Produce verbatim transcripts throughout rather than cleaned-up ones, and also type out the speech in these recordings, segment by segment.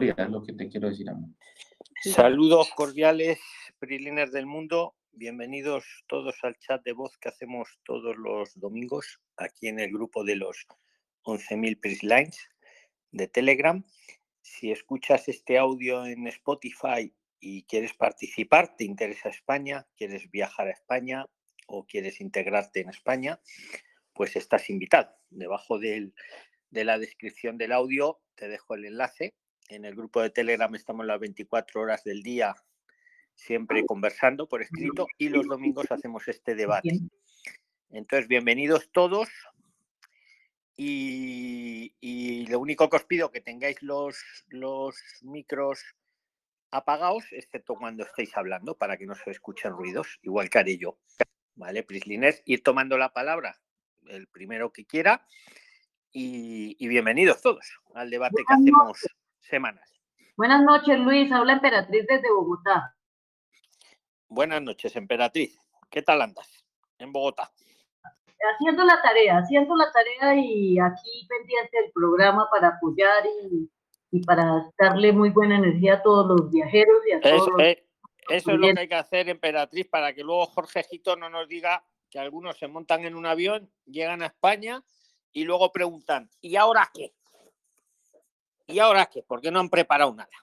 es lo que te quiero decir, amor. Saludos cordiales, PRIXLINERS del mundo. Bienvenidos todos al chat de voz que hacemos todos los domingos aquí en el grupo de los once mil PRIXLINES de Telegram. Si escuchas este audio en Spotify y quieres participar, te interesa España, quieres viajar a España o quieres integrarte en España, pues estás invitado. Debajo del, de la descripción del audio te dejo el enlace. En el grupo de Telegram estamos las veinticuatro horas del día siempre conversando por escrito y los domingos hacemos este debate. Entonces, bienvenidos todos y, y lo único que os pido que tengáis los, los micros apagados, excepto cuando estéis hablando, para que no se escuchen ruidos, igual que haré yo. ¿Vale, PRIXLINERS? Ir tomando la palabra, el primero que quiera, y, y bienvenidos todos al debate que hacemos semanas. Buenas noches, Luis. Habla Emperatriz desde Bogotá. Buenas noches, Emperatriz. ¿Qué tal andas en Bogotá? Haciendo la tarea, haciendo la tarea y aquí pendiente del programa para apoyar y, y para darle muy buena energía a todos los viajeros y a todos Eso, los... eh, eso es lo que hay que hacer, Emperatriz, para que luego Jorge Gito no nos diga que algunos se montan en un avión, llegan a España y luego preguntan, ¿y ahora qué? ¿Y ahora qué? Porque no han preparado nada.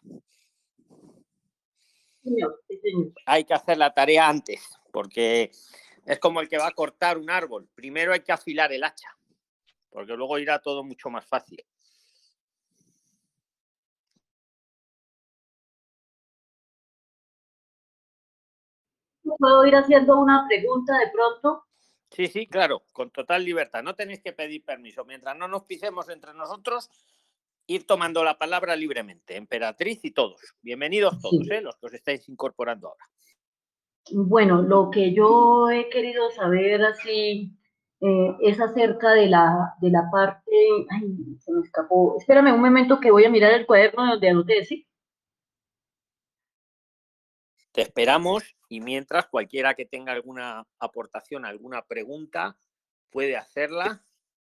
Señor, sí, señor. Hay que hacer la tarea antes, porque es como el que va a cortar un árbol. Primero hay que afilar el hacha, porque luego irá todo mucho más fácil. ¿Puedo ir haciendo una pregunta de pronto? Sí, sí, claro, con total libertad. No tenéis que pedir permiso. Mientras no nos pisemos entre nosotros, ir tomando la palabra libremente. Emperatriz y todos. Bienvenidos todos, Sí. ¿eh? Los que os estáis incorporando ahora. Bueno, lo que yo he querido saber así eh, es acerca de la, de la parte... Ay, se me escapó. Espérame un momento que voy a mirar el cuaderno donde anoté, ¿sí? Te esperamos y mientras cualquiera que tenga alguna aportación, alguna pregunta, puede hacerla.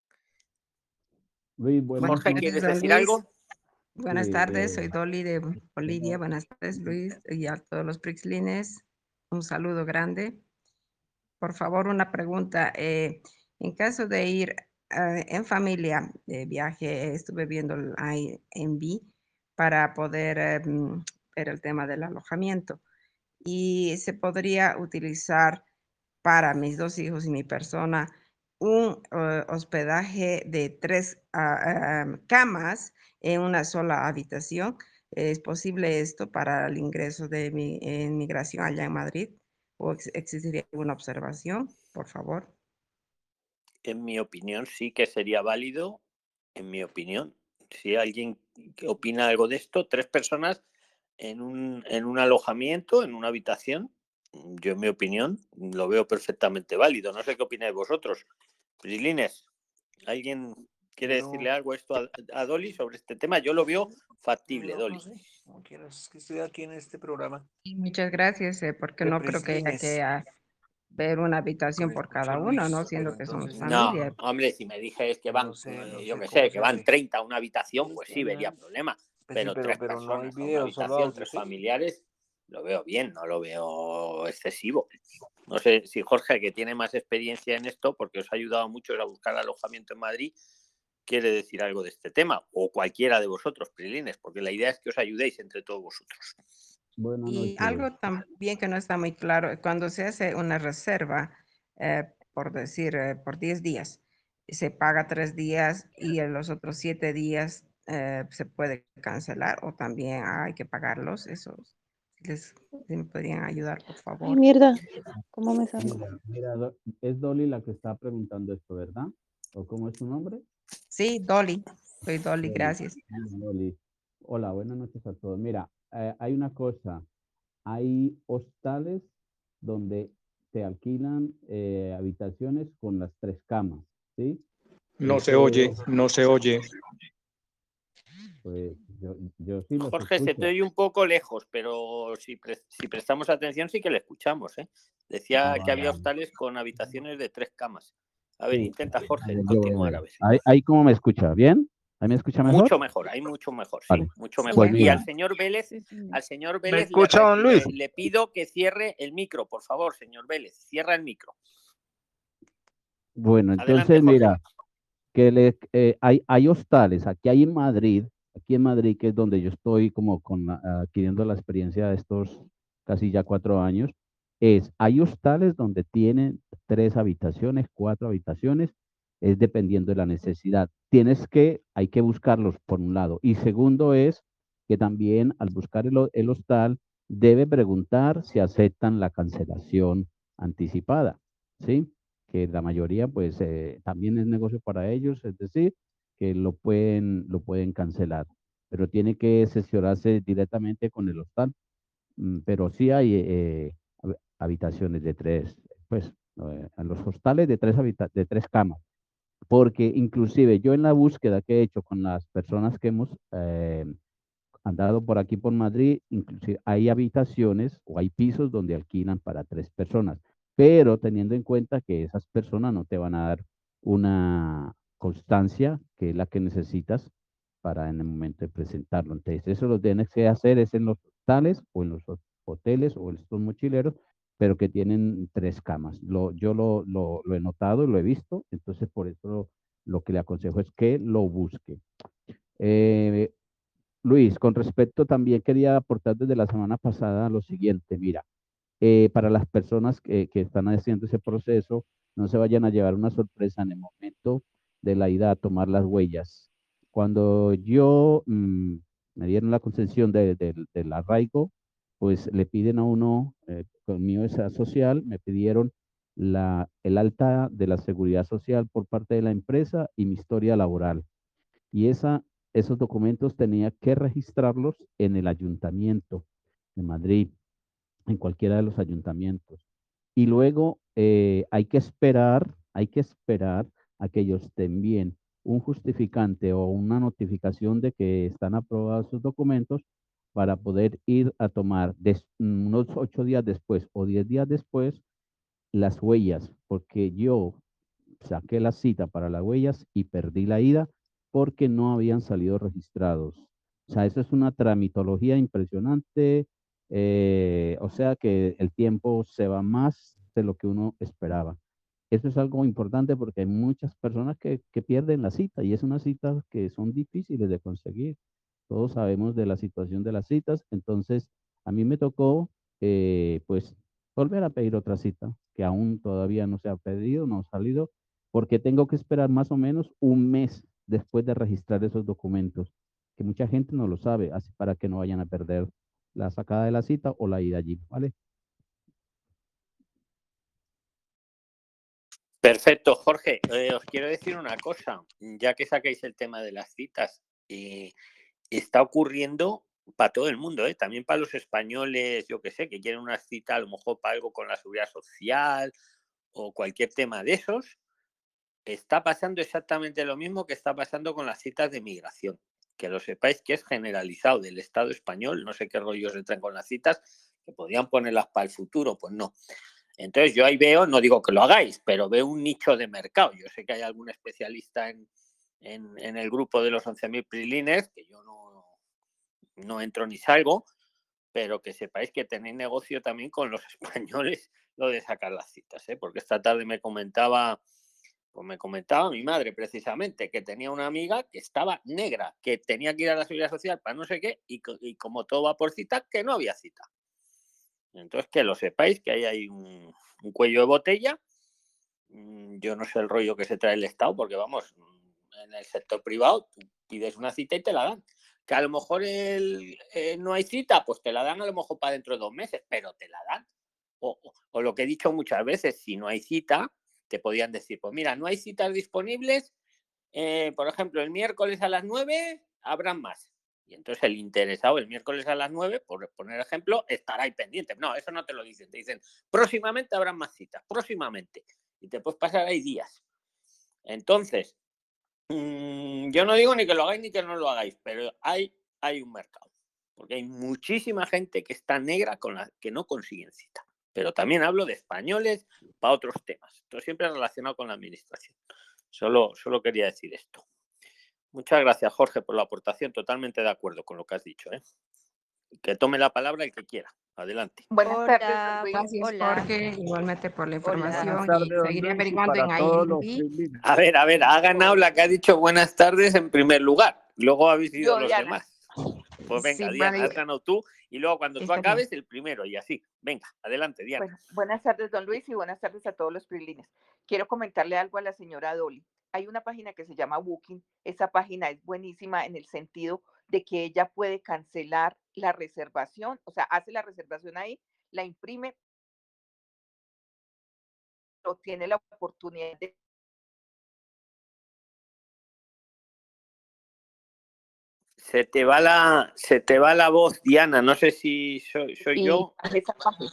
Luis, buenas Jorge, noches. ¿quieres don decir Luis. algo? Buenas Sí, tardes, eh, soy Dolly de Bolivia. Buenas tardes, Luis, y a todos los PRIXLINES. Un saludo grande. Por favor, una pregunta. Eh, en caso de ir eh, en familia de viaje, estuve viendo el Airbnb para poder eh, ver el tema del alojamiento y se podría utilizar para mis dos hijos y mi persona un uh, hospedaje de tres uh, uh, camas en una sola habitación. ¿Es posible esto para el ingreso de mi en migración allá en Madrid? ¿O ex existiría alguna observación, por favor? En mi opinión, sí que sería válido. En mi opinión, si alguien opina algo de esto, tres personas en un, en un alojamiento, en una habitación, yo en mi opinión lo veo perfectamente válido. No sé qué opináis vosotros. PRIXLINES, ¿alguien quiere No. decirle algo a esto a, a Dolly sobre este tema? Yo lo veo factible, No, Dolly. no sé, como quieras, es que estoy aquí en este programa. Y muchas gracias, eh, porque De no creo que haya PRIXLINES. que ah, ver una habitación Me por escuchó cada uno, Luis, ¿no? Siendo pero que somos entonces- No, familia. hombre, si me dijes que van, No sé, no eh, yo sé qué cómo sé, se que van hace. treinta a una habitación, Sí, pues está sí, vería bien. problema. Pues sí, Pero, pero- tres pero no hay personas a una video, solo habitación, audio, tres ¿sí? familiares, lo veo bien, no lo veo excesivo. No sé si Jorge, que tiene más experiencia en esto, porque os ha ayudado mucho a buscar alojamiento en Madrid, quiere decir algo de este tema, o cualquiera de vosotros, PRIXLINES, porque la idea es que os ayudéis entre todos vosotros. Buenas Y noches. algo también que no está muy claro, cuando se hace una reserva, eh, por decir, eh, por diez días, se paga tres días y en los otros siete días eh, se puede cancelar o también hay que pagarlos. Esos, les, si me podrían ayudar, por Ay, favor. mierda, ¿cómo me salgo? Mira, mira, Do- es Dolly la que está preguntando esto, ¿verdad? ¿O cómo es su nombre? Sí, Dolly, soy Dolly, Dolly. gracias. Hola, Dolly. Hola, buenas noches a todos. Mira, eh, hay una cosa. Hay hostales donde se alquilan eh, habitaciones con las tres camas, ¿sí? No se Eso, oye, no se oye. Pues yo, yo sí los Jorge, se escucho. te oye un poco lejos, pero si, pre si prestamos atención sí que le escuchamos, ¿eh? Decía Ah, que había vale. hostales con habitaciones de tres camas. A ver, Sí. intenta, Jorge, Vale, yo voy a continuar, ver. a ver. Ahí, ahí cómo me escucha, ¿bien? ¿Ahí me escucha mejor? Mucho mejor, hay mucho mejor, sí, Vale. mucho Sí, mejor. Pues Y mira, al señor Vélez, sí, sí. al señor ¿Me Vélez le, escucha, re- don Luis? le- le pido que cierre el micro, por favor, señor Vélez, cierra el micro. bueno, Adelante, entonces Jorge. mira, que le, eh, hay, hay hostales, aquí hay en Madrid, aquí en Madrid, que es donde yo estoy como con la- adquiriendo la experiencia de estos casi ya cuatro años, es, hay hostales donde tienen tres habitaciones, cuatro habitaciones, es dependiendo de la necesidad. Tienes que, hay que buscarlos por un lado. Y segundo es que también al buscar el, ho- el hostal, debe preguntar si aceptan la cancelación anticipada, ¿sí? Que la mayoría pues eh, también es negocio para ellos, es decir, que lo pueden, lo pueden cancelar, pero tiene que sesionarse directamente con el hostal. Mm, pero sí hay eh, hab- habitaciones de tres, pues eh, en los hostales de tres, habita- de tres camas, porque inclusive yo en la búsqueda que he hecho con las personas que hemos eh, andado por aquí por Madrid, inclusive hay habitaciones o hay pisos donde alquilan para tres personas, pero teniendo en cuenta que esas personas no te van a dar una constancia que es la que necesitas para en el momento de presentarlo. Entonces, eso lo tienes que hacer es en los hostales o en los ho- hoteles o en estos mochileros, pero que tienen tres camas. Lo, yo lo, lo, lo he notado y lo he visto, entonces por eso lo, lo que le aconsejo es que lo busque. Eh, Luis, con respecto también quería aportar desde la semana pasada lo siguiente, mira, eh, para las personas que, que están haciendo ese proceso, no se vayan a llevar una sorpresa en el momento de la ida a tomar las huellas. Cuando yo mm, me dieron la concesión de- de- del arraigo, pues le piden a uno, eh, conmigo esa social, me pidieron la, el alta de la seguridad social por parte de la empresa y mi historia laboral. Y esa, esos documentos tenía que registrarlos en el ayuntamiento de Madrid, en cualquiera de los ayuntamientos. Y luego eh, hay que esperar, hay que esperar a que ellos te envíen un justificante o una notificación de que están aprobados sus documentos para poder ir a tomar des- unos ocho días después o diez días después las huellas, porque yo saqué la cita para las huellas y perdí la ida porque no habían salido registrados. O sea, eso es una tramitología impresionante. Eh, o sea que el tiempo se va más de lo que uno esperaba. Eso es algo importante porque hay muchas personas que, que pierden la cita y es una cita que son difíciles de conseguir. Todos sabemos de la situación de las citas, entonces a mí me tocó eh, pues volver a pedir otra cita que aún todavía no se ha pedido, no ha salido, porque tengo que esperar más o menos un mes después de registrar esos documentos, que mucha gente no lo sabe, así para que no vayan a perder la sacada de la cita o la ida allí, ¿vale? Perfecto, Jorge. Eh, os quiero decir una cosa, ya que saquéis el tema de las citas, eh, está ocurriendo para todo el mundo, ¿eh? También para los españoles, yo que sé, que quieren una cita a lo mejor para algo con la seguridad social o cualquier tema de esos, está pasando exactamente lo mismo que está pasando con las citas de migración. Que lo sepáis que es generalizado del Estado español, no sé qué rollos entran con las citas, que podrían ponerlas para el futuro, pues no. Entonces yo ahí veo, no digo que lo hagáis, pero veo un nicho de mercado. Yo sé que hay algún especialista en, en, en el grupo de los once mil PRIXLINERS, que yo no, no entro ni salgo, pero que sepáis que tenéis negocio también con los españoles lo de sacar las citas, ¿eh? Porque esta tarde me comentaba, pues me comentaba mi madre precisamente, que tenía una amiga que estaba negra, que tenía que ir a la seguridad social para no sé qué, y, y como todo va por cita, que no había cita. Entonces, que lo sepáis, que ahí hay un, un cuello de botella. Yo no sé el rollo que se trae el Estado, porque vamos, en el sector privado tú pides una cita y te la dan. Que a lo mejor el, eh, no hay cita, pues te la dan a lo mejor para dentro de dos meses, pero te la dan. O, o, o lo que he dicho muchas veces, si no hay cita, te podían decir, pues mira, no hay citas disponibles, eh, por ejemplo, el miércoles a las nueve habrán más. Y entonces el interesado el miércoles a las nueve, por poner ejemplo, estará ahí pendiente. No, eso no te lo dicen. Te dicen, próximamente habrán más citas, próximamente. Y te puedes pasar ahí días. Entonces, mmm, yo no digo ni que lo hagáis ni que no lo hagáis, pero hay, hay un mercado. Porque hay muchísima gente que está negra con la que no consiguen cita. Pero también hablo de españoles para otros temas. Esto siempre relacionado con la administración. Solo, solo quería decir esto. Muchas gracias, Jorge, por la aportación. Totalmente de acuerdo con lo que has dicho, ¿eh? Que tome la palabra el que quiera. Adelante. Buenas Hola, tardes, Luis. Gracias, hola, Jorge, igualmente por la hola. Buenas información tardes, y don seguiré Luis, y averiguando para en todos los Airbnb. PRIXLINERS. A ver, a ver, ha ganado la que ha dicho buenas tardes en primer lugar. Luego habéis sido Yo, los Diana. demás. Pues venga, Sí, Diana, vale, has ganado tú y luego cuando tú está bien. acabes, el primero y así. Venga, adelante, Diana. Bueno, buenas tardes, don Luis, y buenas tardes a todos los PRIXLINERS. Quiero comentarle algo a la señora Dolly. Hay una página que se llama Booking. Esa página es buenísima en el sentido de que ella puede cancelar la reservación, o sea, hace la reservación ahí, la imprime, o tiene la oportunidad de Se te va la, se te va la voz, Diana. No sé si soy, soy y yo. hace esa página.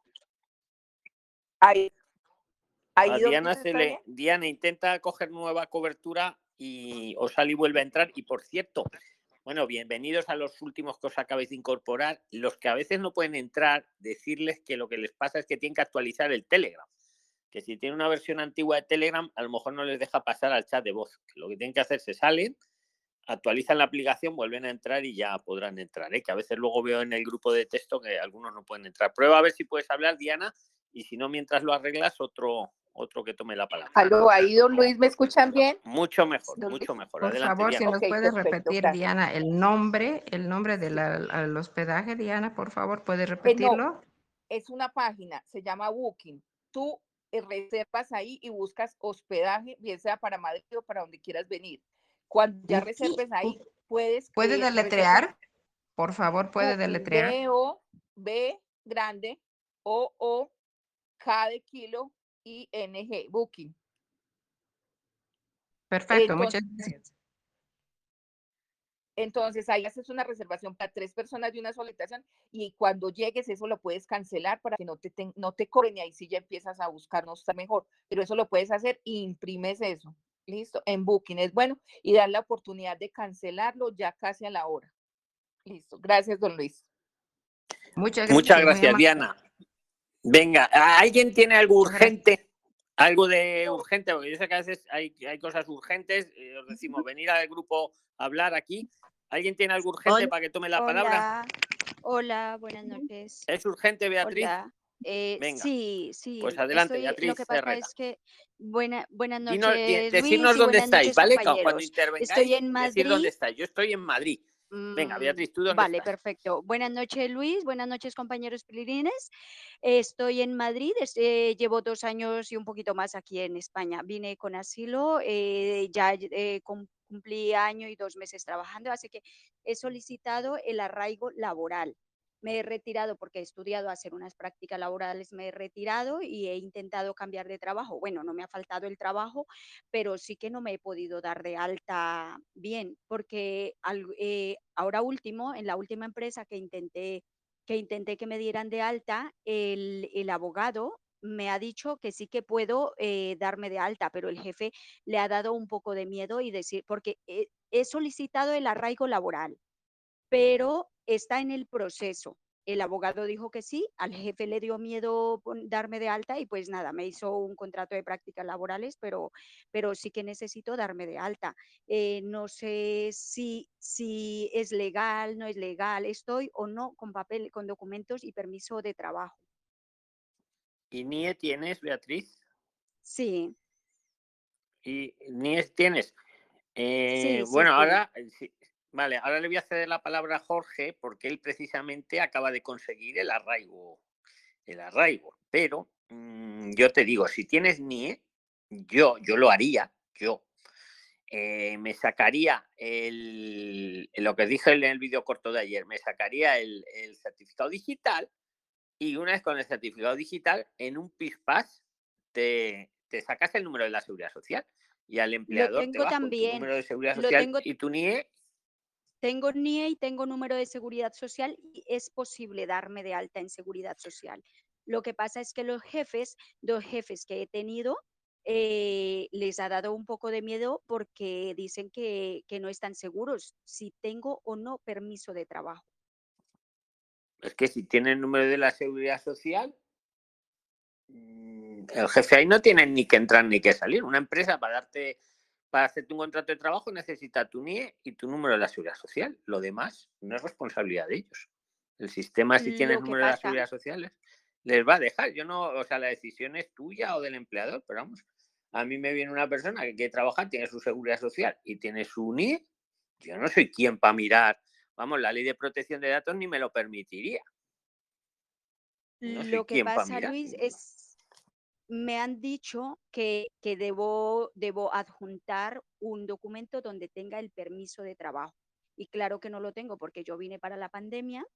Ahí, ahí A don Diana Luis, se ¿está le, bien? Diana intenta coger nueva cobertura y Osali vuelve a entrar. Y por cierto, bueno, bienvenidos a los últimos que os acabáis de incorporar. Los que a veces no pueden entrar, decirles que lo que les pasa es que tienen que actualizar el Telegram. Que si tienen una versión antigua de Telegram, a lo mejor no les deja pasar al chat de voz. Lo que tienen que hacer, se salen, actualizan la aplicación, vuelven a entrar y ya podrán entrar, ¿eh? Que a veces luego veo en el grupo de texto que algunos no pueden entrar. Prueba a ver si puedes hablar, Diana, y si no, mientras lo arreglas, otro, otro que tome la palabra. Aló, ahí don Luis, ¿me escuchan bien? Mucho mejor, Don mucho Luis. mejor. Por Adelante, favor, si Diana. nos Ok, puedes perfecto, repetir, gracias. Diana, el nombre, el nombre Sí. del al hospedaje, Diana, por favor, ¿puedes Eh, no, repetirlo? es una página, se llama Booking. Tú eh, reservas ahí y buscas hospedaje, bien sea para Madrid o para donde quieras venir. Cuando ya Booking, reserves ahí, Booking. puedes ¿Puede eh, reservar deletrear? Por favor, puede Booking, deletrear. B O B grande, O O K de kilo, I N G, Booking. Perfecto, Entonces, muchas gracias. entonces ahí haces una reservación para tres personas de una sola habitación y cuando llegues eso lo puedes cancelar para que no te, ten- no te cobren y ahí sí ya empiezas a buscar, no está mejor, pero eso lo puedes hacer e imprimes eso, listo, en Booking es bueno y dar la oportunidad de cancelarlo ya casi a la hora. Listo, gracias don Luis. Muchas Muchas gracias, muy gracias, amable. Diana. Venga, ¿alguien tiene algo Muchas gracias. urgente? Algo de urgente, porque yo sé que a veces hay, hay cosas urgentes. Eh, os decimos, venir al grupo a hablar aquí. ¿Alguien tiene algo urgente Hol- para que tome la palabra? Hola, hola, buenas noches. ¿Es urgente, Beatriz? Hola. Eh, Venga, sí, sí, pues adelante, estoy, lo Beatriz que pasa Herrera. es que, buena, buenas Dinos, di- noches decirnos Luis y dónde buenas estáis, noches ¿vale? Cuando compañeros. intervengáis, Estoy en decir dónde Madrid. estáis. Yo estoy en Madrid. Venga, Mm, Beatriz, ¿tú dónde vale, estás? perfecto. Buenas noches Luis, buenas noches compañeros PRIXLINERS. Estoy en Madrid, es- eh, llevo dos años y un poquito más aquí en España. Vine con asilo, eh, ya eh, cum- cumplí año y dos meses trabajando, así que he solicitado el arraigo laboral. Me he retirado porque he estudiado a hacer unas prácticas laborales, me he retirado y he intentado cambiar de trabajo. Bueno, no me ha faltado el trabajo, pero sí que no me he podido dar de alta bien, porque al- eh, ahora último, en la última empresa que intenté que intenté que me dieran de alta, el, el abogado me ha dicho que sí que puedo eh, darme de alta, pero el jefe le ha dado un poco de miedo y decir, porque he, he solicitado el arraigo laboral, pero está en el proceso. El abogado dijo que sí, al jefe le dio miedo pon- darme de alta y pues nada, me hizo un contrato de prácticas laborales, pero, pero sí que necesito darme de alta. Eh, no sé si, si es legal, no es legal, estoy o no con papel, con documentos y permiso de trabajo. ¿Y N I E tienes, Beatriz? Sí, ¿Y N I E tienes? Eh, sí, sí, bueno, sí. ahora, sí, vale, ahora le voy a ceder la palabra a Jorge porque él precisamente acaba de conseguir el arraigo, el arraigo. Pero mmm, yo te digo, si tienes N I E, yo, yo lo haría, yo eh, me sacaría el, lo que dije en el vídeo corto de ayer, me sacaría el, el certificado digital y una vez con el certificado digital, en un PISPAS te, te sacas el número de la seguridad social y al Lo empleador te tengo vas con tu también, número de seguridad lo social tengo y tu N I E. Tengo N I E y tengo número de seguridad social y es posible darme de alta en seguridad social. Lo que pasa es que los jefes, dos jefes que he tenido, eh, les ha dado un poco de miedo porque dicen que, que no están seguros si tengo o no permiso de trabajo. Es que si tiene el número de la seguridad social, el jefe ahí no tiene ni que entrar ni que salir. Una empresa para darte, para hacerte un contrato de trabajo necesita tu N I E y tu número de la Seguridad Social. Lo demás no es responsabilidad de ellos. El sistema, si tienes Lo que número de la pasa, Seguridad Social, les va a dejar. Yo no, o sea, la decisión es tuya o del empleador, pero vamos, a mí me viene una persona que quiere trabajar, tiene su Seguridad Social y tiene su N I E. Yo no soy quien para mirar. Vamos, la ley de protección de datos ni me lo permitiría. No soy lo que quien para pasa, mirar. Luis, es, me han dicho que, que debo, debo adjuntar un documento donde tenga el permiso de trabajo. Y claro que no lo tengo porque yo vine para la pandemia.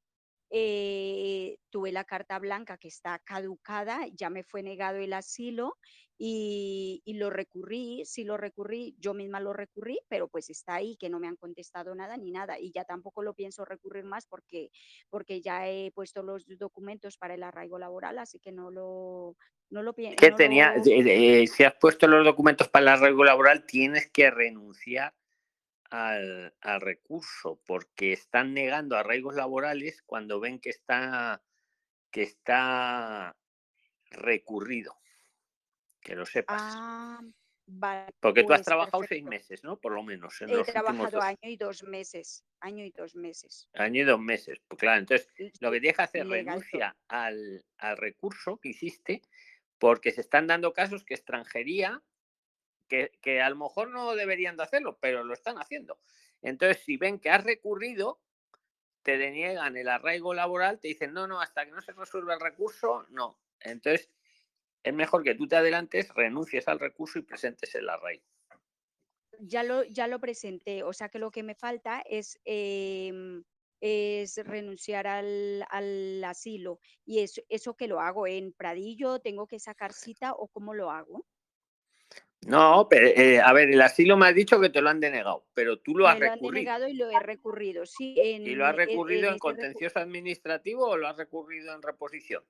Eh, tuve la carta blanca que está caducada, ya me fue negado el asilo y, y lo recurrí, sí lo recurrí, yo misma lo recurrí, pero pues está ahí, que no me han contestado nada ni nada y ya tampoco lo pienso recurrir más porque, porque ya he puesto los documentos para el arraigo laboral, así que no lo, no lo pienso. Que No tenía, lo... eh, eh, si has puesto los documentos para el arraigo laboral, tienes que renunciar Al, al recurso, porque están negando arraigos laborales cuando ven que está, que está recurrido. Que lo sepas. Ah, vale, porque tú has pues trabajado perfecto. seis meses, ¿no? Por lo menos, en He los últimos trabajado dos. año y dos meses, año y dos meses. Año y dos meses. Pues claro, entonces lo que tienes que hacer, Legal todo. renuncia al, al recurso que hiciste, porque se están dando casos que extranjería, que, que a lo mejor no deberían de hacerlo, pero lo están haciendo. Entonces, si ven que has recurrido, te deniegan el arraigo laboral, te dicen, no, no, hasta que no se resuelva el recurso, no. Entonces, es mejor que tú te adelantes, renuncies al recurso y presentes el arraigo. Ya lo, ya lo presenté, o sea que lo que me falta es, eh, es renunciar al, al asilo. ¿Y eso, eso que lo hago en Pradillo? ¿Tengo que sacar cita o cómo lo hago? No, pero eh, a ver, el asilo me has dicho que te lo han denegado, pero tú lo has Me lo han recurrido. denegado y lo he recurrido, sí. En, ¿Y lo has recurrido en, en, en contencioso administrativo o lo has recurrido en reposición?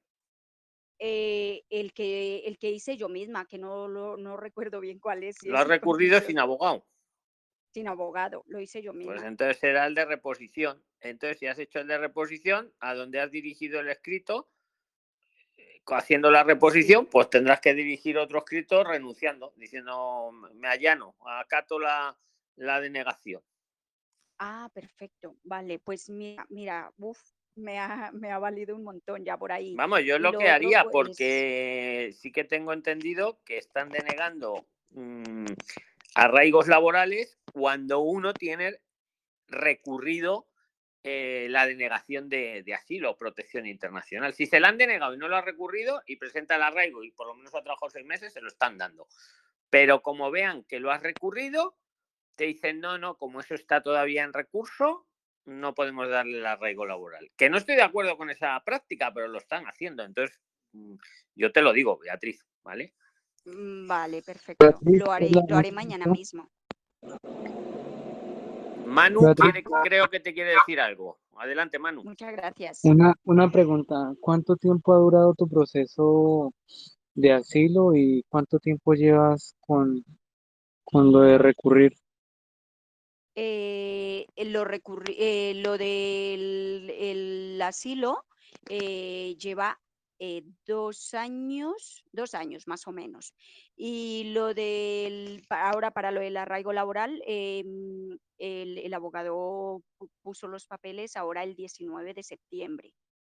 Eh, el, que, el que hice yo misma, que no, lo, no recuerdo bien cuál es. Si Lo es has recurrido contencioso. sin abogado. Sin abogado, lo hice yo misma. Pues entonces será el de reposición. Entonces, si has hecho el de reposición, a donde has dirigido el escrito, haciendo la reposición, sí, pues tendrás que dirigir otro escrito renunciando, diciendo, me allano, acato la, la denegación. Ah, perfecto. Vale, pues mira, mira, uf, me ha, me ha valido un montón ya por ahí. Vamos, yo es y lo lo que otro, haría, pues... porque sí que tengo entendido que están denegando mmm, arraigos laborales cuando uno tiene recurrido eh, la denegación de, de asilo o protección internacional. Si se la han denegado y no lo ha recurrido y presenta el arraigo y por lo menos ha trabajado seis meses, se lo están dando. Pero como vean que lo has recurrido, te dicen, no, no, como eso está todavía en recurso, no podemos darle el arraigo laboral. Que no estoy de acuerdo con esa práctica, pero lo están haciendo. Entonces, yo te lo digo, Beatriz, ¿vale? Vale, perfecto. Lo haré, lo haré mañana mismo. Manu quiere, creo que te quiere decir algo. Adelante, Manu. Muchas gracias. Una, una pregunta, ¿cuánto tiempo ha durado tu proceso de asilo y cuánto tiempo llevas con, con lo de recurrir? Eh, lo, recurri eh, lo del el asilo eh, lleva eh, dos años, dos años más o menos. Y lo del, ahora para lo del arraigo laboral, eh, el, el abogado puso los papeles ahora el diecinueve de septiembre.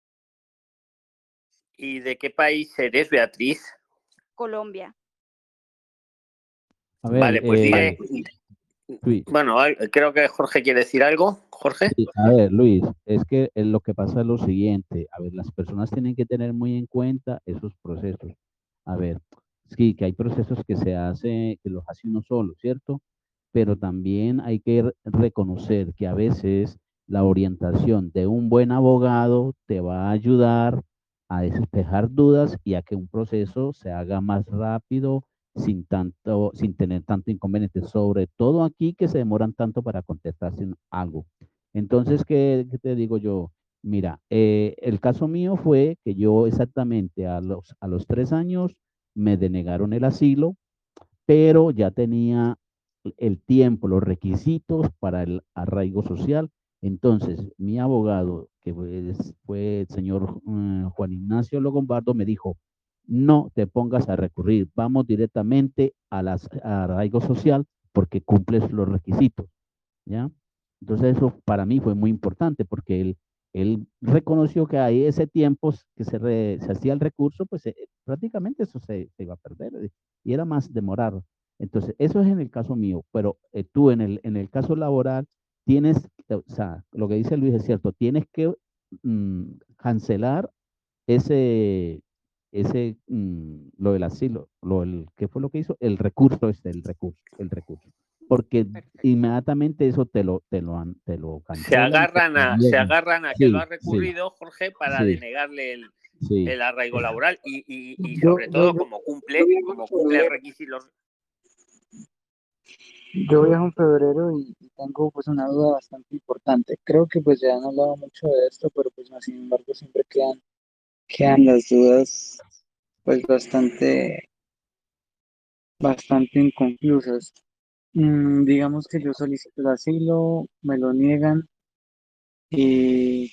¿Y de qué país eres, Beatriz? Colombia. A ver, vale, pues eh, dile... Luis. Bueno, creo que Jorge quiere decir algo. Jorge. Sí, a ver, Luis, es que lo que pasa es lo siguiente. A ver, las personas tienen que tener muy en cuenta esos procesos. A ver, sí, que hay procesos que se hace, que los hace uno solo, ¿cierto? Pero también hay que reconocer que a veces la orientación de un buen abogado te va a ayudar a despejar dudas y a que un proceso se haga más rápido, sin tanto, sin tener tanto inconveniente, sobre todo aquí que se demoran tanto para contestarse algo. Entonces, ¿qué, qué te digo yo? Mira, eh, el caso mío fue que yo exactamente a los, a los tres años me denegaron el asilo, pero ya tenía el tiempo, los requisitos para el arraigo social. Entonces, mi abogado, que fue, fue el señor um, Juan Ignacio Logombardo, me dijo, no te pongas a recurrir, vamos directamente a las, a arraigo social porque cumples los requisitos, ¿ya? Entonces eso para mí fue muy importante porque él, él reconoció que ahí ese tiempo que se, re, se hacía el recurso, pues eh, prácticamente eso se, se iba a perder eh, y era más demorado. Entonces, eso es en el caso mío, pero eh, tú en el, en el caso laboral tienes, o sea, lo que dice Luis es cierto, tienes que mm, cancelar ese, ese, mm, lo del asilo, lo del, ¿qué fue lo que hizo? El recurso este, el recurso, el recurso. Porque Perfecto. inmediatamente eso te lo, te lo, han- te lo Se cancelan. te agarran lo a, se niegan. agarran a que Sí, lo ha sí, recurrido, Jorge, para sí, denegarle el, sí. el arraigo laboral y, y, y Yo, sobre yo, todo yo, como yo cumple, viajo en como cumple el febrero, requisito. los- yo viajo en febrero y, y tengo pues una duda bastante importante. Creo que pues ya han hablado mucho de esto, pero pues más sin embargo siempre quedan, quedan las dudas pues bastante, bastante inconclusas. Mm, digamos que yo solicito el asilo, me lo niegan y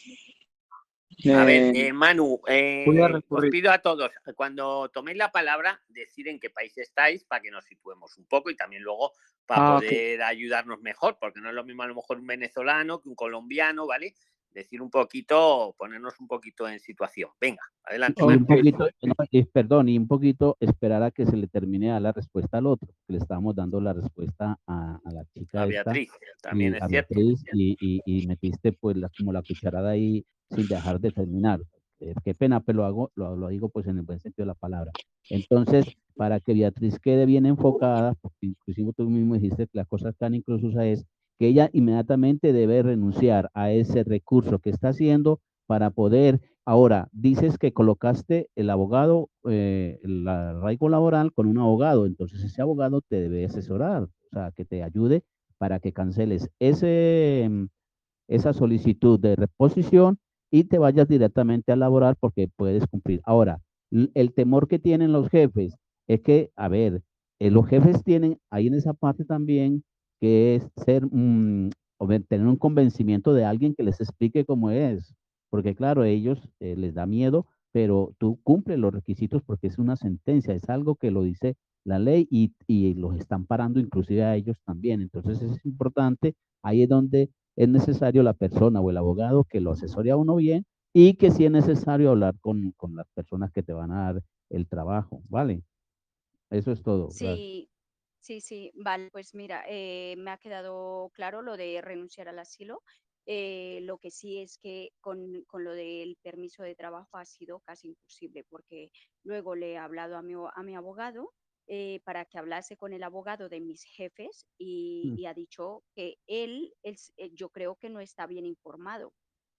A ver, eh, eh, Manu, voy a eh, os recurrir. pido a todos, cuando toméis la palabra, decir en qué país estáis para que nos situemos un poco y también luego para Ah, ok. poder ayudarnos mejor, porque no es lo mismo a lo mejor un venezolano que un colombiano, ¿vale? Decir un poquito, ponernos un poquito en situación. Venga, adelante, Y un Manu. Ok. poquito, no, y perdón, y un poquito esperar a que se le termine de dar la respuesta al otro, que le estábamos dando la respuesta a, a la chica A esta, Beatriz, también y es a cierto. Beatriz, y, y, y metiste pues la, como la cucharada ahí sin dejar de terminar. Eh, qué pena, pero lo hago, lo, lo digo pues en el buen sentido de la palabra. Entonces, para que Beatriz quede bien enfocada, porque inclusive tú mismo dijiste que la cosa tan incluso es que ella inmediatamente debe renunciar a ese recurso que está haciendo para poder. Ahora, dices que colocaste el abogado, eh, el arraigo laboral con un abogado, entonces ese abogado te debe asesorar, o sea, que te ayude para que canceles ese, mm, esa solicitud de reposición y te vayas directamente a laboral porque puedes cumplir. Ahora, l- el temor que tienen los jefes es que, a ver, eh, los jefes tienen ahí en esa parte también que es ser, mm, o ver, tener un convencimiento de alguien que les explique cómo es, porque claro, ellos eh, les da miedo, pero tú cumples los requisitos porque es una sentencia, es algo que lo dice la ley y, y los están parando inclusive a ellos también. Entonces es importante, ahí es donde es necesario la persona o el abogado que lo asesore a uno bien y que si es necesario hablar con, con las personas que te van a dar el trabajo, ¿vale? Eso es todo. Gracias. Sí, sí, sí, vale, pues mira, eh, me ha quedado claro lo de renunciar al asilo. Eh, lo que sí es que con, con lo del permiso de trabajo ha sido casi imposible, porque luego le he hablado a mi, o- a mi abogado eh, para que hablase con el abogado de mis jefes y, Mm. y ha dicho que él, él s- eh, yo creo que no está bien informado.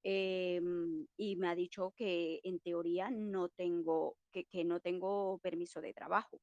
Em, y me ha dicho que en teoría no tengo, que, que no tengo permiso de trabajo.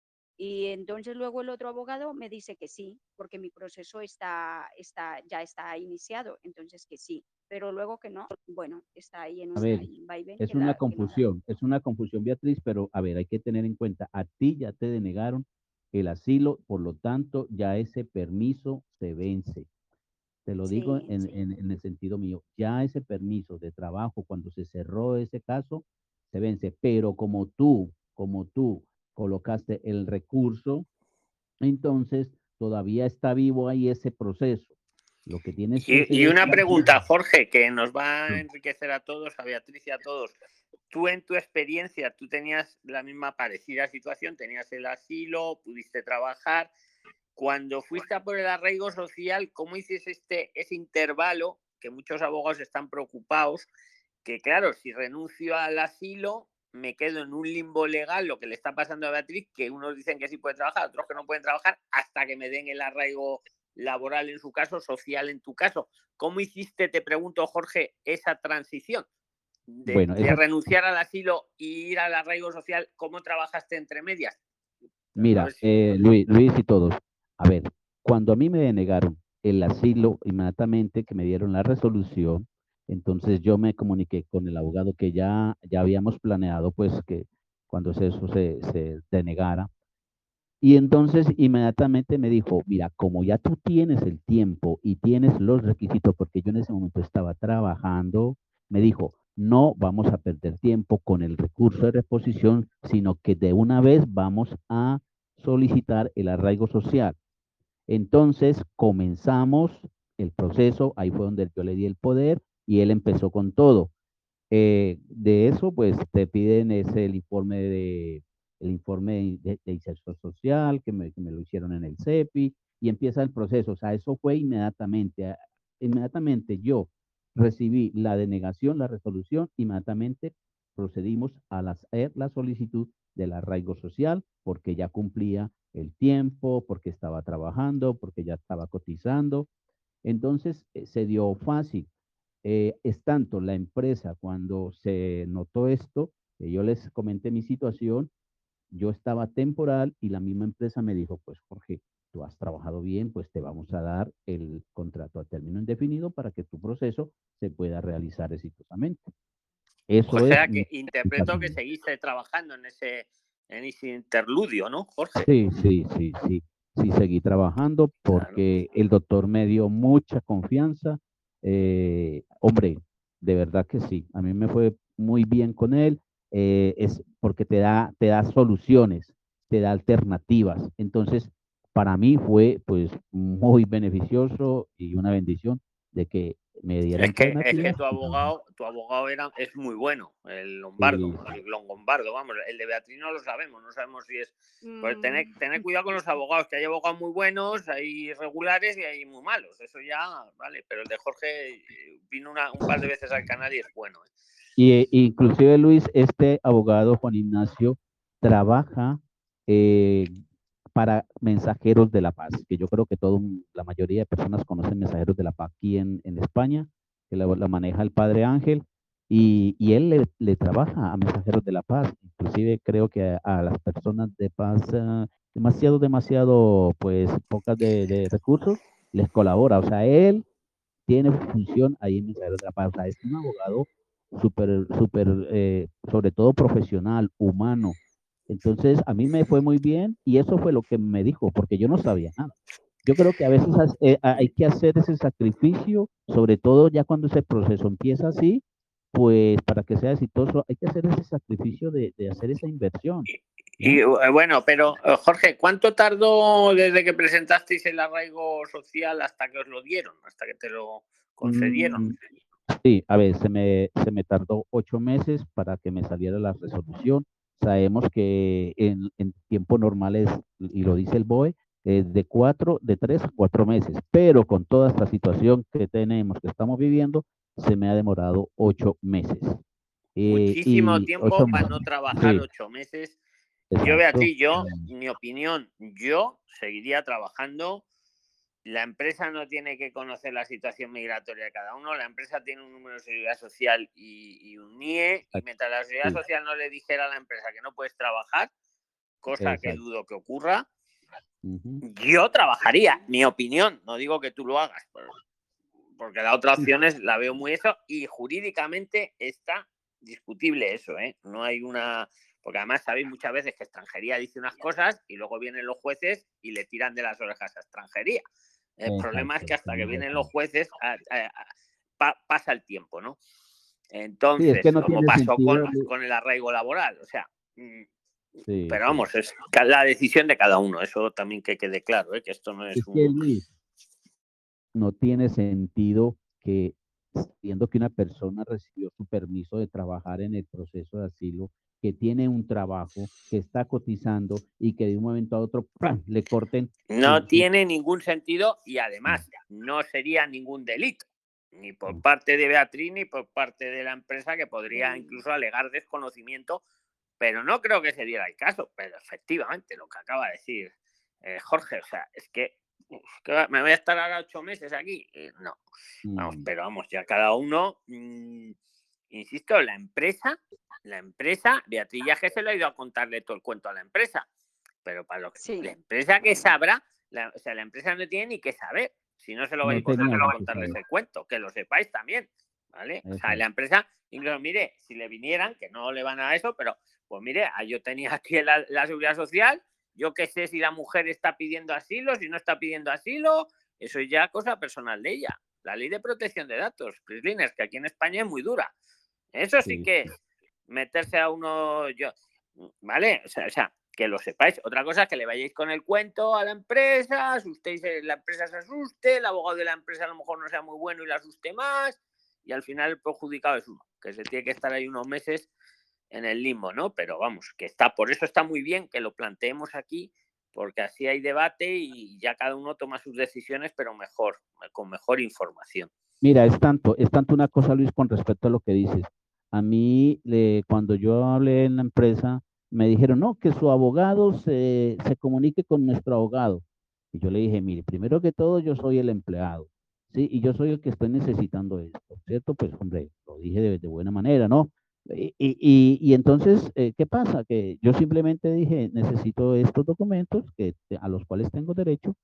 Y entonces luego el otro abogado me dice que sí, porque mi proceso está, está, ya está iniciado, entonces que sí, pero luego que no, bueno, está ahí en A un ver, vaivén es que, una la, que no da. confusión, es una confusión, Beatriz, pero a ver, hay que tener en cuenta, a ti ya te denegaron el asilo, por lo tanto, ya ese permiso se vence. Te lo digo Sí, en, en, en el sentido mío, ya ese permiso de trabajo, cuando se cerró ese caso, se vence, pero como tú, como tú colocaste el recurso, entonces todavía está vivo ahí ese proceso. Lo que tienes que hacer Y, y es una pregunta, cancelar. Jorge, que nos va a Sí. enriquecer a todos, a Beatriz y a todos. Tú en tu experiencia, tú tenías la misma parecida situación, tenías el asilo, pudiste trabajar. Cuando fuiste a por el arraigo social, ¿cómo hiciste este, ese intervalo? Que muchos abogados están preocupados, que claro, si renuncio al asilo, me quedo en un limbo legal, lo que le está pasando a Beatriz, que unos dicen que sí puede trabajar, otros que no pueden trabajar, hasta que me den el arraigo laboral en su caso, social en tu caso. ¿Cómo hiciste, te pregunto, Jorge, esa transición de, Bueno, de esa, renunciar al asilo y ir al arraigo social? ¿Cómo trabajaste entre medias? A mira, ver si... eh, Luis, Luis y todos, a ver, cuando a mí me denegaron el asilo, inmediatamente que me dieron la resolución, entonces yo me comuniqué con el abogado que ya, ya habíamos planeado, pues que cuando se- eso se, se denegara. Y entonces inmediatamente me dijo, mira, como ya tú tienes el tiempo y tienes los requisitos, porque yo en ese momento estaba trabajando, me dijo, no vamos a perder tiempo con el recurso de reposición, sino que de una vez vamos a solicitar el arraigo social. Entonces comenzamos el proceso, ahí fue donde yo le di el poder y él empezó con todo. Eh, de eso, pues te piden ese el informe de el informe de, de inserción social, que me, que me lo hicieron en el CEPI, y empieza el proceso. O sea, eso fue inmediatamente. a- Inmediatamente yo recibí la denegación, la resolución, inmediatamente procedimos a la, hacer la solicitud del arraigo social, porque ya cumplía el tiempo, porque estaba trabajando, porque ya estaba cotizando. Entonces, eh, se dio fácil. Eh, es tanto la empresa cuando se notó esto, que yo les comenté mi situación, yo estaba temporal y la misma empresa me dijo, pues Jorge, tú has trabajado bien, pues te vamos a dar el contrato a término indefinido para que tu proceso se pueda realizar exitosamente. O Eso es sea mi que interpreto que explicación. seguiste trabajando en ese, en ese interludio, ¿no, Jorge? Sí, sí, sí, sí. Sí, seguí trabajando Claro. porque el doctor me dio mucha confianza. Eh, hombre, de verdad que sí. A mí me fue muy bien con él. Eh, es porque te da, te da soluciones, te da alternativas. Entonces, para mí fue pues muy beneficioso y una bendición de que me diera Es que, es que alternativas. tu abogado, tu abogado era, es muy bueno, el Lombardo, Sí, el Lombardo, vamos, el de Beatriz no lo sabemos, no sabemos si es. Pues tener, Mm, tener cuidado con los abogados, que hay abogados muy buenos, hay regulares y hay muy malos, eso ya, vale, pero el de Jorge eh, vino una, un par de veces al canal y es bueno. ¿eh? Y eh, inclusive Luis, este abogado Juan Ignacio trabaja eh, para Mensajeros de la Paz, que yo creo que todo, la mayoría de personas conocen Mensajeros de la Paz aquí en, en España, que la, la maneja el Padre Ángel, y, y él le, le trabaja a Mensajeros de la Paz. Inclusive creo que a, a las personas de paz uh, demasiado, demasiado, pues pocas de, de recursos, les colabora. O sea, él tiene función ahí en Mensajeros de la Paz. O sea, es un abogado súper, súper, eh, sobre todo profesional, humano. Entonces, a mí me fue muy bien y eso fue lo que me dijo, porque yo no sabía nada. Yo creo que a veces has- eh, hay que hacer ese sacrificio, sobre todo ya cuando ese proceso empieza así, pues para que sea exitoso, hay que hacer ese sacrificio de, de hacer esa inversión, Y ¿ya? eh, bueno, pero eh, Jorge, ¿cuánto tardó desde que presentasteis el arraigo social hasta que os lo dieron, hasta que te lo concedieron? Mm, sí, a ver, se me, se me tardó ocho meses para que me saliera la resolución. Sabemos que en, en tiempo normal es, y lo dice el BOE, es de cuatro, de tres a cuatro meses, pero con toda esta situación que tenemos, que estamos viviendo, se me ha demorado ocho meses. Eh, Muchísimo y ocho tiempo para meses, no trabajar sí, ocho meses. Yo, exacto. Beatriz, yo, mi opinión, yo seguiría trabajando. La empresa no tiene que conocer la situación migratoria de cada uno. La empresa tiene un número de seguridad social y, y un N I E. Y mientras la seguridad Sí, social no le dijera a la empresa que no puedes trabajar, cosa que exacto. dudo que ocurra, Ujú. yo trabajaría. Mi opinión, no digo que tú lo hagas, porque la otra opción es, la veo muy eso, y jurídicamente está discutible eso, ¿eh? No hay una. Porque además sabéis muchas veces que extranjería dice unas cosas y luego vienen los jueces y le tiran de las orejas a extranjería. El problema es Exacto, que hasta que tienes vienen los razón. jueces a, a, a, pa, pasa el tiempo, ¿no? Sí, es que Entonces, no como tiene pasó con, sentido. Lu- con el arraigo laboral, o sea, Sí, pero sí. vamos, es la decisión de cada uno, eso también que quede claro, ¿eh? Que esto no es Es que un. Luis, no tiene sentido que, siendo que una persona recibió su permiso de trabajar en el proceso de asilo, que tiene un trabajo, que está cotizando y que de un momento a otro ¡pam!, le corten su, No su... tiene ningún sentido y además no sería ningún delito, ni por parte de Beatriz ni por parte de la empresa, que podría incluso alegar desconocimiento, pero no creo que se diera el caso. Pero efectivamente, lo que acaba de decir eh, Jorge, o sea, es que, que me voy a estar ahora ocho meses aquí. Eh, no, vamos, pero vamos, ya cada uno, mmm, insisto, la empresa, la empresa, Beatriz ya que se le ha ido a contarle todo el cuento a la empresa. Pero para lo que, sí. la empresa que sabrá, la, o sea, la empresa no tiene ni que saber, si no se lo vais No vosotros tenía a ni que contarles saber. el cuento, que lo sepáis también, ¿vale? O sea, Exacto. la empresa, incluso, mire, si le vinieran, que no le van a eso, pero pues mire, yo tenía aquí la, la seguridad social, yo qué sé si la mujer está pidiendo asilo, si no está pidiendo asilo, eso es ya cosa personal de ella. La ley de protección de datos, PRIXLINERS, que aquí en España es muy dura. Eso sí Sí, que es meterse a uno, yo, ¿vale? O sea, o sea que lo sepáis. Otra cosa es que le vayáis con el cuento a la empresa, asustéis, la empresa se asuste, el abogado de la empresa a lo mejor no sea muy bueno y le asuste más, y al final el perjudicado es uno, que se tiene que estar ahí unos meses en el limbo, ¿no? Pero vamos, que está, por eso está muy bien que lo planteemos aquí, porque así hay debate y ya cada uno toma sus decisiones, pero mejor, con mejor información. Mira, es tanto, es tanto una cosa, Luis, con respecto a lo que dices. A mí, le, cuando yo hablé en la empresa, me dijeron, no, que su abogado se, se comunique con nuestro abogado. Y yo le dije, mire, primero que todo, yo soy el empleado, ¿sí? Y yo soy el que estoy necesitando esto, ¿cierto? Pues, hombre, lo dije de, de buena manera, ¿no? Y, y, y entonces, eh, ¿qué pasa? Que yo simplemente dije, necesito estos documentos que, a los cuales tengo derecho,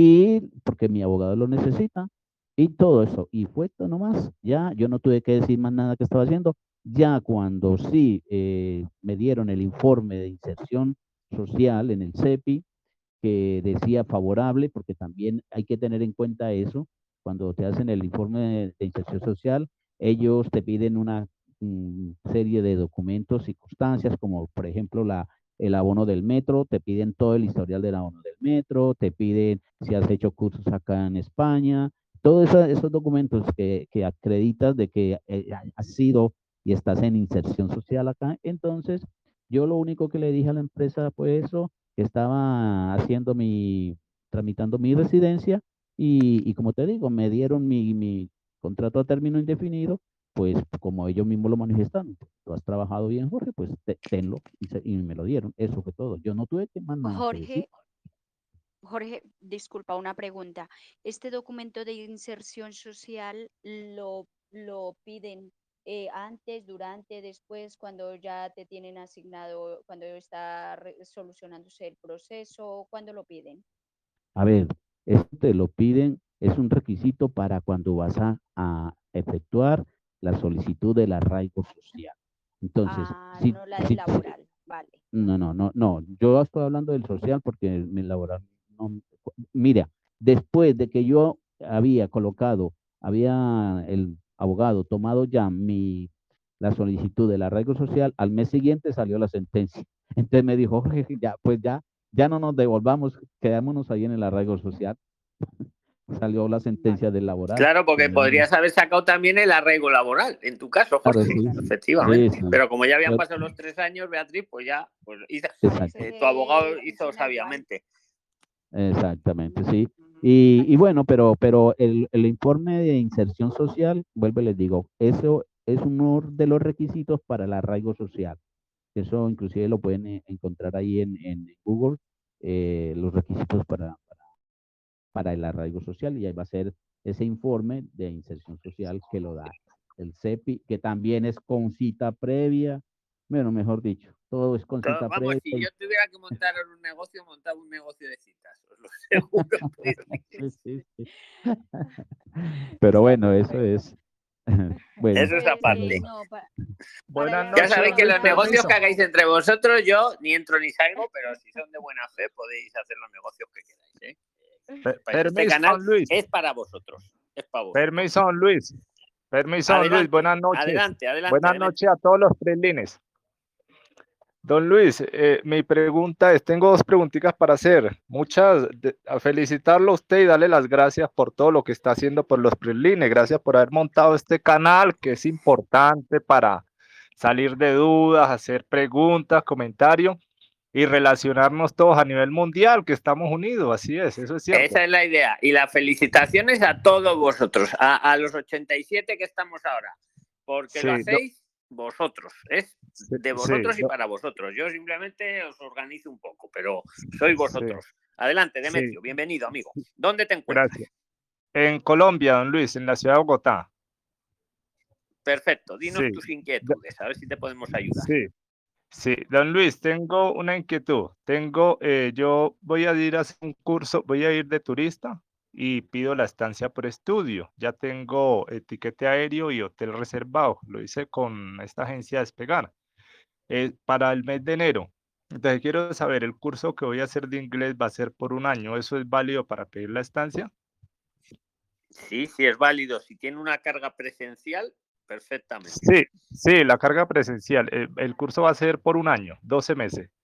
y porque mi abogado lo necesita, y todo eso. Y fue todo nomás, ya, yo no tuve que decir más nada que estaba haciendo. Ya cuando sí eh, me dieron el informe de inserción social en el C E P I, que decía favorable, porque también hay que tener en cuenta eso, cuando te hacen el informe de, de inserción social, ellos te piden una mm, serie de documentos y constancias, como por ejemplo la, el abono del metro, te piden todo el historial del abono del metro, te piden si has hecho cursos acá en España, todos eso, esos documentos que, que acreditas de que eh, has sido y estás en inserción social acá. Entonces, yo lo único que le dije a la empresa fue eso, que estaba haciendo mi, tramitando mi residencia y, y como te digo, me dieron mi, mi contrato a término indefinido, pues como ellos mismos lo manifestaron. Tú has trabajado bien, Jorge, pues te, tenlo y, se, y me lo dieron. Eso fue todo. Yo no tuve que más nada que decir. Jorge, Jorge, disculpa, una pregunta. ¿Este documento de inserción social lo, lo piden eh, antes, durante, después, cuando ya te tienen asignado, cuando está re- solucionándose el proceso? ¿Cuándo lo piden? A ver, esto te lo piden, es un requisito para cuando vas a, a efectuar la solicitud del arraigo social. Entonces, Ah, si, no la del si, laboral, vale. no, no, no, no, yo estoy hablando del social porque mi laboral no. Mira, después de que yo había colocado, había el abogado tomado ya mi, la solicitud del arraigo social, al mes siguiente salió la sentencia. Entonces me dijo, Jorge, ya, pues ya, ya no nos devolvamos, quedémonos ahí en el arraigo social. Salió la sentencia Vale. del laboral. Claro, porque Pero, podrías haber sacado también el arraigo laboral, en tu caso, claro, Jorge, sí, efectivamente. sí, sí. Pero como ya habían Pero- pasado los tres años, Beatriz, pues ya, pues hizo- Parece eh, que tu abogado le hizo funciona igual. sabiamente. Exactamente, sí. Mm, Y, vale. y bueno, pero, pero el, el informe de inserción social, vuelvo y les digo, eso es uno de los requisitos para el arraigo social. Eso inclusive lo pueden eh, encontrar ahí en, en Google, eh, los requisitos para, para, para el arraigo social, y ahí va a ser ese informe de inserción social que lo da el C E P I, que también es con cita previa, bueno, mejor dicho, todo es con Todo- cita vamos, previa. si yo tuviera que montar un negocio, montaba un negocio de citas, os lo aseguro. Sí, sí, sí. Pero bueno, eso es. Bueno, Eso es Pues aparte. eh, no, pa- para Buenas la Ya noches, sabéis que Luis, los negocios permiso. que hagáis entre vosotros, yo ni entro ni salgo, pero si son de buena fe podéis hacer los negocios que queráis, ¿eh? Per- Este Permiso, canal Luis. es para vosotros, es para vosotros. Permiso, Luis. Permiso, Luis. Adelante, Buenas noches. adelante, adelante, Buenas adelante. noches a todos los prelines. Don Luis, eh, mi pregunta es, tengo dos preguntitas para hacer. Muchas, de- a felicitarlo a usted y darle las gracias por todo lo que está haciendo por los prelines. Gracias por haber montado este canal que es importante para salir de dudas, hacer preguntas, comentarios y relacionarnos todos a nivel mundial, que estamos unidos. Así es, eso es cierto. Esa es la idea. Y las felicitaciones a todos vosotros, a, a los ochenta y siete que estamos ahora, porque Sí, lo do- hacéis vosotros, es sí, de sí, vosotros y do- para vosotros. Yo simplemente os organizo un poco, pero sois sí, vosotros. Adelante, sí, Demetrio, bienvenido, amigo. ¿Dónde te encuentras? gracias. En Colombia, don Luis, en la ciudad de Bogotá. Perfecto, dinos Sí, tus do- inquietudes, a ver si te podemos ayudar. sí, sí. Don Luis, tengo una inquietud. Tengo, eh, yo voy a ir a hacer un curso, voy a ir de turista y pido la estancia por estudio. Ya tengo etiquete aéreo y hotel reservado. Lo hice con esta agencia Despegar eh, para el mes de enero. Entonces quiero saber, el curso que voy a hacer de inglés va a ser por un año. ¿Eso es válido para pedir la estancia? Sí, sí es válido. Si tiene una carga presencial, perfectamente. Sí, sí, la carga presencial. El, el curso va a ser por un año, doce meses.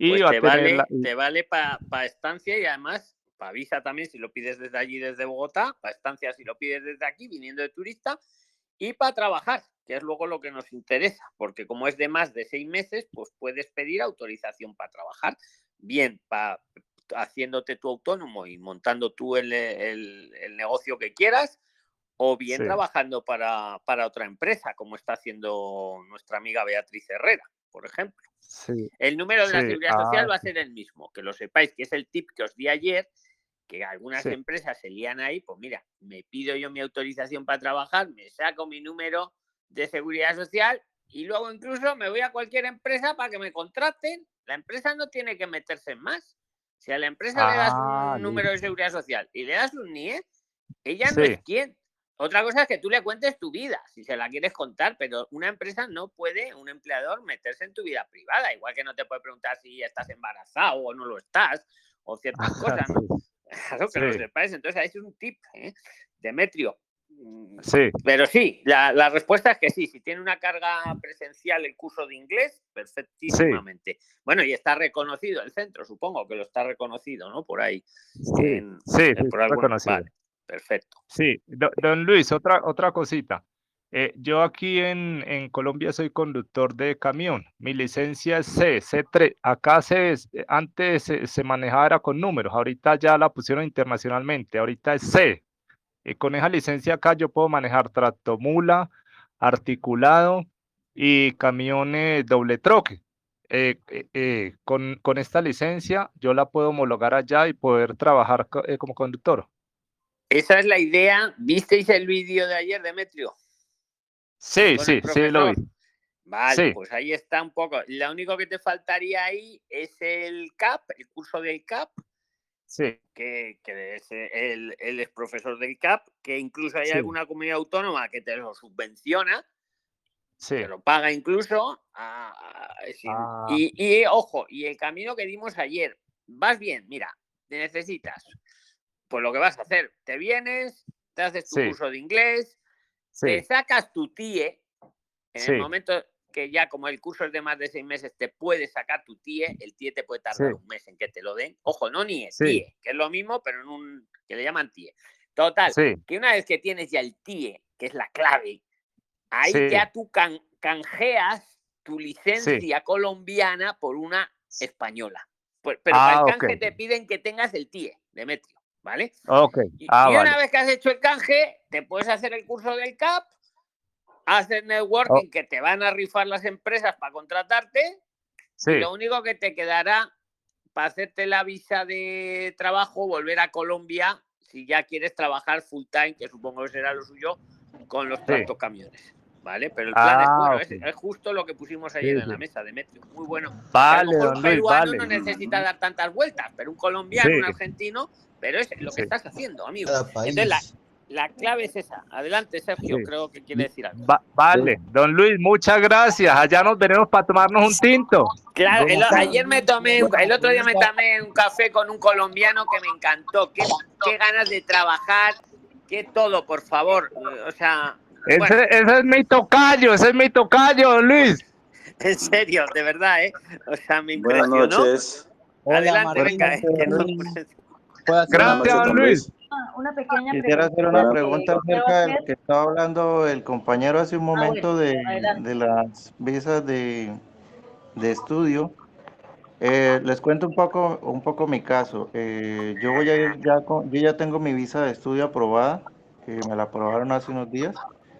y pues va te a tener vale, la... te vale para pa estancia y además para visa también si lo pides desde allí, desde Bogotá, para estancia si lo pides desde aquí, viniendo de turista, y para trabajar, que es luego lo que nos interesa, porque como es de más de seis meses, pues puedes pedir autorización para trabajar, bien para haciéndote tú autónomo y montando tú el, el, el negocio que quieras, o bien sí. trabajando para, para otra empresa, como está haciendo nuestra amiga Beatriz Herrera, por ejemplo. Sí. El número de sí. la Seguridad ah, Social va a sí. ser el mismo, que lo sepáis, que es el tip que os di ayer, que algunas Sí. empresas se lían ahí, pues mira, me pido yo mi autorización para trabajar, me saco mi número de Seguridad Social y luego incluso me voy a cualquier empresa para que me contraten. La empresa no tiene que meterse en más. Si a la empresa ah, le das un listo. número de Seguridad Social y le das un N I E, ella sí. no es quien. Otra cosa es que tú le cuentes tu vida, si se la quieres contar, pero una empresa no puede, un empleador, meterse en tu vida privada, igual que no te puede preguntar si estás embarazado o no lo estás, o ciertas cosas, ¿no? Claro que sí. lo sepáis. Entonces, ahí es un tip, ¿eh? Demetrio. Sí. Pero sí, la, la respuesta es que sí. Si tiene una carga presencial el curso de inglés, perfectísimamente. Sí. Bueno, y está reconocido el centro, supongo que lo está reconocido, ¿no? Por ahí. Sí, en, sí, en, por sí algún... reconocido. Vale, perfecto. Sí, don, don Luis, otra, otra cosita. Eh, yo aquí en, en Colombia soy conductor de camión. Mi licencia es C, C tres. Acá se, antes se, se manejaba era con números, ahorita ya la pusieron internacionalmente, ahorita es C. Y con esa licencia acá yo puedo manejar tractomula, articulado y camiones doble troque. Eh, eh, eh, con, con esta licencia yo la puedo homologar allá y poder trabajar eh, como conductor. Esa es la idea. ¿Visteis el vídeo de ayer, Demetrio? Sí, sí, sí, lo vi. Vale, sí. Pues ahí está un poco. Lo único que te faltaría ahí es el C A P, el curso del C A P. Sí. Que, que es el, él es profesor del C A P, que incluso hay sí. alguna comunidad autónoma que te lo subvenciona, sí. te lo paga incluso. Ah, ah. Y, y ojo, y el camino que dimos ayer, vas bien, mira, te necesitas. Pues lo que vas a hacer, te vienes, te haces tu sí. curso de inglés, sí. te sacas tu T I E, en sí. el momento que ya como el curso es de más de seis meses, te puedes sacar tu T I E, el T I E te puede tardar sí. un mes en que te lo den. Ojo, no N I E, sí. T I E, que es lo mismo, pero en un que le llaman T I E. Total, sí. que una vez que tienes ya el T I E, que es la clave, ahí sí. ya tú can, canjeas tu licencia sí. colombiana por una española. Pero, pero ah, para el canje okay. te piden que tengas el T I E, Demetrio. ¿Vale? Ok. Ah, y y una vale. vez que has hecho el canje, te puedes hacer el curso del C A P, hacer networking, oh. que te van a rifar las empresas para contratarte, sí. y lo único que te quedará para hacerte la visa de trabajo, volver a Colombia, si ya quieres trabajar full time, que supongo que será lo suyo, con los tractocamiones. Sí. ¿Vale? Pero el plan ah, es bueno, okay. es, es justo lo que pusimos ayer sí, en la mesa, Demetrio. Muy bueno. Vale, a lo mejor un peruano vale. no necesita dar tantas vueltas, pero un colombiano, sí. un argentino, pero es lo que sí. estás haciendo, amigo. Entonces, la, la clave es esa. Adelante, Sergio, sí. creo que quiere decir algo. Va, vale, don Luis, muchas gracias. Allá nos veremos para tomarnos un tinto. Claro, el, ayer me tomé, el otro día me tomé un café con un colombiano que me encantó. Qué, qué ganas de trabajar, qué todo, por favor. O sea... Ese, bueno. ese es mi tocayo, ese es mi tocayo, don Luis. En serio, de verdad, ¿eh? O sea, me impresionó. Buenas noches. Adelante, Hola, venga. Eh, que no... Gracias, don Luis. Una pequeña Quisiera hacer una pregunta acerca de lo que estaba hablando el compañero hace un momento ah, bueno, de, de las visas de, de estudio. Eh, les cuento un poco, un poco mi caso. Eh, yo voy a ir ya con, yo ya tengo mi visa de estudio aprobada, que me la aprobaron hace unos días.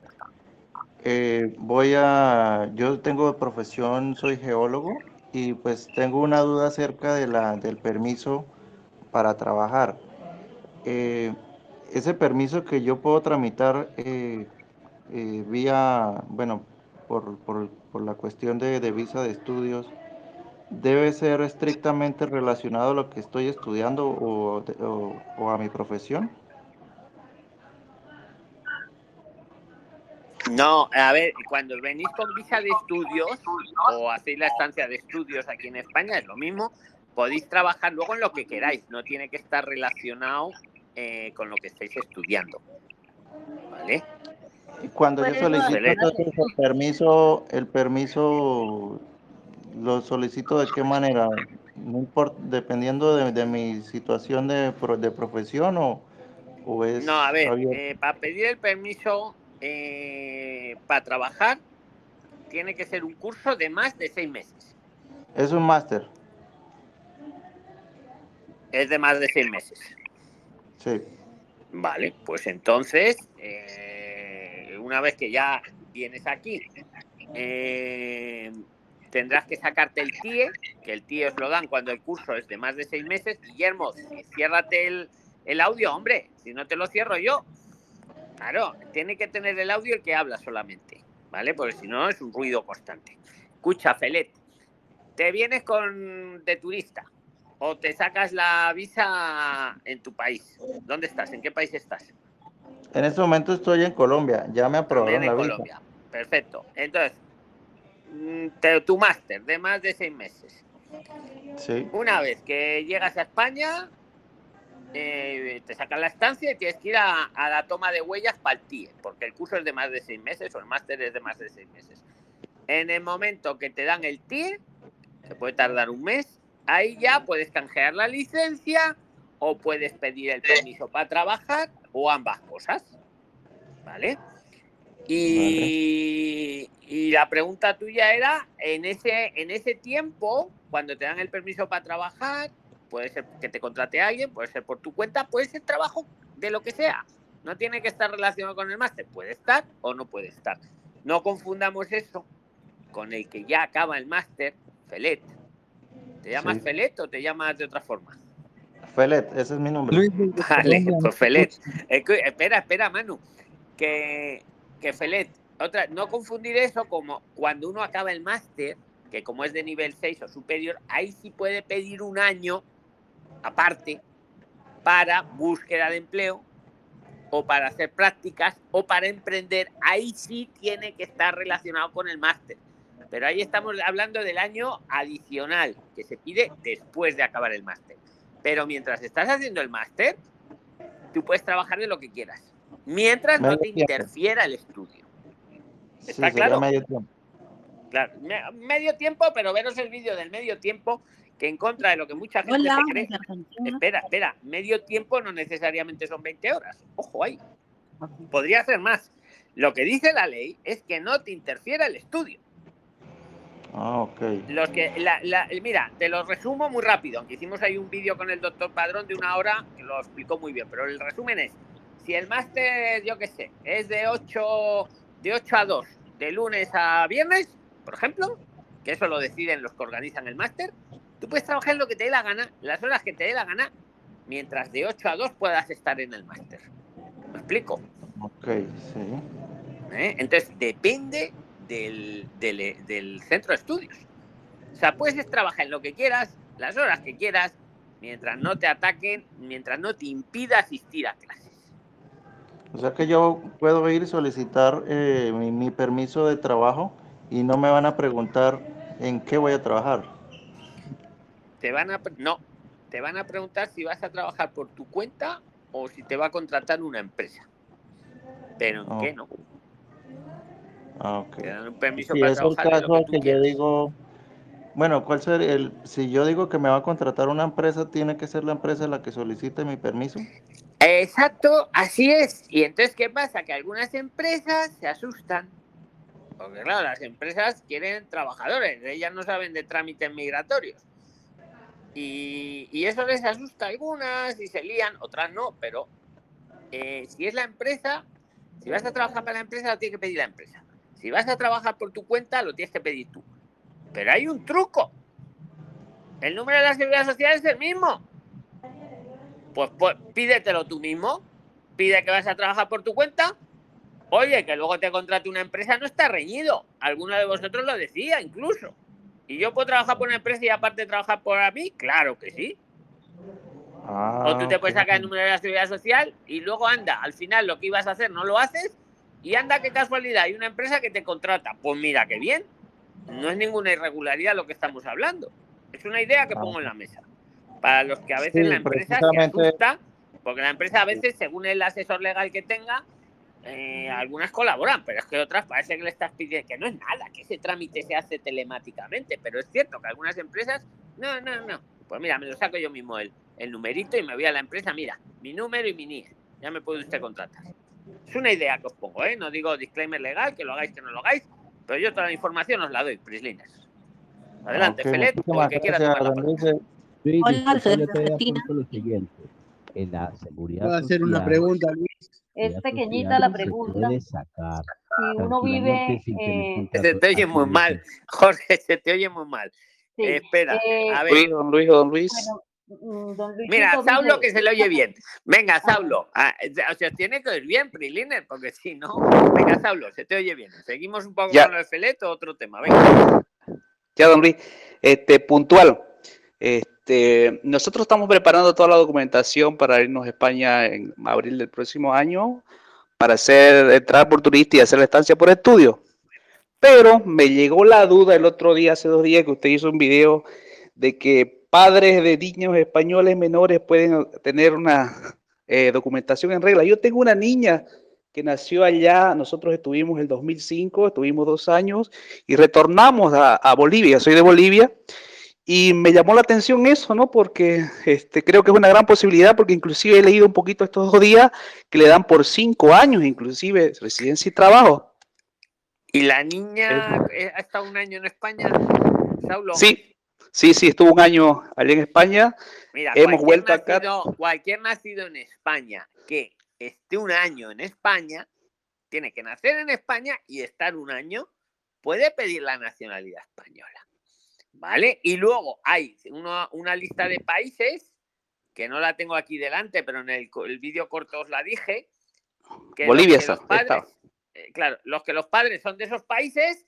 Eh, voy a, yo tengo de profesión, soy geólogo y pues tengo una duda acerca de la, del permiso para trabajar. Eh, ese permiso que yo puedo tramitar eh, eh, vía, bueno, por, por, por la cuestión de, de visa de estudios, ¿debe ser estrictamente relacionado a lo que estoy estudiando o, o, o a mi profesión? No, a ver, cuando venís con visa de estudios o hacéis la estancia de estudios aquí en España, es lo mismo, podéis trabajar luego en lo que queráis, no tiene que estar relacionado eh, con lo que estáis estudiando, ¿vale? Y cuando yo solicito entonces el permiso, el permiso lo solicito ¿de qué manera? no importa, dependiendo de, de mi situación de, pro- de profesión o, o es No, a ver, abierto. eh, para pedir el permiso eh, para trabajar tiene que ser un curso de más de seis meses. Es un máster, Es de más de seis meses. sí. Vale, pues entonces, eh, una vez que ya vienes aquí, eh, tendrás que sacarte el T I E, que el T I E os lo dan cuando el curso es de más de seis meses. Guillermo, ciérrate el, el audio, hombre, si no te lo cierro yo. Claro, tiene que tener el audio el que habla solamente, ¿vale? Porque si no es un ruido constante. Escucha, Felet, te vienes con de turista o te sacas la visa en tu país. ¿Dónde estás? ¿En qué país estás? En este momento estoy en Colombia, ya me También aprobaron en la visa. Colombia. Perfecto. Entonces, mm, te- tu máster de más de seis meses. Sí, Una vez que llegas a España, eh, te sacan la estancia y tienes que ir a, a la toma de huellas para el T I E, porque el curso es de más de seis meses o el máster es de más de seis meses. En el momento que te dan el T I E, que puede tardar un mes, ahí ya puedes canjear la licencia o puedes pedir el permiso para trabajar o ambas cosas, ¿vale? Y, y la pregunta tuya era, en ese, en ese tiempo, cuando te dan el permiso para trabajar, puede ser que te contrate a alguien, puede ser por tu cuenta, puede ser trabajo de lo que sea. No tiene que estar relacionado con el máster, puede estar o no puede estar. No confundamos eso con el que ya acaba el máster, Felet. ¿Te llamas sí. Felet o te llamas de otra forma? Felet, ese es mi nombre. Luis desde Vale, Colombia, pues mucho Felet. gusto. Escu- Espera, espera, Manu. Que, que Felet, otra, no confundir eso como cuando uno acaba el máster, que como es de nivel seis o superior, ahí sí puede pedir un año aparte para búsqueda de empleo o para hacer prácticas o para emprender. Ahí sí tiene que estar relacionado con el máster. Pero ahí estamos hablando del año adicional que se pide después de acabar el máster. Pero mientras estás haciendo el máster, tú puedes trabajar de lo que quieras, mientras no Medio te tiempo. interfiera el estudio. Sí, ¿Está sería claro? medio tiempo. Claro, me- medio tiempo, pero veros el vídeo del medio tiempo, que en contra de lo que mucha gente Hola, se cree. desde Argentina. Espera, espera, medio tiempo no necesariamente son veinte horas. Ojo ahí. Podría ser más. Lo que dice la ley es que no te interfiera el estudio. Ah, ok. Los que, la, la, mira, te lo resumo muy rápido, aunque hicimos ahí un vídeo con el doctor Padrón de una hora que lo explicó muy bien, pero el resumen es, si el máster, yo qué sé, es de ocho, de ocho a dos, de lunes a viernes, por ejemplo, que eso lo deciden los que organizan el máster, tú puedes trabajar en lo que te dé la gana, las horas que te dé la gana, mientras de ocho a dos puedas estar en el máster. ¿Me explico? Ok, sí. ¿Eh? Entonces, depende del, del, del centro de estudios. O sea, puedes trabajar en lo que quieras, las horas que quieras, mientras no te ataquen, mientras no te impida asistir a clases. O sea que yo puedo ir y solicitar eh, mi, mi permiso de trabajo y no me van a preguntar en qué voy a trabajar. Te van a, no, te van a preguntar si vas a trabajar por tu cuenta o si te va a contratar una empresa. Pero en Oh. qué no. Ah, ok. Te dan un permiso Si para es el trabajar de lo que caso tú que yo quieras. digo, bueno, ¿cuál sería el, si yo digo que me va a contratar una empresa, tiene que ser la empresa la que solicite mi permiso? Exacto, así es. Y entonces, ¿qué pasa? Que algunas empresas se asustan. Porque claro, las empresas quieren trabajadores, ellas no saben de trámites migratorios. Y, y eso les asusta a algunas y se lían, otras no, pero eh, si es la empresa, si vas a trabajar para la empresa, lo tienes que pedir la empresa. Si vas a trabajar por tu cuenta, lo tienes que pedir tú. Pero hay un truco. El número de la seguridad social es el mismo. Pues, pues pídetelo tú mismo. Pide que vas a trabajar por tu cuenta. Oye, que luego te contrate una empresa no está reñido. Alguno de vosotros lo decía incluso. ¿Y yo puedo trabajar por una empresa y aparte trabajar por mí? Claro que sí. Ah, O tú te puedes ok. sacar el número de la seguridad social y luego anda, al final lo que ibas a hacer no lo haces y anda, qué casualidad, hay una empresa que te contrata. Pues mira, qué bien. No es ninguna irregularidad lo que estamos hablando. Es una idea que pongo en la mesa. Para los que a veces Sí, la empresa se precisamente. asusta, porque la empresa a veces, según el asesor legal que tenga, eh, algunas colaboran, pero es que otras parece que le estás pidiendo que no es nada, que ese trámite se hace telemáticamente, pero es cierto que algunas empresas No, no, no. Pues mira, me lo saco yo mismo el, el numerito y me voy a la empresa. Mira, mi número y mi N I E. Ya me puede usted contratar. Es una idea que os pongo, ¿eh? No digo disclaimer legal, que lo hagáis, que no lo hagáis, pero yo toda la información os la doy, Prisliners. Adelante, Ok, Felet, o el muchísimas que quiera gracias, tomar la don palabra. Luis. Luis, Hola, disculpa, soy yo te Argentina. apunto lo siguiente. En la seguridad ¿Puedo hacer una social, pregunta, Luis? Es seguridad pequeñita social la se pregunta. puede sacar Si uno tranquilamente vive, sin tener eh, contrato Se te oye muy mal, adquirido. Jorge, se te oye muy mal. sí, Eh, espera, eh, a Luis, ver. don Luis, don Luis. bueno, mm, don Mira, Luisito, Saulo, mire, que se le oye bien. Venga, Ah, Saulo. Ah, o sea, tiene que oír bien, Priliner, porque si no. Venga, Saulo, se te oye bien. Seguimos un poco Ya. con el Felet o otro tema. Venga. Ya, don Luis, este, puntual. Este, nosotros estamos preparando toda la documentación para irnos a España en abril del próximo año para hacer entrar por turista y hacer la estancia por estudio. Pero me llegó la duda el otro día, hace dos días, que usted hizo un video de que padres de niños españoles menores pueden tener una eh, documentación en regla. Yo tengo una niña que nació allá, nosotros estuvimos en el dos mil cinco, estuvimos dos años y retornamos a, a Bolivia, soy de Bolivia, y me llamó la atención eso, ¿no? Porque este, creo que es una gran posibilidad, porque inclusive he leído un poquito estos dos días que le dan por cinco años, inclusive residencia y trabajo. ¿Y la niña ha estado un año en España, Saulo? Sí, sí, sí, estuvo un año allá en España. Mira, Hemos cualquier vuelto nacido, acá. cualquier nacido en España que esté un año en España, tiene que nacer en España y estar un año, puede pedir la nacionalidad española, ¿vale? Y luego hay una, una lista de países, que no la tengo aquí delante, pero en el, el vídeo corto os la dije, que Bolivia los, que está, los padres, estaba. eh, claro, los que los padres son de esos países,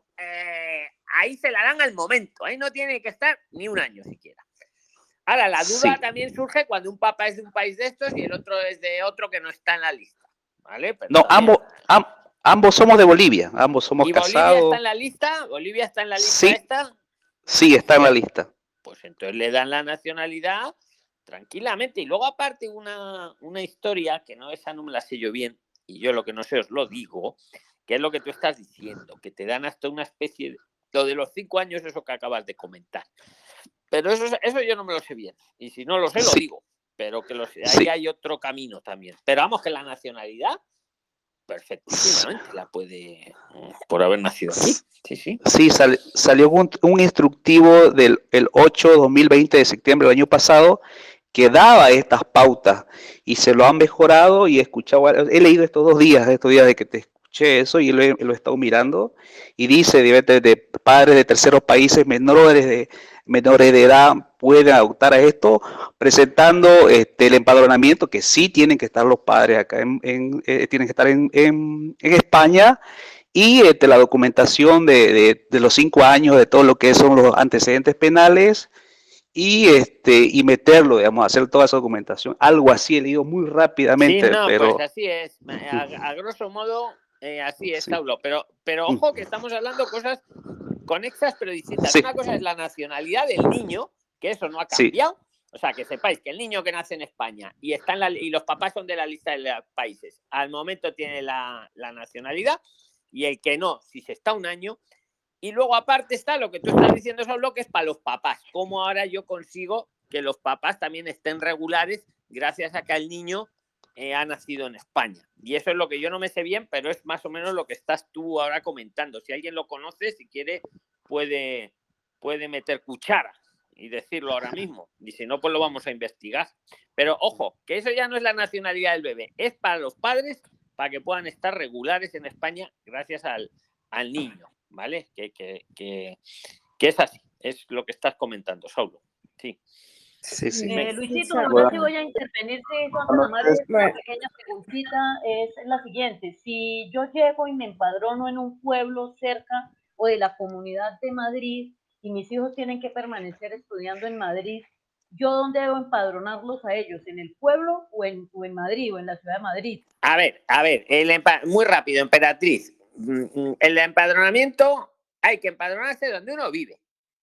eh, ahí se la dan al momento, ahí no tiene que estar ni un año siquiera. Ahora, la duda Sí. también surge cuando un papá es de un país de estos y el otro es de otro que no está en la lista, ¿vale? Pero No, también... ambos, am, ambos somos de Bolivia, ambos somos ¿Y Bolivia casados. está en la lista? ¿Bolivia está en la lista Sí, esta? sí, está en la lista. Pues entonces le dan la nacionalidad tranquilamente. Y luego aparte una, una historia, que no, esa no me la sé yo bien, y yo lo que no sé os lo digo, que es lo que tú estás diciendo, que te dan hasta una especie de... Lo de los cinco años, eso que acabas de comentar. Pero eso, eso yo no me lo sé bien. Y si no lo sé, lo Sí. digo. Pero que lo sé. Ahí Sí. hay otro camino también. Pero vamos, que la nacionalidad perfectísimamente la puede, por haber nacido aquí. Sí, sí. Sí, sal, salió un, un instructivo del el ocho de dos mil veinte de septiembre del año pasado que daba estas pautas y se lo han mejorado y he escuchado, he leído estos dos días, estos días de que te escuché eso y lo he, lo he estado mirando y dice de, de, de padres de terceros países menores de menores de edad pueden adoptar a esto presentando este, el empadronamiento, que sí tienen que estar los padres acá, en, en, eh, tienen que estar en, en, en España, y este, la documentación de, de, de los cinco años, de todo lo que son los antecedentes penales, y este y meterlo, digamos, hacer toda esa documentación. Algo así he leído muy rápidamente, Sí, no, pero... pues así es. A, a grosso modo, eh, así es, Sí. Saulo. Pero, pero ojo que estamos hablando cosas conexas pero distintas. Sí. Una cosa es la nacionalidad del niño, que eso no ha Sí. cambiado. O sea, que sepáis que el niño que nace en España y está en la, y los papás son de la lista de los países, al momento tiene la, la nacionalidad, y el que no, si se está un año. Y luego aparte está lo que tú estás diciendo, Saulo, que es para los papás. ¿Cómo ahora yo consigo que los papás también estén regulares gracias a que el niño eh, ha nacido en España? Y eso es lo que yo no me sé bien, pero es más o menos lo que estás tú ahora comentando. Si alguien lo conoce, si quiere, puede, puede meter cuchara y decirlo ahora mismo. Y si no, pues lo vamos a investigar. Pero ojo, que eso ya no es la nacionalidad del bebé, es para los padres, para que puedan estar regulares en España gracias al, al niño, ¿vale? Que, que, que, que es así, es lo que estás comentando, Saulo. Sí. Sí, sí. Eh, Luisito, Bueno. nomás si voy a intervenir de eso antes nomás de una pequeña preguntita, es la siguiente. Si yo llego y me empadrono en un pueblo cerca o de la Comunidad de Madrid y mis hijos tienen que permanecer estudiando en Madrid, ¿yo dónde debo empadronarlos a ellos? ¿En el pueblo o en, o en Madrid o en la ciudad de Madrid? A ver, a ver, el empa- muy rápido, Emperatriz. El empadronamiento hay que empadronarse donde uno vive.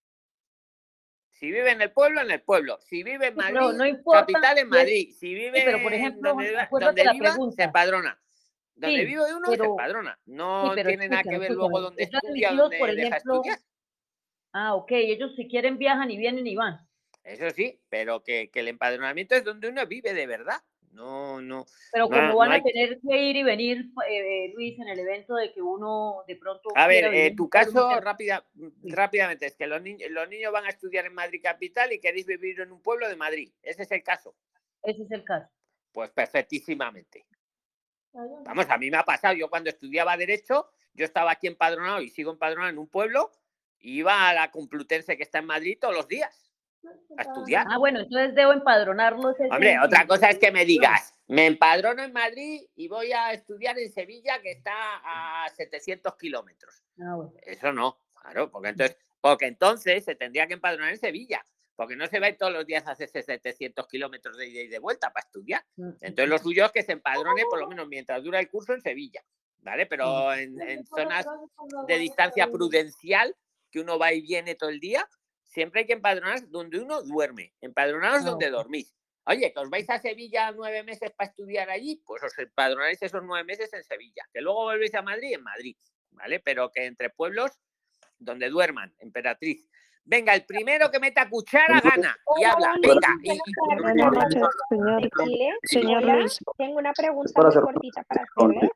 Si vive en el pueblo, en el pueblo. Si vive en Madrid, Pero no importa, capital en Madrid. Si vive sí, pero por ejemplo, en donde, viva- acuérdate donde la viva, pregunta. se empadrona. Donde Sí, vive uno, pero- se empadrona. No sí, pero tiene nada que escúchame, ver escúchame. luego donde Yo a mis estudia, hijos, donde por deja ejemplo, estudiar. Ah, ok, ellos si quieren viajan y vienen y van. Eso sí, pero que, que el empadronamiento es donde uno vive de verdad. No, no. Pero no, como van no hay... a tener que ir y venir, eh, Luis, en el evento de que uno de pronto A ver, quiera eh, vivir tu caso, rápida, sí. rápidamente, es que los, ni los niños van a estudiar en Madrid capital y queréis vivir en un pueblo de Madrid. ¿Ese es el caso? Ese es el caso. Pues perfectísimamente. Vamos, a mí me ha pasado, yo cuando estudiaba Derecho, yo estaba aquí empadronado y sigo empadronado en un pueblo, y iba a la Complutense que está en Madrid todos los días a estudiar. Ah, bueno, entonces debo empadronarlos. Hombre, en, otra cosa en... es que me digas, me empadrono en Madrid y voy a estudiar en Sevilla, que está a setecientos kilómetros. Ah, bueno. Eso no, claro, porque entonces, porque entonces se tendría que empadronar en Sevilla, porque no se va a ir todos los días a hacerse setecientos kilómetros de ida y de vuelta para estudiar. Entonces lo suyo es que se empadrone por lo menos mientras dura el curso en Sevilla, ¿vale? Pero en, en zonas de distancia prudencial, que uno va y viene todo el día, siempre hay que empadronarse donde uno duerme. Empadronaros donde dormís. Oye, que os vais a Sevilla nueve meses para estudiar allí, pues os empadronáis esos nueve meses en Sevilla. Que luego volvéis a Madrid, en Madrid, ¿vale? Pero que entre pueblos donde duerman, Emperatriz. Venga, el primero que meta cuchara gana y habla. Venga. Y, y... Buenas noches, señor. Señor Luis. Tengo una pregunta muy cortita para hacerle.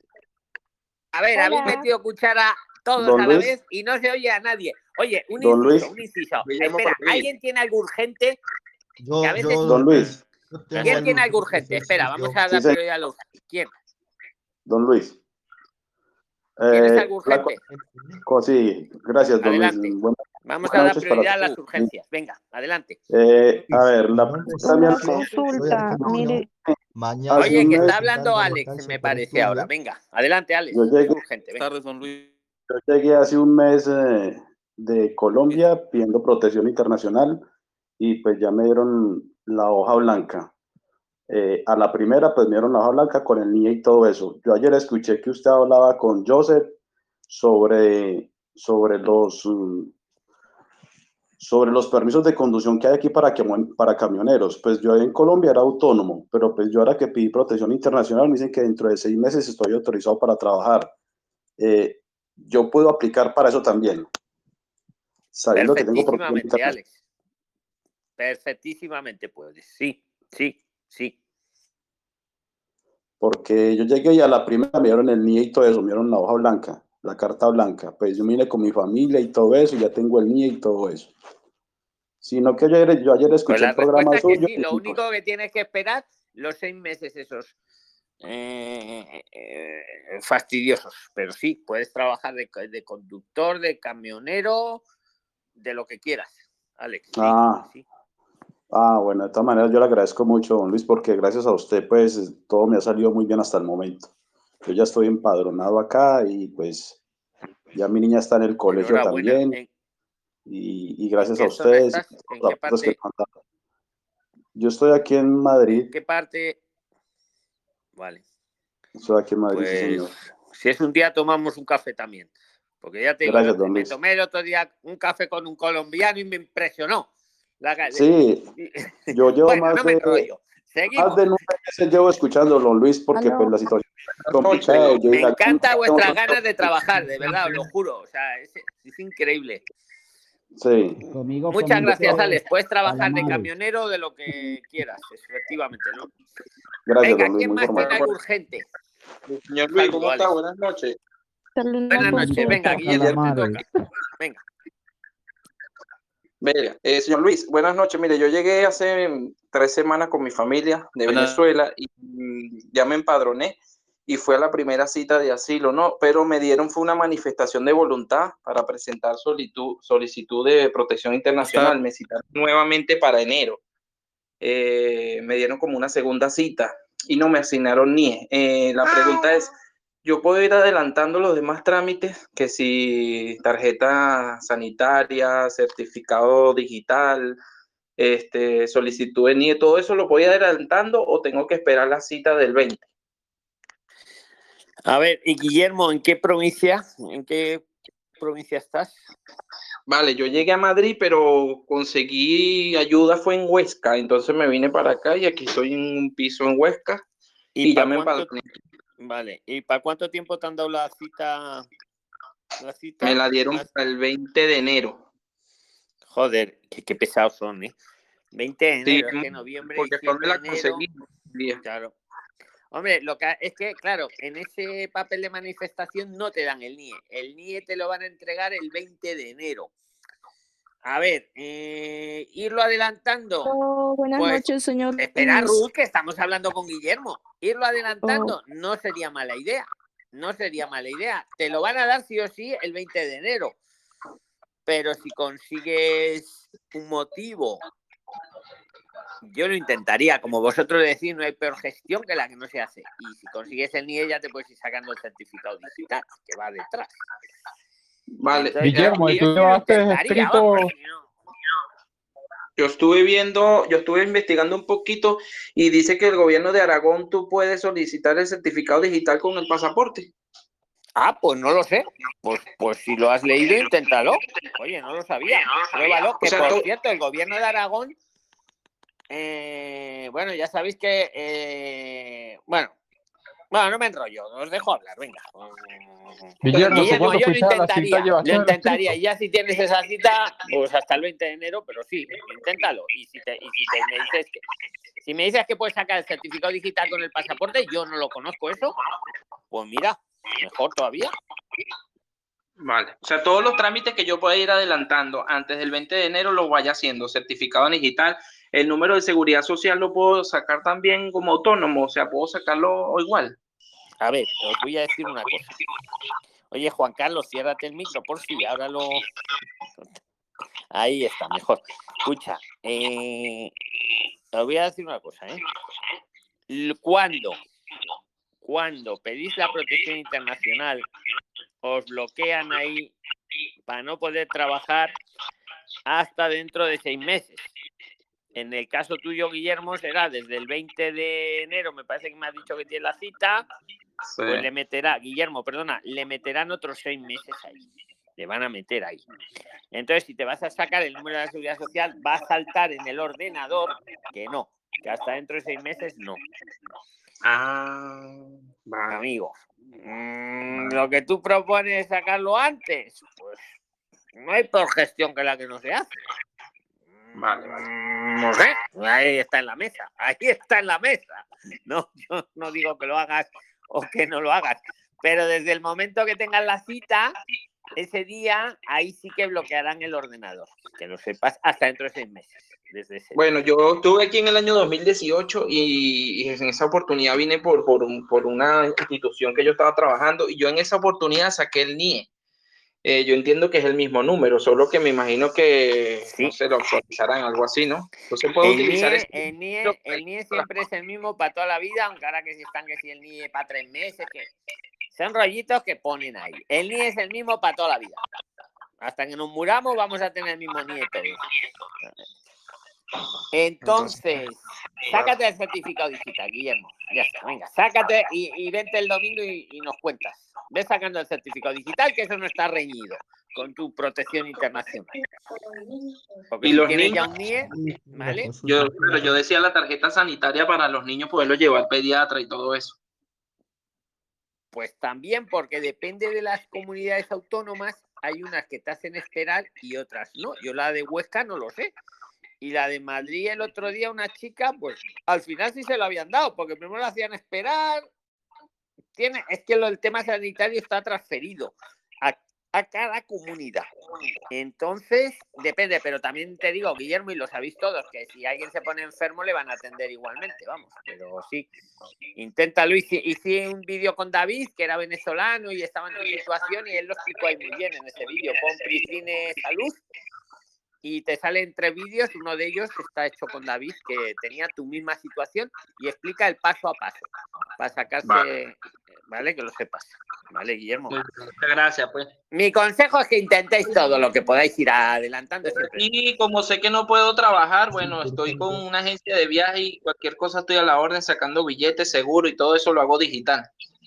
A ver, Hola. habéis metido cuchara todos Don a la Luis. vez y no se oye a nadie. Oye, un Don inciso, Luis. un inciso. Espera, ¿alguien tiene algo urgente? Yo, Que a veces... yo, Don Luis. ¿Quién tiene algo urgente? Espera, vamos a dar Sí, prioridad a los... ¿Quién? Don Luis. ¿Tienes Eh, algo urgente? la, sí, gracias, Don Adelante. Luis. Buenas, Vamos buenas a dar noches prioridad para a las urgencias. Venga, adelante. Eh, a ver, la pregunta Una consulta, mire. Oye, que está hablando Alex, me parece ahora. Venga, adelante, Alex. Yo llegué, es urgente. Venga. Buenas tardes, don Luis. Yo llegué hace un mes eh, de Colombia pidiendo protección internacional y pues ya me dieron la hoja blanca. Eh, a la primera pues me dieron la hoja blanca con el N I E y todo eso. Yo ayer escuché que usted hablaba con Joseph sobre, sobre los... Um, sobre los permisos de conducción que hay aquí para, que, para camioneros. Pues yo en Colombia era autónomo, pero pues yo ahora que pedí protección internacional me dicen que dentro de seis meses estoy autorizado para trabajar. Eh, yo puedo aplicar para eso también, sabiendo que tengo protección internacional. Alex. Perfectísimamente puedes, sí, sí, sí. Porque yo llegué y a la primera me dieron el N I E y todo eso, me dieron la hoja blanca, la carta blanca. Pues yo vine con mi familia y todo eso, y ya tengo el N I E y todo eso. Sino que yo ayer, yo ayer escuché pues el programa suyo. Sí, lo único que tienes que esperar los seis meses esos eh, eh, fastidiosos. Pero sí, puedes trabajar de, de conductor, de camionero, de lo que quieras, Alex. Sí, ah, sí. ah, bueno, de todas maneras yo le agradezco mucho, don Luis, porque gracias a usted, pues, todo me ha salido muy bien hasta el momento. Yo ya estoy empadronado acá y, pues, ya mi niña está en el colegio también. En... Y, y gracias a ustedes. ¿En qué parte? Yo estoy aquí en Madrid. ¿En qué parte? Vale. Estoy aquí en Madrid, pues, sí, señor. Si es un día, tomamos un café también. Porque ya te gracias, digo, don me Luis. tomé el otro día un café con un colombiano y me impresionó. La... Sí, yo llevo bueno, más, no me de, Seguimos. más de nueve meses llevo escuchando, don Luis, porque pues, la situación es complicada. Me encanta vuestras ganas de trabajar, de verdad, os lo juro. O sea, es, es increíble. Sí. Conmigo, Muchas conmigo, gracias, Alex. Puedes trabajar de Palomares. camionero, de lo que quieras, efectivamente, ¿no? Gracias, Venga, don Luis, ¿quién muy más formal. tiene algo urgente? Señor Luis, ¿cómo Alex. está? Buenas noches. Buenas noches. Venga, Guillermo, te toca. Venga. Venga, eh, señor Luis, buenas noches. Mire, yo llegué hace tres semanas con mi familia de buenas. Venezuela y mm, ya me empadroné y fue a la primera cita de asilo, ¿no? Pero me dieron, fue una manifestación de voluntad para presentar solicitud, solicitud de protección internacional. Me citaron nuevamente para enero. Eh, me dieron como una segunda cita y no me asignaron N I E. Eh, la pregunta es, ¿yo puedo ir adelantando los demás trámites? Que si tarjeta sanitaria, certificado digital, este, solicitud de N I E, ¿todo eso lo voy adelantando o tengo que esperar la cita del veinte? A ver, y Guillermo, ¿en qué provincia? ¿En qué provincia estás? Vale, yo llegué a Madrid, pero conseguí ayuda, fue en Huesca, entonces me vine para acá y aquí estoy en un piso en Huesca y, y ya me empadroné. Vale, ¿y para cuánto tiempo te han dado la cita? La cita? Me la dieron para el veinte de enero. Joder, qué, qué pesados son, ¿eh? veinte de enero, Sí, es que noviembre, porque fue diciembre, la enero. conseguimos. Bien. Claro. Hombre, lo que es que, claro, en ese papel de manifestación no te dan el N I E. El N I E te lo van a entregar el veinte de enero. A ver, eh, irlo adelantando. Oh, buenas pues, noches, señor espera, Luis. Ruth, que estamos hablando con Guillermo. Irlo adelantando oh. no sería mala idea. No sería mala idea. Te lo van a dar sí o sí el veinte de enero. Pero si consigues un motivo, yo lo intentaría. Como vosotros decís, no hay peor gestión que la que no se hace. Y si consigues el N I E, ya te puedes ir sacando el certificado digital, que va detrás. Vale. Entonces, Guillermo, ¿y tú yo sí lo llevaste intentaría, escrito? vamos, si no. Yo estuve viendo, yo estuve investigando un poquito y dice que el gobierno de Aragón tú puedes solicitar el certificado digital con el pasaporte. Ah, pues no lo sé. Pues, pues si lo has leído, inténtalo. Oye, no lo sabía. Pruébalo. Que O sea, por tú- cierto, el gobierno de Aragón, eh, bueno, ya sabéis que, eh, bueno, bueno, no me enrollo, os dejo hablar, venga. Guillermo, ¿tú Guillermo, cuando yo lo fuiste a la cita intentaría, llevaste lo el intentaría. escrito? Y ya si tienes esa cita, pues hasta el veinte de enero, pero sí, inténtalo. Y si te, y si te me dices que, si me dices que puedes sacar el certificado digital con el pasaporte, yo no lo conozco eso, pues mira, mejor todavía. Vale. O sea, todos los trámites que yo pueda ir adelantando antes del veinte de enero lo vaya haciendo, certificado digital. El número de seguridad social lo puedo sacar también como autónomo, o sea, puedo sacarlo igual. A ver, os voy a decir una cosa. Oye, Juan Carlos, ciérrate el micro, por si ahora lo... Ahí está, mejor. Escucha, eh, os voy a decir una cosa, ¿eh? Cuando, cuando pedís la protección internacional, os bloquean ahí para no poder trabajar hasta dentro de seis meses. En el caso tuyo, Guillermo, será desde el veinte de enero, me parece que me has dicho que tiene la cita, Sí. pues le meterá, Guillermo, perdona, le meterán otros seis meses ahí. Le van a meter ahí. Entonces, si te vas a sacar el número de la seguridad social, va a saltar en el ordenador que no, que hasta dentro de seis meses no. Ah, vale. Amigo, mmm, lo que tú propones sacarlo antes, pues no hay peor gestión que la que no se hace. Vale, vale. No sé, ahí está en la mesa, ahí está en la mesa. No, yo no digo que lo hagas o que no lo hagas, pero desde el momento que tengas la cita, ese día, ahí sí que bloquearán el ordenador, que lo sepas, hasta dentro de seis meses. Desde ese Bueno, yo estuve aquí en el año dos mil dieciocho y, y en esa oportunidad vine por, por, un, por una institución que yo estaba trabajando y yo en esa oportunidad saqué el N I E. Eh, yo entiendo que es el mismo número, solo que me imagino que, sí. no sé, lo actualizarán, algo así, ¿no? Entonces puedo el utilizar N I E, ese... el N I E, el N I E siempre es el mismo para toda la vida, aunque ahora que si están que si el N I E para tres meses, que son rollitos que ponen ahí. El N I E es el mismo para toda la vida. Hasta que nos muramos vamos a tener el mismo N I E todos. Entonces, sácate el certificado digital, Guillermo. Ya está, venga, sácate y, y vente el domingo y, y nos cuentas. Ve sacando el certificado digital, que eso no está reñido con tu protección internacional. Porque Y si los tienes niños, ya un N I E, ¿vale? yo, claro, yo decía la tarjeta sanitaria para los niños poderlo llevar al pediatra y todo eso. Pues también, porque depende de las comunidades autónomas, hay unas que te hacen esperar y otras no. Yo la de Huesca no lo sé. Y la de Madrid el otro día, una chica, pues al final sí se lo habían dado, porque primero la hacían esperar. Tiene, es que lo, el tema sanitario está transferido a, a cada comunidad. Entonces, depende, pero también te digo, Guillermo, y lo sabéis todos, que si alguien se pone enfermo le van a atender igualmente, vamos. Pero sí, inténtalo. Hice, hice un vídeo con David, que era venezolano y estaba en tu situación, y él lo explicó ahí muy bien en ese vídeo. Pon Prisline Salud. Y te salen tres vídeos, uno de ellos está hecho con David, que tenía tu misma situación y explica el paso a paso para sacarse, vale, ¿vale? Que lo sepas, ¿vale, Guillermo? Muchas gracias, pues. Mi consejo es que intentéis todo lo que podáis ir adelantando siempre. Y como sé que no puedo trabajar, bueno, estoy con una agencia de viaje y cualquier cosa estoy a la orden sacando billetes, seguro y todo eso lo hago digital.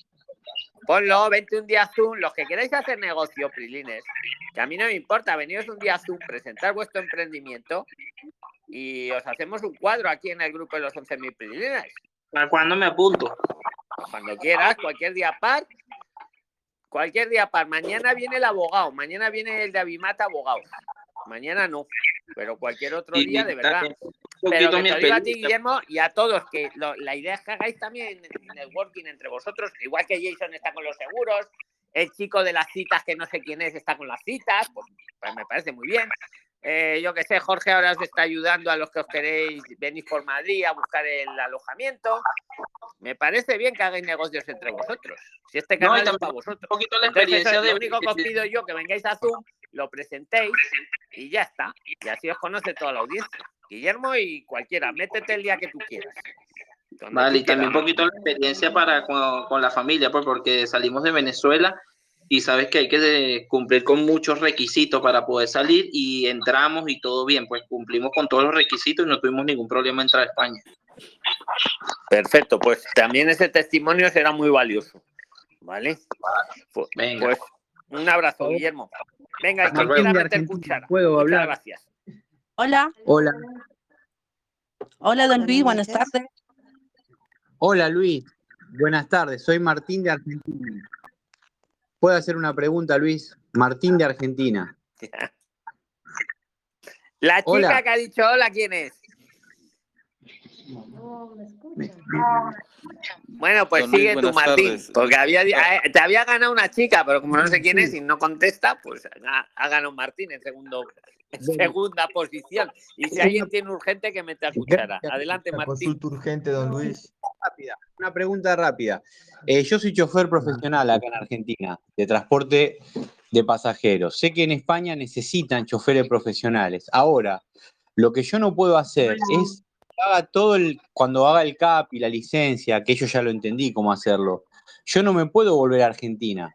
Ponlo, vente un día a Zoom, los que queráis hacer negocio, Prilines, que a mí no me importa, veniros un día a Zoom, presentar vuestro emprendimiento y os hacemos un cuadro aquí en el grupo de los once mil Prilines. ¿A cuándo me apunto? Cuando quieras, cualquier día par, cualquier día par. Mañana viene el abogado, mañana viene el de Avimata abogado. Mañana no, pero cualquier otro Y día, de verdad. también un Pero poquito que mi te lo digo a ti, experiencia. Guillermo, y a todos, que lo- la idea es que hagáis también networking entre vosotros, igual que Jason está con los seguros, el chico de las citas, que no sé quién es, está con las citas, pues, pues me parece muy bien. Eh, yo que sé, Jorge ahora os está ayudando a los que os queréis venir por Madrid a buscar el alojamiento. Me parece bien que hagáis negocios entre vosotros. Si este No, y canal es también para un vosotros. poquito la Entonces, eso experiencia es de... lo único que os pido yo, que vengáis a Zoom, lo presentéis y ya está. Y así os conoce toda la audiencia. Guillermo y cualquiera, métete el día que tú quieras. Donde Vale, tú y también un quieras. poquito la experiencia para con, con la familia, pues porque salimos de Venezuela y sabes que hay que de- cumplir con muchos requisitos para poder salir y entramos y todo bien, pues cumplimos con todos los requisitos y no tuvimos ningún problema en entrar a España. Perfecto, pues también ese testimonio será muy valioso. ¿Vale? Pues, Venga. pues un abrazo, Guillermo. Venga, y Hasta quien luego. quiera De meter Argentina, cuchara. ¿puedo Muchas hablar? gracias. Hola, Hola, hola don Buenas Luis, buenas noches. tardes. hola Luis. Buenas tardes, soy Martín de Argentina. ¿Puedo hacer una pregunta, Luis? Martín de Argentina. La chica Hola. que ha dicho hola, ¿quién es? Bueno, pues Don Luis, sigue tú, buenas Martín, tardes. porque había, Ah, eh, te había ganado una chica, pero como no sé quién es y no contesta, pues ha, ha ganado Martín en, segundo, en Bueno, segunda posición. Y si una, alguien tiene urgente, que meta cuchara. gracias. Adelante, Una Martín. consulta urgente, don Luis. Rápida, una pregunta rápida. Eh, yo soy chofer profesional acá en Argentina, de transporte de pasajeros. Sé que en España necesitan choferes profesionales. Ahora, lo que yo no puedo hacer es que haga todo el, cuando haga el C A P y la licencia, que yo ya lo entendí cómo hacerlo, yo no me puedo volver a Argentina.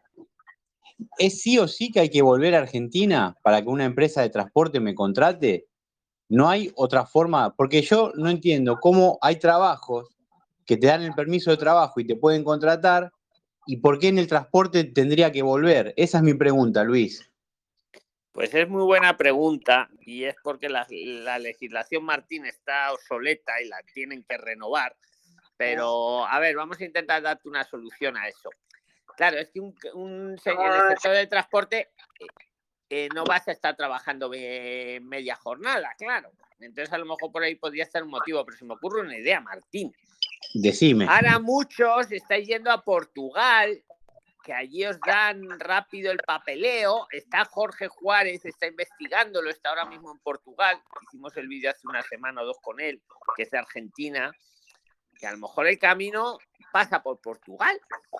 ¿Es sí o sí que hay que volver a Argentina para que una empresa de transporte me contrate? No hay otra forma, porque yo no entiendo cómo hay trabajos que te dan el permiso de trabajo y te pueden contratar, y por qué en el transporte tendría que volver. Esa es mi pregunta, Luis. Pues es muy buena pregunta y es porque la, la legislación, Martín, está obsoleta y la tienen que renovar. Pero, a ver, vamos a intentar darte una solución a eso. Claro, es que un, un, en el sector del transporte eh, eh, no vas a estar trabajando eh, media jornada, claro. Entonces, a lo mejor por ahí podría estar un motivo, pero se me ocurre una idea, Martín. Decime. Ahora muchos estáis yendo a Portugal, que allí os dan rápido el papeleo. Está Jorge Juárez, está investigándolo, está ahora mismo en Portugal. Hicimos el vídeo hace una semana o dos con él, que es de Argentina, que a lo mejor el camino pasa por Portugal.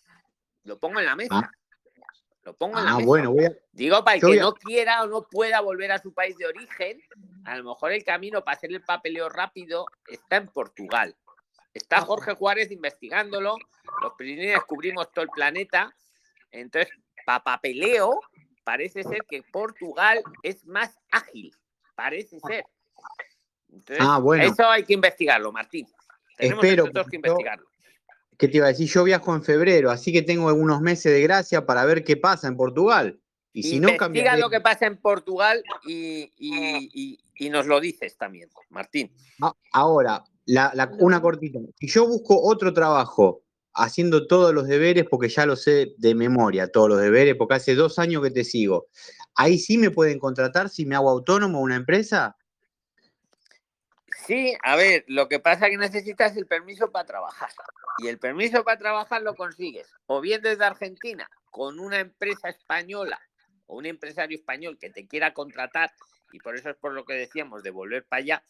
Lo pongo en la mesa. Ah, Lo pongo en la ah mesa. bueno, voy a, Digo, para el yo que voy a, no quiera o no pueda volver a su país de origen, a lo mejor el camino para hacer el papeleo rápido está en Portugal. Está Jorge Juárez investigándolo. Los Pirineos cubrimos todo el planeta. Entonces, para papeleo, parece ser que Portugal es más ágil. Parece ser. Entonces, ah, bueno, eso hay que investigarlo, Martín. Tenemos espero, nosotros que porque yo, investigarlo. ¿qué te iba a decir? Yo viajo en febrero, así que tengo algunos meses de gracia para ver qué pasa en Portugal. Y si no, Investiga cambiaré. lo que pasa en Portugal y, y, y, y nos lo dices también, Martín. Ah, ahora, la, la, una cortita. Si yo busco otro trabajo haciendo todos los deberes, porque ya lo sé de memoria, todos los deberes, porque hace dos años que te sigo, ¿ahí sí me pueden contratar si me hago autónomo una empresa? Sí, a ver, lo que pasa es que necesitas el permiso para trabajar. Y el permiso para trabajar lo consigues o bien desde Argentina con una empresa española o un empresario español que te quiera contratar, y por eso es por lo que decíamos de volver para allá,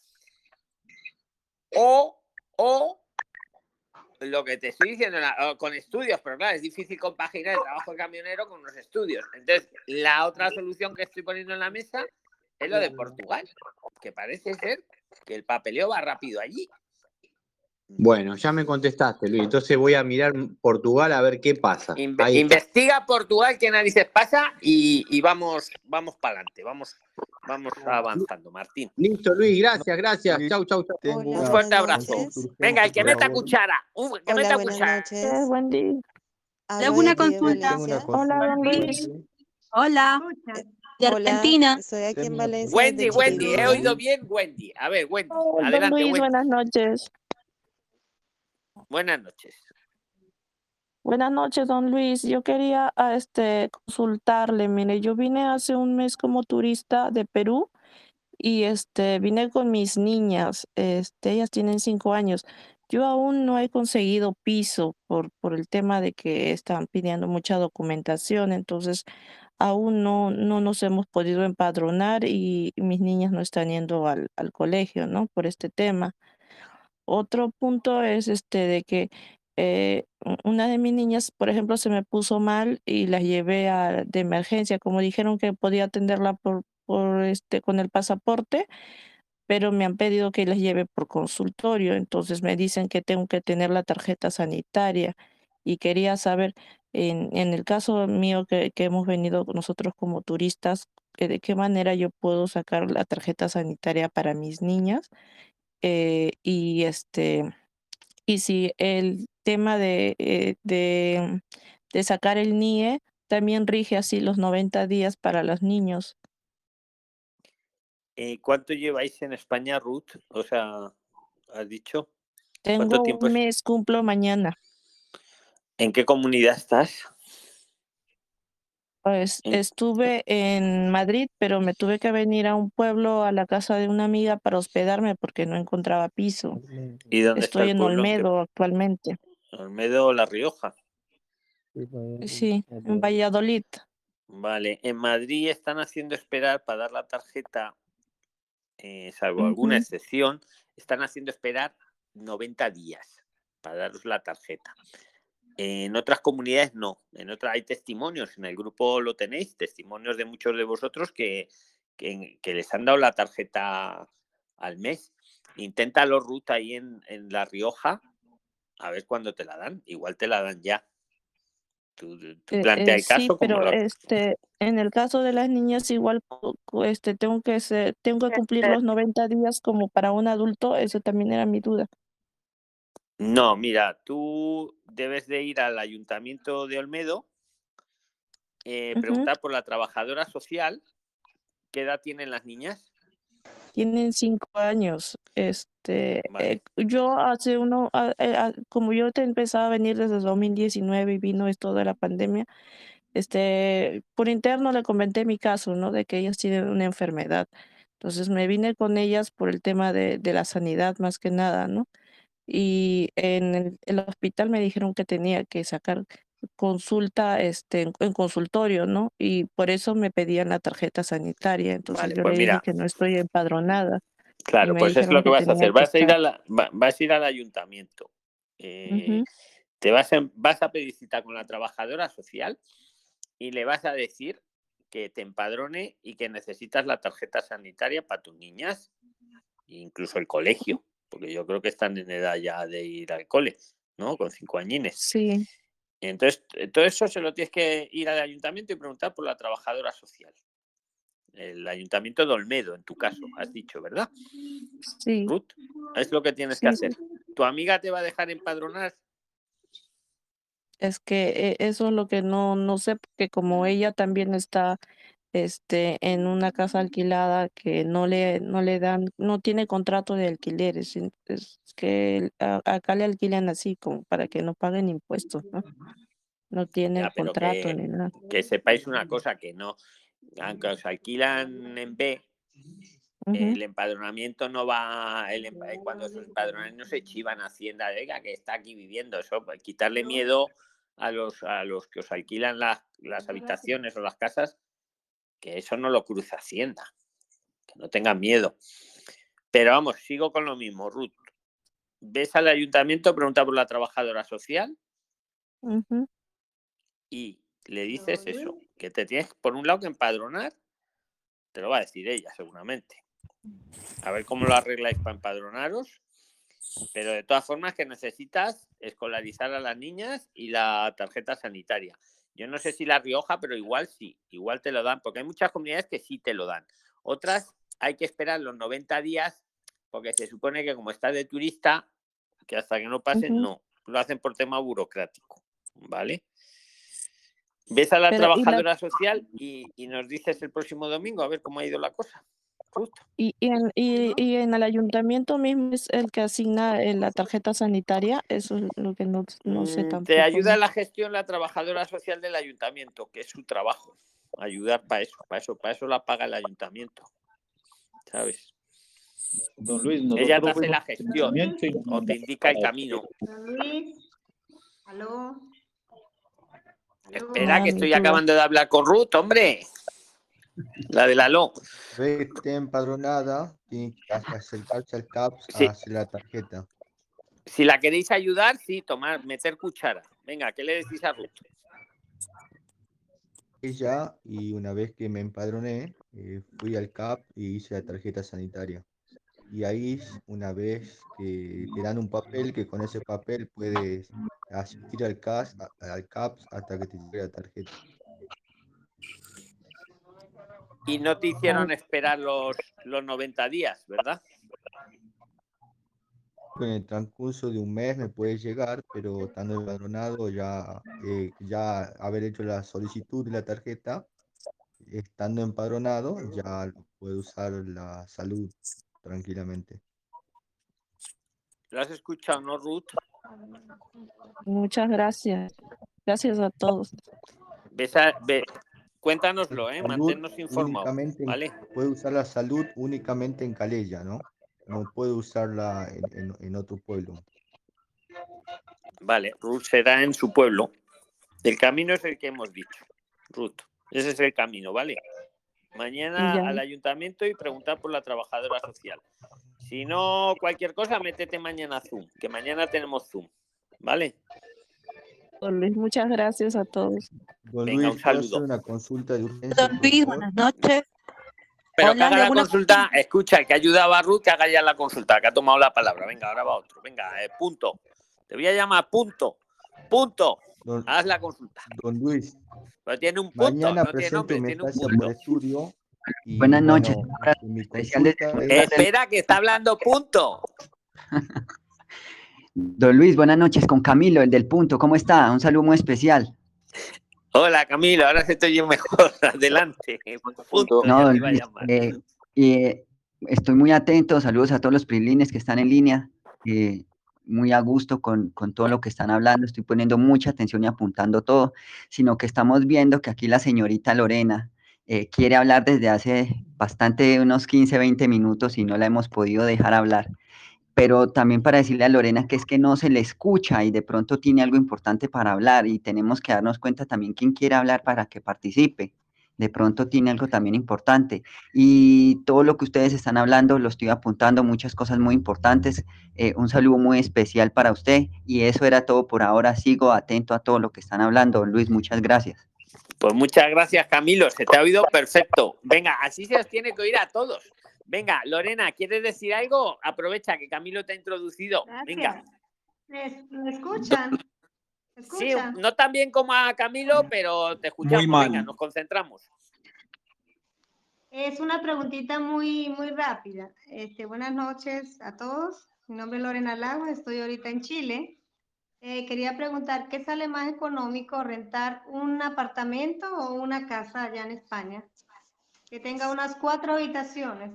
o, o lo que te estoy diciendo con estudios, pero claro, es difícil compaginar el trabajo de camionero con los estudios. Entonces, la otra solución que estoy poniendo en la mesa es lo de Portugal, que parece ser que el papeleo va rápido allí. Bueno, ya me contestaste, Luis. Entonces voy a mirar Portugal a ver qué pasa. Inve Ahí está. Investiga Portugal, qué narices pasa y, y vamos, vamos para adelante, vamos, vamos avanzando, Martín. Listo, Luis, gracias, gracias. Luis, chau, chau, chau. tengo Hola, Un una fuerte buenas abrazo. noches. urgente, Venga, el que por meta favor. cuchara, un, que Hola, meta buenas cuchara. noches. Buen día. Hablo ¿Alguna de aquí de consulta? Tengo una Valencia. Hola, don consulta. Luis. Hola, Eh, de Hola, Argentina. estoy aquí en Termina, Valencia Wendy, desde Wendy, he Chiribica. oído bien, Wendy. A ver, Wendy, Oh, don adelante, Luis, Wendy. buenas noches. Buenas noches. Buenas noches, don Luis. Yo quería ah, este, consultarle. Mire, yo vine hace un mes como turista de Perú y este, vine con mis niñas, este, ellas tienen cinco años. Yo aún no he conseguido piso por, por el tema de que están pidiendo mucha documentación, entonces aún no, no nos hemos podido empadronar y mis niñas no están yendo al, al colegio, ¿no? Por este tema. Otro punto es este de que eh, u- una de mis niñas, por ejemplo, se me puso mal y la llevé a, de emergencia, como dijeron que podía atenderla por, por este, con el pasaporte, pero me han pedido que las lleve por consultorio, entonces me dicen que tengo que tener la tarjeta sanitaria y quería saber, en, en el caso mío que, que hemos venido nosotros como turistas, que de qué manera yo puedo sacar la tarjeta sanitaria para mis niñas eh, y este y si el tema de, eh, de, de sacar el N I E también rige así los noventa días para los niños. Eh, ¿Cuánto lleváis en España, Ruth? O sea, has dicho. ¿Cuánto Tengo tiempo un es? mes, cumplo mañana. ¿En qué comunidad estás? Pues En- estuve en Madrid, pero me tuve que venir a un pueblo, a la casa de una amiga para hospedarme porque no encontraba piso. ¿Y dónde está Estoy el en pueblo? ¿En qué? Olmedo actualmente. Olmedo o La Rioja. Sí, en Valladolid. Vale, en Madrid están haciendo esperar para dar la tarjeta, eh, salvo alguna Ujú. excepción, están haciendo esperar noventa días para daros la tarjeta. En otras comunidades no, en otras hay testimonios, en el grupo lo tenéis, testimonios de muchos de vosotros que, que, que les han dado la tarjeta al mes. Inténtalo, Ruth, ahí en, en La Rioja, a ver cuándo te la dan, igual te la dan ya. Tú, tú Eh, plantea eh, el sí, caso como pero lo... este, en el caso de las niñas igual cu- cu- este, tengo que ser, tengo que cumplir los noventa días como para un adulto, eso también era mi duda. No, mira, tú debes de ir al ayuntamiento de Olmedo, eh, Ujú. preguntar por la trabajadora social. ¿Qué edad tienen las niñas? Tienen cinco años. Este, Vale. eh, yo hace uno, a- eh, a- como yo te empezaba a venir desde dos mil diecinueve y vino esto de la pandemia, este, por interno le comenté mi caso, ¿no? De que ellas tienen una enfermedad. Entonces me vine con ellas por el tema de, de la sanidad más que nada, ¿no? Y en el, el hospital me dijeron que tenía que sacar consulta este, en, en consultorio, ¿no? Y por eso me pedían la tarjeta sanitaria. Entonces Vale, yo pues le dije mira, que no estoy empadronada y claro, me pues es dijeron lo que que vas a tenía hacer. que Vas a ir, estar. a la, va- vas a ir al ayuntamiento. Eh, Ujú. te vas a, vas a pedir cita con la trabajadora social y le vas a decir que te empadrone y que necesitas la tarjeta sanitaria para tus niñas, incluso el colegio, porque yo creo que están en edad ya de ir al cole, ¿no? Con cinco añines. Sí, Entonces, eh, todo eso se lo tienes que ir al ayuntamiento y preguntar por la trabajadora social. El ayuntamiento de Olmedo, en tu caso, has dicho, ¿verdad? sí, Ruth, es lo que tienes que sí, sí. hacer. ¿Tu amiga te va a dejar empadronar? Es que eh, eso es lo que no, no sé, porque como ella también está este, en una casa alquilada que no le, no le dan, no tiene contrato de alquileres, en- es que a- acá le alquilan así como para que no paguen impuestos, ¿no? No tiene Ya, el pero contrato que, ni nada. que sepáis una cosa, que no, aunque os alquilan en B, Ujú. el empadronamiento no va, el, empa- eh, cuando os empadronan no se chivan a Hacienda, oiga, que está aquí viviendo, eso, pues, quitarle miedo a los, a los que os alquilan las, las habitaciones o las casas, que eso no lo cruza Hacienda, que no tengan miedo. Pero vamos, sigo con lo mismo, Ruth. Ves al ayuntamiento, pregunta por la trabajadora social Ujú. y le dices eso, que te tienes por un lado que empadronar, te lo va a decir ella seguramente. A ver cómo lo arregláis para empadronaros, pero de todas formas que necesitas escolarizar a las niñas y la tarjeta sanitaria. Yo no sé si La Rioja, pero igual sí, igual te lo dan, porque hay muchas comunidades que sí te lo dan. Otras hay que esperar los noventa días, porque se supone que como estás de turista, que hasta que no pasen, Ujú. no. Lo hacen por tema burocrático, ¿vale? Ves a la Pero, ¿y la, trabajadora social y, y nos dices el próximo domingo a ver cómo ha ido la cosa. Ruth. y, y en, y, y en el ayuntamiento mismo es el que asigna eh, la tarjeta sanitaria? Eso es lo que no, no sé Mm, te tampoco. ayuda ¿No? a la gestión la trabajadora social del ayuntamiento, que es su trabajo, ayudar para eso, para eso, para eso la paga el ayuntamiento. ¿sabes? Don Luis, Ella nosotros te hace fuimos la al gestión financiamiento y nos o te mandamos indica el para camino. Don Luis, aló. Espera, Ah, que mi estoy duda. acabando de hablar con Ruth, hombre. La del aló. Ve que esté empadronada, tiene que acercarse al C A P S Sí. a hacer la tarjeta. Si la queréis ayudar, sí, tomar, meter cuchara. Venga, ¿qué le decís a Ruth? Ella, y una vez que me empadroné, eh, fui al C A P y hice la tarjeta sanitaria. Y ahí, una vez que te dan un papel, que con ese papel puedes asistir al C A S, a- al C A P S hasta que te llegue la tarjeta. Y no te hicieron esperar los, los noventa días, ¿verdad? En el transcurso de un mes me puede llegar, pero estando empadronado ya, eh, ya haber hecho la solicitud de la tarjeta, estando empadronado, ya puedo usar la salud tranquilamente. ¿Lo has escuchado, no, Ruth? Muchas gracias. Gracias a todos. Ves a- ve- cuéntanoslo, ¿eh? Salud Manténnos informados, únicamente, en- ¿vale? puede usar la salud únicamente en Calella, ¿no? No puede usarla en, en, en otro pueblo. Vale, Ruth será en su pueblo. El camino es el que hemos dicho, Ruth. Ese es el camino, ¿vale? Mañana Ya. al ayuntamiento y preguntar por la trabajadora social. Si no, cualquier cosa, métete mañana a Zoom, que mañana tenemos Zoom, ¿vale? Don Luis, muchas gracias a todos. Don Venga, un Luis, ¿puedo hacer saludo. una consulta de urgencia, Don por Luis, favor? buenas noches. Pero Hola, que haga le la hago una consulta, escucha, el que ayudaba a Ruth, que haga ya la consulta, que ha tomado la palabra. Venga, ahora va otro. Venga, eh, punto. Te voy a llamar punto. Punto. Don, Haz la consulta. don Luis, Pero tiene un punto, mañana no tiene presento nombre, mi tiene un estancia por punto. estudio y Buenas noches, bueno, ahora este, mi especial de consulta lectura es... del- Espera, que está hablando punto. Don Luis, buenas noches, con Camilo, el del punto. ¿Cómo está? Un saludo muy especial. Hola, Camilo, ahora se te oye mejor. Adelante. Punto, No, ya don te iba a Luis, llamar. eh, eh, estoy muy atento. Saludos a todos los prilines que están en línea. eh, muy a gusto con, con todo lo que están hablando. Estoy poniendo mucha atención y apuntando todo, sino que estamos viendo que aquí la señorita Lorena eh, quiere hablar desde hace bastante, unos quince, veinte minutos y no la hemos podido dejar hablar. Pero también para decirle a Lorena que es que no se le escucha y de pronto tiene algo importante para hablar y tenemos que darnos cuenta también quién quiere hablar para que participe. De pronto tiene algo también importante. Y todo lo que ustedes están hablando lo estoy apuntando, muchas cosas muy importantes. Eh, un saludo muy especial para usted y eso era todo por ahora. Sigo atento a todo lo que están hablando. Luis, muchas gracias. Pues muchas gracias, Camilo. Se te ha oído perfecto. Venga, así se os tiene que oír a todos. Venga, Lorena, ¿quieres decir algo? Aprovecha que Camilo te ha introducido. Venga. Gracias. ¿Me, me escuchan? ¿Me Sí, escuchan? no tan bien como a Camilo, pero te escuchamos. Muy mal. Venga, nos concentramos. Es una preguntita muy, muy rápida. Este, buenas noches a todos. Mi nombre es Lorena Lago, estoy ahorita en Chile. Eh, quería preguntar, ¿qué sale más económico, rentar un apartamento o una casa allá en España? Que tenga unas cuatro habitaciones.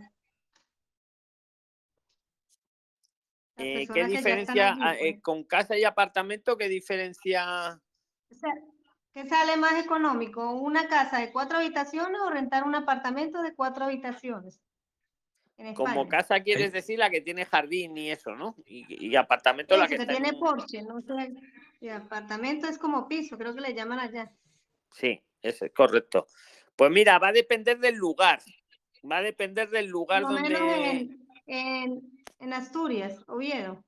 La Eh, ¿Qué persona que ya están diferencia allí, ah, pues. eh, con casa y apartamento? ¿Qué diferencia? O sea, ¿qué sale más económico? ¿Una casa de cuatro habitaciones o rentar un apartamento de cuatro habitaciones? En Como España. casa quieres decir la que tiene jardín y eso, ¿no? Y, y apartamento la Eso, que que está en tiene un... porche, no sé. Y apartamento es como piso, creo que le llaman allá. Sí, ese es correcto. Pues mira, va a depender del lugar. Va a depender del lugar Por lo menos donde... en, en, en Asturias, Oviedo.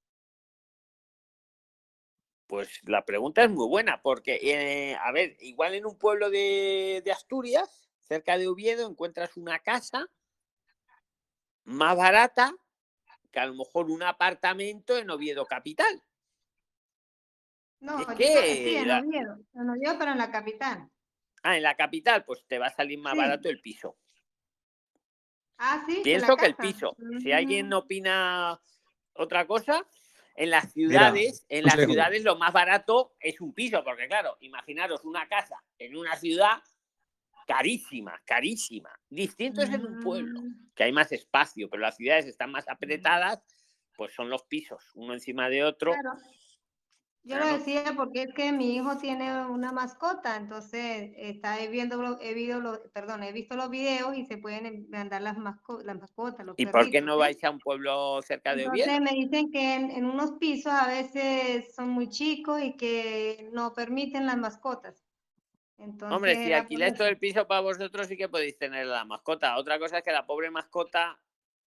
Pues la pregunta es muy buena, porque, eh, a ver, igual en un pueblo de, de Asturias, cerca de Oviedo, encuentras una casa más barata que a lo mejor un apartamento en Oviedo capital. No, Es yo que creo que sí, en la- Oviedo. En Oviedo, pero en la capital. Ah, en la capital, pues te va a salir más Sí. barato el piso. Ah, sí, que la Pienso que el casa. piso. Si Mm. alguien opina otra cosa, en las ciudades, en las consejo. ciudades lo más barato es un piso, porque claro, imaginaros una casa en una ciudad carísima, carísima. Distinto es en un pueblo, que hay más espacio, pero las ciudades están más apretadas, pues son los pisos, uno encima de otro. Claro. Yo lo decía porque es que mi hijo tiene una mascota, entonces está viendo, lo- he visto los, perdón, he visto los videos y se pueden mandar las, masco- las mascotas, los ¿Y por qué perritos, no ¿eh? vais a un pueblo cerca de Oviedo? Entonces me dicen que en, en unos pisos a veces son muy chicos y que no permiten las mascotas. Entonces Hombre, si era por alquiláis todo eso. el piso para vosotros, sí que podéis tener la mascota. Otra cosa es que la pobre mascota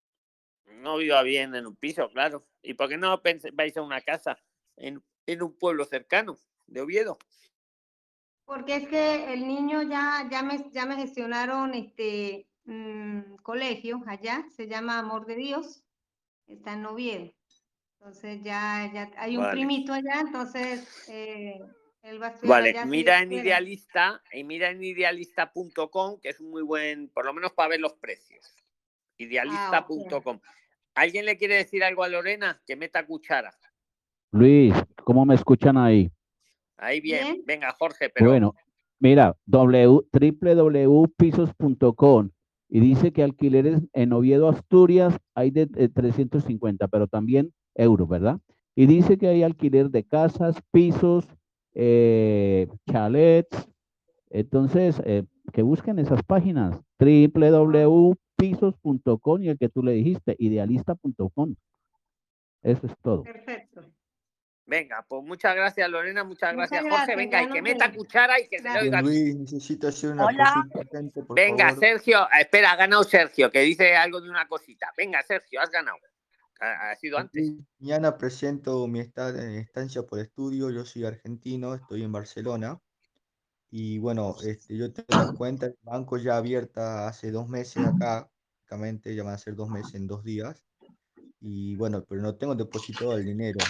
no viva bien en un piso, claro. ¿Y por qué no pens- vais a una casa en, en un pueblo cercano de Oviedo? Porque es que el niño ya, ya, me, ya me gestionaron este mm, colegio allá, se llama Amor de Dios, está en Oviedo. Entonces ya, ya hay un Vale. primito allá, entonces eh, él va a estudiar Vale, allá si mira Dios en quiere. Idealista, y mira en idealista punto com, que es un muy buen, por lo menos para ver los precios. idealista punto com. ¿Alguien le quiere decir algo a Lorena? Que meta cuchara. Luis, ¿cómo me escuchan ahí? Ahí bien. Venga, Jorge, pero Bueno, mira, w, w w w punto pisos punto com y dice que alquileres en Oviedo, Asturias, hay de, de trescientos cincuenta, pero también euros, ¿verdad? Y dice que hay alquiler de casas, pisos, eh, chalets. Entonces, eh, que busquen esas páginas, w w w punto pisos punto com y el que tú le dijiste, idealista punto com. Eso es todo. Perfecto. venga, pues muchas gracias, Lorena, muchas, Muchas gracias, gracias, Jorge. Venga, ya y que nos meta vemos. cuchara y que se le Gracias. oiga Don bien. Luis, necesito hacer una Hola. cosita urgente, por Venga, favor. Sergio, espera, ha ganado Sergio, que dice algo de una cosita. Venga, Sergio, has ganado. Ha, ha sido antes. Mañana presento mi esta- estancia por estudio. Yo soy argentino, estoy en Barcelona. Y bueno, este, yo tengo la cuenta del banco ya abierta hace dos meses acá. Prácticamente ya van a ser dos meses en dos días. Y bueno, pero no tengo depositado el dinero.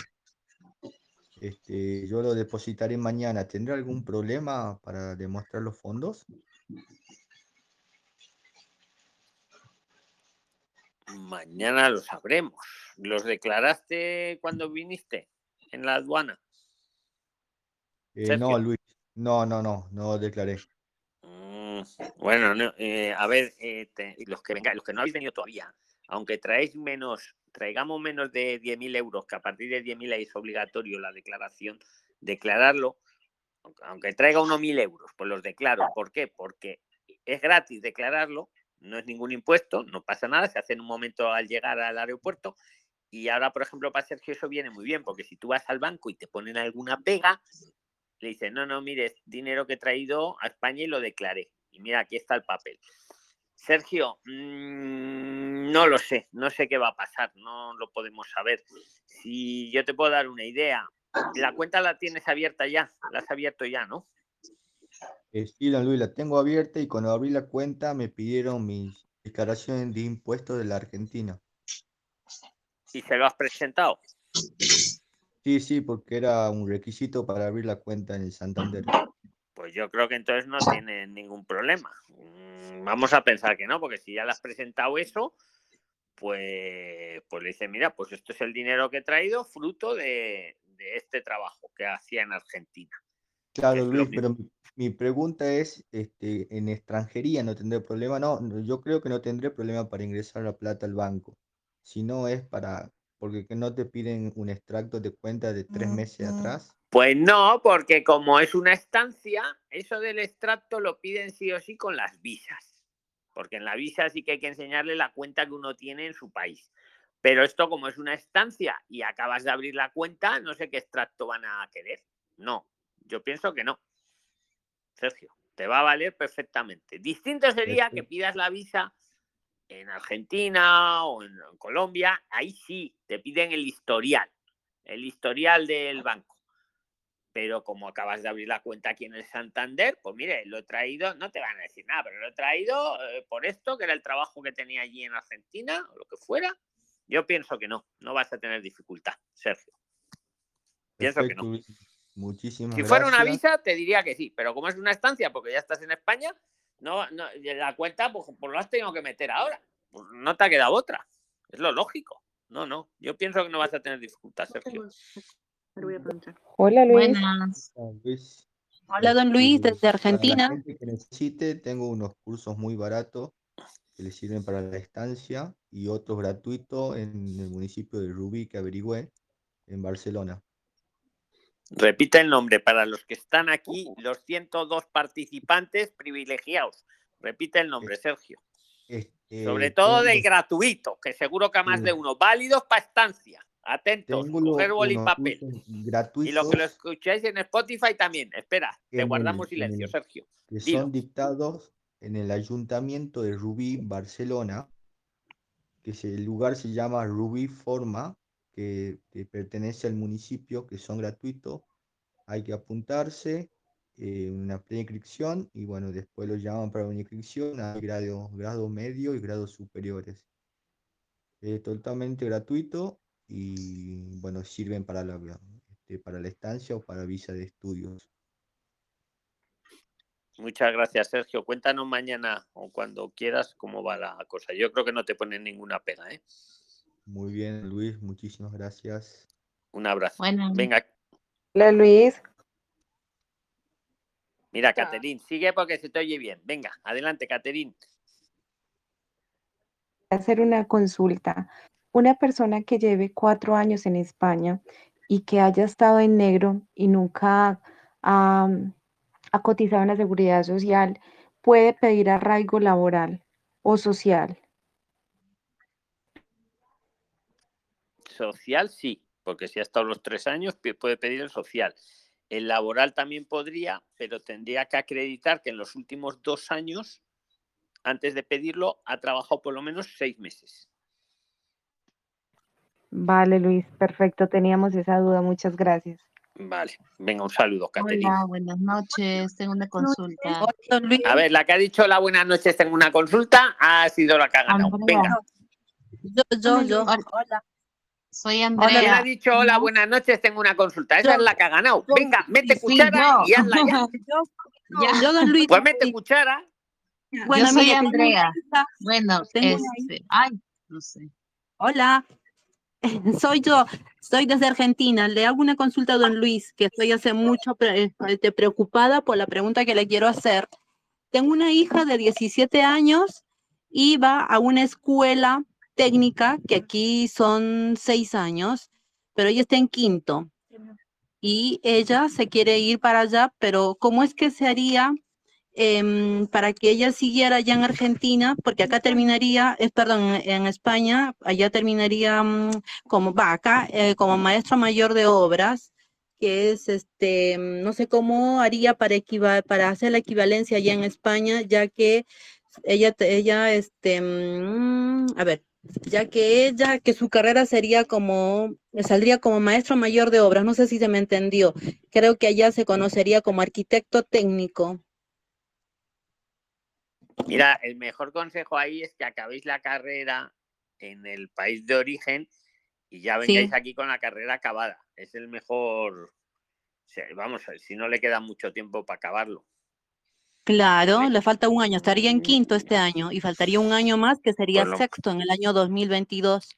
Este, yo lo depositaré mañana. ¿Tendrá algún problema para demostrar los fondos? Mañana lo sabremos. ¿Los declaraste cuando viniste en la aduana? Eh, no, Luis. No, no, no, no declaré. Mm, bueno, no, eh, a ver, eh, te, los que vengáis, los que no habéis venido todavía, aunque traéis menos, traigamos menos de diez mil euros, que a partir de diez mil es obligatorio la declaración, declararlo, aunque traiga unos mil euros, pues los declaro. ¿Por qué? Porque es gratis declararlo, no es ningún impuesto, no pasa nada, se hace en un momento al llegar al aeropuerto. Y ahora, por ejemplo, para Sergio eso viene muy bien, porque si tú vas al banco y te ponen alguna pega, le dicen, no, no, mire, es dinero que he traído a España y lo declaré. Y mira, aquí está el papel. Sergio, mmm, no lo sé, no sé qué va a pasar, no lo podemos saber. Si yo te puedo dar una idea, la cuenta la tienes abierta ya, la has abierto ya, ¿no? Eh, sí, don Luis, la tengo abierta y cuando abrí la cuenta me pidieron mis declaraciones de impuestos de la Argentina. ¿Y se lo has presentado? Sí, sí, porque era un requisito para abrir la cuenta en el Santander. Pues yo creo que entonces no tiene ningún problema. Vamos a pensar que no, porque si ya le has presentado eso, pues, pues le dice, mira, pues esto es el dinero que he traído fruto de, de este trabajo que hacía en Argentina. Claro, Luis, pero mi, mi pregunta es, este, en extranjería no tendré problema, no, no, yo creo que no tendré problema para ingresar la plata al banco, si no es para, porque que no te piden un extracto de cuenta de tres meses atrás. Pues no, porque como es una estancia, eso del extracto lo piden sí o sí con las visas. Porque en la visa sí que hay que enseñarle la cuenta que uno tiene en su país. Pero esto como es una estancia y acabas de abrir la cuenta, no sé qué extracto van a querer. No, yo pienso que no. Sergio, te va a valer perfectamente. Distinto sería que pidas la visa en Argentina o en Colombia. Ahí sí, te piden el historial. El historial del banco. Pero como acabas de abrir la cuenta aquí en el Santander, pues mire, lo he traído, no te van a decir nada, pero lo he traído eh, por esto, que era el trabajo que tenía allí en Argentina, o lo que fuera. Yo pienso que no, no vas a tener dificultad, Sergio. Pienso Perfecto, que no. Muchísimas si gracias. fuera una visa, te diría que sí, pero como es una estancia, porque ya estás en España, no, no la cuenta pues, pues lo has tenido que meter ahora. Pues no te ha quedado otra. Es lo lógico. No, no. Yo pienso que no vas a tener dificultad, Sergio. Hola, Luis. Buenas. Luis. Hola, don Luis, Este, desde Para la Argentina. gente que necesite, tengo unos cursos muy baratos que les sirven para la estancia y otros gratuitos en el municipio de Rubí que averigüé en Barcelona. Repita el nombre para los que están aquí, los ciento dos participantes privilegiados. Repite el nombre, Sergio. Este, Sobre todo del tengo, gratuito, que seguro que a más sí, de uno. Válidos para estancia. Atentos, tengo coger lo- boli y unos papel. cursos Y lo que lo gratuitos escucháis en Spotify también. Espera, te en guardamos el, en silencio, el- Sergio. que Dilo. son dictados en el ayuntamiento de Rubí, Barcelona, que se- el lugar se llama Rubí Forma, que, que pertenece al municipio, que son gratuitos. Hay que apuntarse, eh, una preinscripción y bueno, después lo llaman para una inscripción. Hay grado, grado medio y grados superiores. Es totalmente gratuito y bueno, sirven para la, este, para la estancia o para visa de estudios. Muchas gracias, Sergio. Cuéntanos mañana o cuando quieras cómo va la cosa. Yo creo que no te ponen ninguna pega, ¿eh? Muy bien, Luis, muchísimas gracias. Un abrazo. Bueno. Venga, Hola Luis, mira, Caterín, sigue porque se te oye bien. Venga, adelante, Caterín. hacer una consulta. Una persona que lleve cuatro años en España y que haya estado en negro y nunca ha, ha cotizado en la seguridad social, puede pedir arraigo laboral o social. Social sí, porque si ha estado los tres años puede pedir el social. El laboral también podría, pero tendría que acreditar que en los últimos dos años, antes de pedirlo, ha trabajado por lo menos seis meses. Vale, Luis, perfecto, teníamos esa duda, muchas gracias. Vale, venga, un saludo, Caterín. Hola, buenas noches. Tengo una consulta. A ver, la que ha dicho la buenas noches, tengo una consulta, ha sido la que ha ganado. Andrea. Venga. Yo, yo, yo. Hola. Soy Andrea. ¿Quién ha dicho hola, buenas noches, tengo una consulta? Esa Yo, es la que ha ganado. yo, Venga, mete sí, cuchara yo. y hazla ya. Ya. Yo, don Luis, Pues mete cuchara. bueno, Yo soy mire, tengo una Andrea. hija, Bueno, tengo una este, hija. ay, no sé. Hola, soy yo, soy desde Argentina. Le hago una consulta a don Luis, que estoy hace mucho pre- este, preocupada por la pregunta que le quiero hacer. Tengo una hija de diecisiete años y va a una escuela técnica, que aquí son seis años, pero ella está en quinto. Y ella se quiere ir para allá, pero ¿cómo es que se haría em, para que ella siguiera allá en Argentina? Porque acá terminaría, es, perdón, en, en España, allá terminaría mm, como, va acá, eh, como maestro mayor de obras, que es, este, mm, no sé cómo haría para, equiva- para hacer la equivalencia allá en España, ya que ella, te- ella, este, mm, a ver, ya que ella, que su carrera sería como, saldría como maestro mayor de obras, no sé si se me entendió, creo que allá se conocería como arquitecto técnico. Mira, el mejor consejo ahí es que acabéis la carrera en el país de origen y ya vengáis Sí. aquí con la carrera acabada. Es el mejor. O sea, vamos a ver, si no le queda mucho tiempo para acabarlo. Claro, le falta un año, estaría en quinto este año y faltaría un año más que sería Pues lo, sexto en el año dos mil veintidós.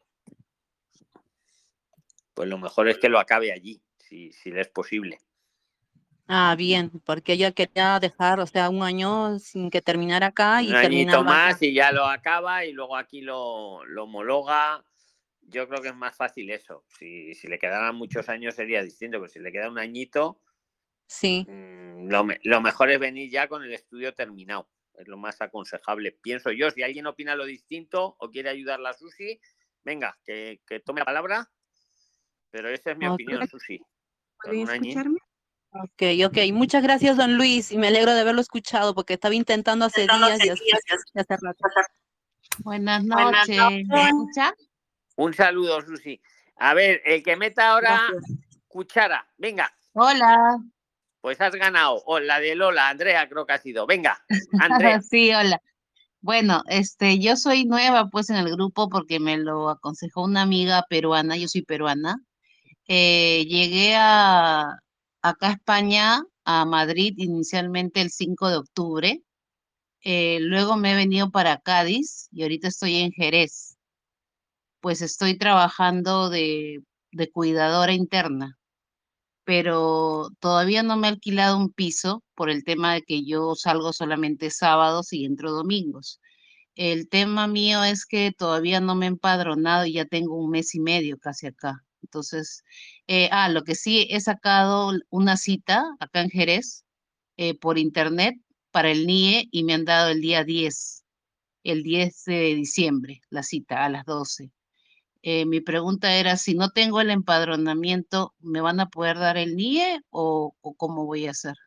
pues lo mejor es que lo acabe allí, si, si le es posible. Ah, bien, porque ella quería dejar, o sea, un año sin que terminara acá y Un añito terminarlo allá. más y ya lo acaba y luego aquí lo, lo homologa. Yo creo que es más fácil eso. Si, si le quedaran muchos años sería distinto, pero si le queda un añito, Sí. mmm, lo, me, lo mejor es venir ya con el estudio terminado. Es lo más aconsejable, pienso yo. Si alguien opina lo distinto o quiere ayudarla a Susi, venga, que, que tome la palabra. Pero esa es mi Ok. opinión, Susi. Con ¿Pueden un añín. escucharme? Ok, ok. Muchas gracias, don Luis, y me alegro de haberlo escuchado porque estaba intentando hace días y hace, y hace rato. Buenas Buenas noches. noches. ¿Me escucha? Un saludo, Susi. A ver, el que meta ahora Gracias. cuchara, venga. Hola. Pues has ganado. O la de Lola, Andrea creo que ha sido. Venga, Andrea. Sí, hola. Bueno, este, yo soy nueva pues en el grupo porque me lo aconsejó una amiga peruana, yo soy peruana. Eh, llegué a acá a España, a Madrid, inicialmente el cinco de octubre. Eh, luego me he venido para Cádiz y ahorita estoy en Jerez. Pues estoy trabajando de, de cuidadora interna, pero todavía no me he alquilado un piso por el tema de que yo salgo solamente sábados y entro domingos. El tema mío es que todavía no me he empadronado y ya tengo un mes y medio casi acá. Entonces, eh, ah, lo que sí he sacado una cita acá en Jerez eh, por internet para el N I E y me han dado el día diez, el diez de diciembre, la cita a las doce. Eh, mi pregunta era, si no tengo el empadronamiento, ¿me van a poder dar el N I E o, o cómo voy a hacer?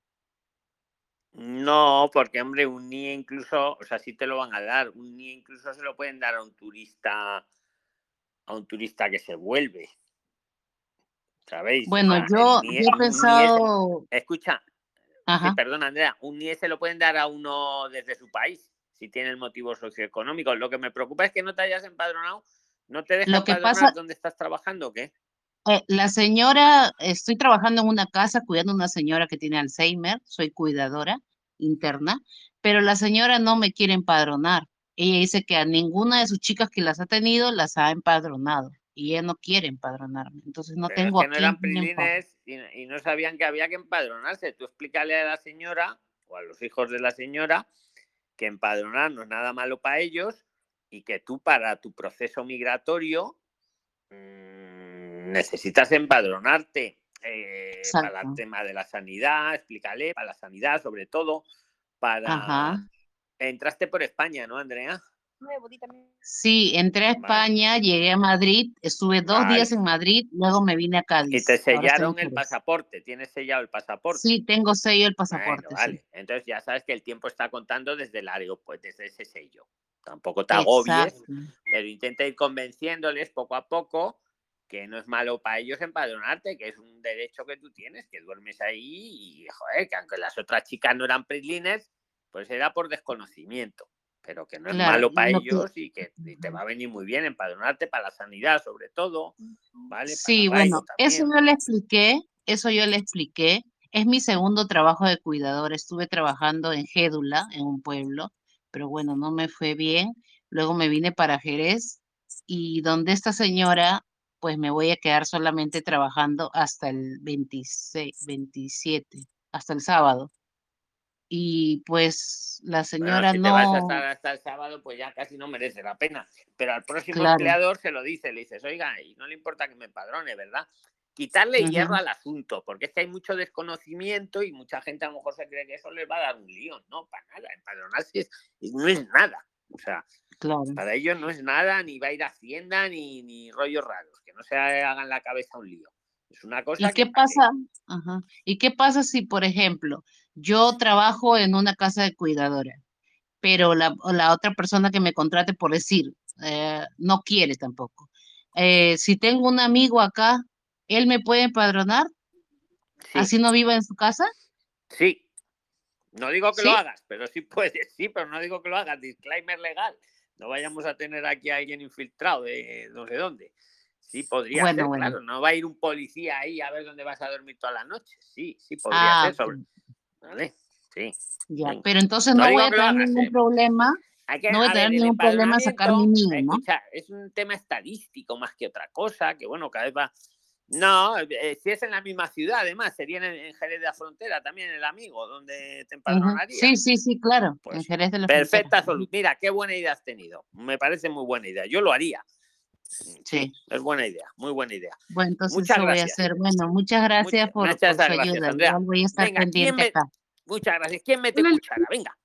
No, porque hombre, un N I E incluso, o sea, sí te lo van a dar. Un N I E incluso se lo pueden dar a un turista, a un turista que se vuelve. ¿Sabéis? Bueno, O sea, yo, el N I E, yo he un N I E pensado... se- escucha, Ajá. sí, perdona, Andrea, un N I E se lo pueden dar a uno desde su país, si tiene el motivo socioeconómico. Lo que me preocupa es que no te hayas empadronado. ¿No te deja Lo que empadronar pasa, donde estás trabajando o qué? eh, la señora, estoy trabajando en una casa cuidando a una señora que tiene Alzheimer, soy cuidadora interna, pero la señora no me quiere empadronar. Ella dice que a ninguna de sus chicas que las ha tenido las ha empadronado y ella no quiere empadronarme. Entonces no Pero es tengo que a no quién eran empadronar. prilines y, y no sabían que había que empadronarse. Tú explícale a la señora o a los hijos de la señora que empadronar no es nada malo para ellos y que tú para tu proceso migratorio mmm, necesitas empadronarte eh, para el Exacto. tema de la sanidad, explícale, para la sanidad sobre todo, para... Ajá. Entraste por España, ¿no, Andrea? Sí, entré a Vale, España, llegué a Madrid, estuve dos días vale. en Madrid, luego me vine a Y te Cádiz. Ahora estoy en sellaron el Jerez. pasaporte, tienes sellado el pasaporte. Sí, tengo sello el Bueno, pasaporte, sí. vale. Entonces ya sabes que el tiempo está contando desde el aeropuerto, desde ese sello. Tampoco te agobies, Exacto. pero intenta ir convenciéndoles poco a poco que no es malo para ellos empadronarte, que es un derecho que tú tienes, que duermes ahí y, joder, que aunque las otras chicas no eran PRIXLINERS, pues era por desconocimiento, pero que no es Claro, malo para lo que... ellos y que y te va a venir muy bien empadronarte para la sanidad, sobre todo, ¿vale? Para Sí, arraigo bueno, eso también. yo le expliqué, eso yo le expliqué. Es mi segundo trabajo de cuidador. Estuve trabajando en Gédula, en un pueblo, pero bueno, no me fue bien. Luego me vine para Jerez y donde esta señora, pues me voy a quedar solamente trabajando hasta el veintiséis, veintisiete, hasta el sábado. Y pues la Bueno, señora si te vas a no, estar hasta el sábado, pues ya casi no merece la pena. Pero al próximo claro. empleador se lo dice, le dices, oiga, y no le importa que me empadrone, ¿verdad? Quitarle hierro Ujú. al asunto, porque es que hay mucho desconocimiento y mucha gente a lo mejor se cree que eso les va a dar un lío. No, para nada, empadronarse es, no es nada. O sea, Claro. para ellos no es nada, ni va a ir a Hacienda, ni, ni rollos raros, que no se hagan la cabeza un lío. Es una cosa ¿Y que qué para qué. pasa? Ajá. ¿Y qué pasa si, por ejemplo, yo trabajo en una casa de cuidadora, pero la, o la otra persona que me contrate, por decir, eh, no quiere tampoco? Eh, si tengo un amigo acá, ¿él me puede empadronar? ¿Así Sí, no viva en su casa? sí. No digo que lo ¿Sí? hagas, pero sí puedes, sí, pero no digo que lo hagas. Disclaimer legal. No vayamos a tener aquí a alguien infiltrado de no sé dónde. Sí, podría Bueno, ser, bueno. claro. No va a ir un policía ahí a ver dónde vas a dormir toda la noche. Sí, sí, podría Ah, ser. Sobre... ok. ¿Vale? Sí. Ya, Venga. pero entonces No no voy digo a que lo tener hagas, ningún ¿eh? problema, Hay que, no voy a a tener ver, el ningún problema en sacar mi empadronamiento, N I E, ¿no? escucha, es un tema estadístico más que otra cosa, que bueno, cada vez va... No, eh, si es en la misma ciudad, además, sería en, en Jerez de la Frontera, también el amigo, donde te Ujú. empadronaría. Sí, sí, sí, claro, en Pues Jerez de la Frontera. perfecta Ujú. solución. Mira, qué buena idea has tenido. Me parece muy buena idea. Yo lo haría. Sí, Sí. es buena idea, muy buena idea. Bueno, entonces Muchas eso voy a gracias. hacer. Bueno, muchas gracias Muchas, por, muchas por su gracias, ayuda. Andrea. Igual voy a estar Venga, ¿quién pendiente me... acá. Muchas gracias. ¿Quién mete cuchara? Venga.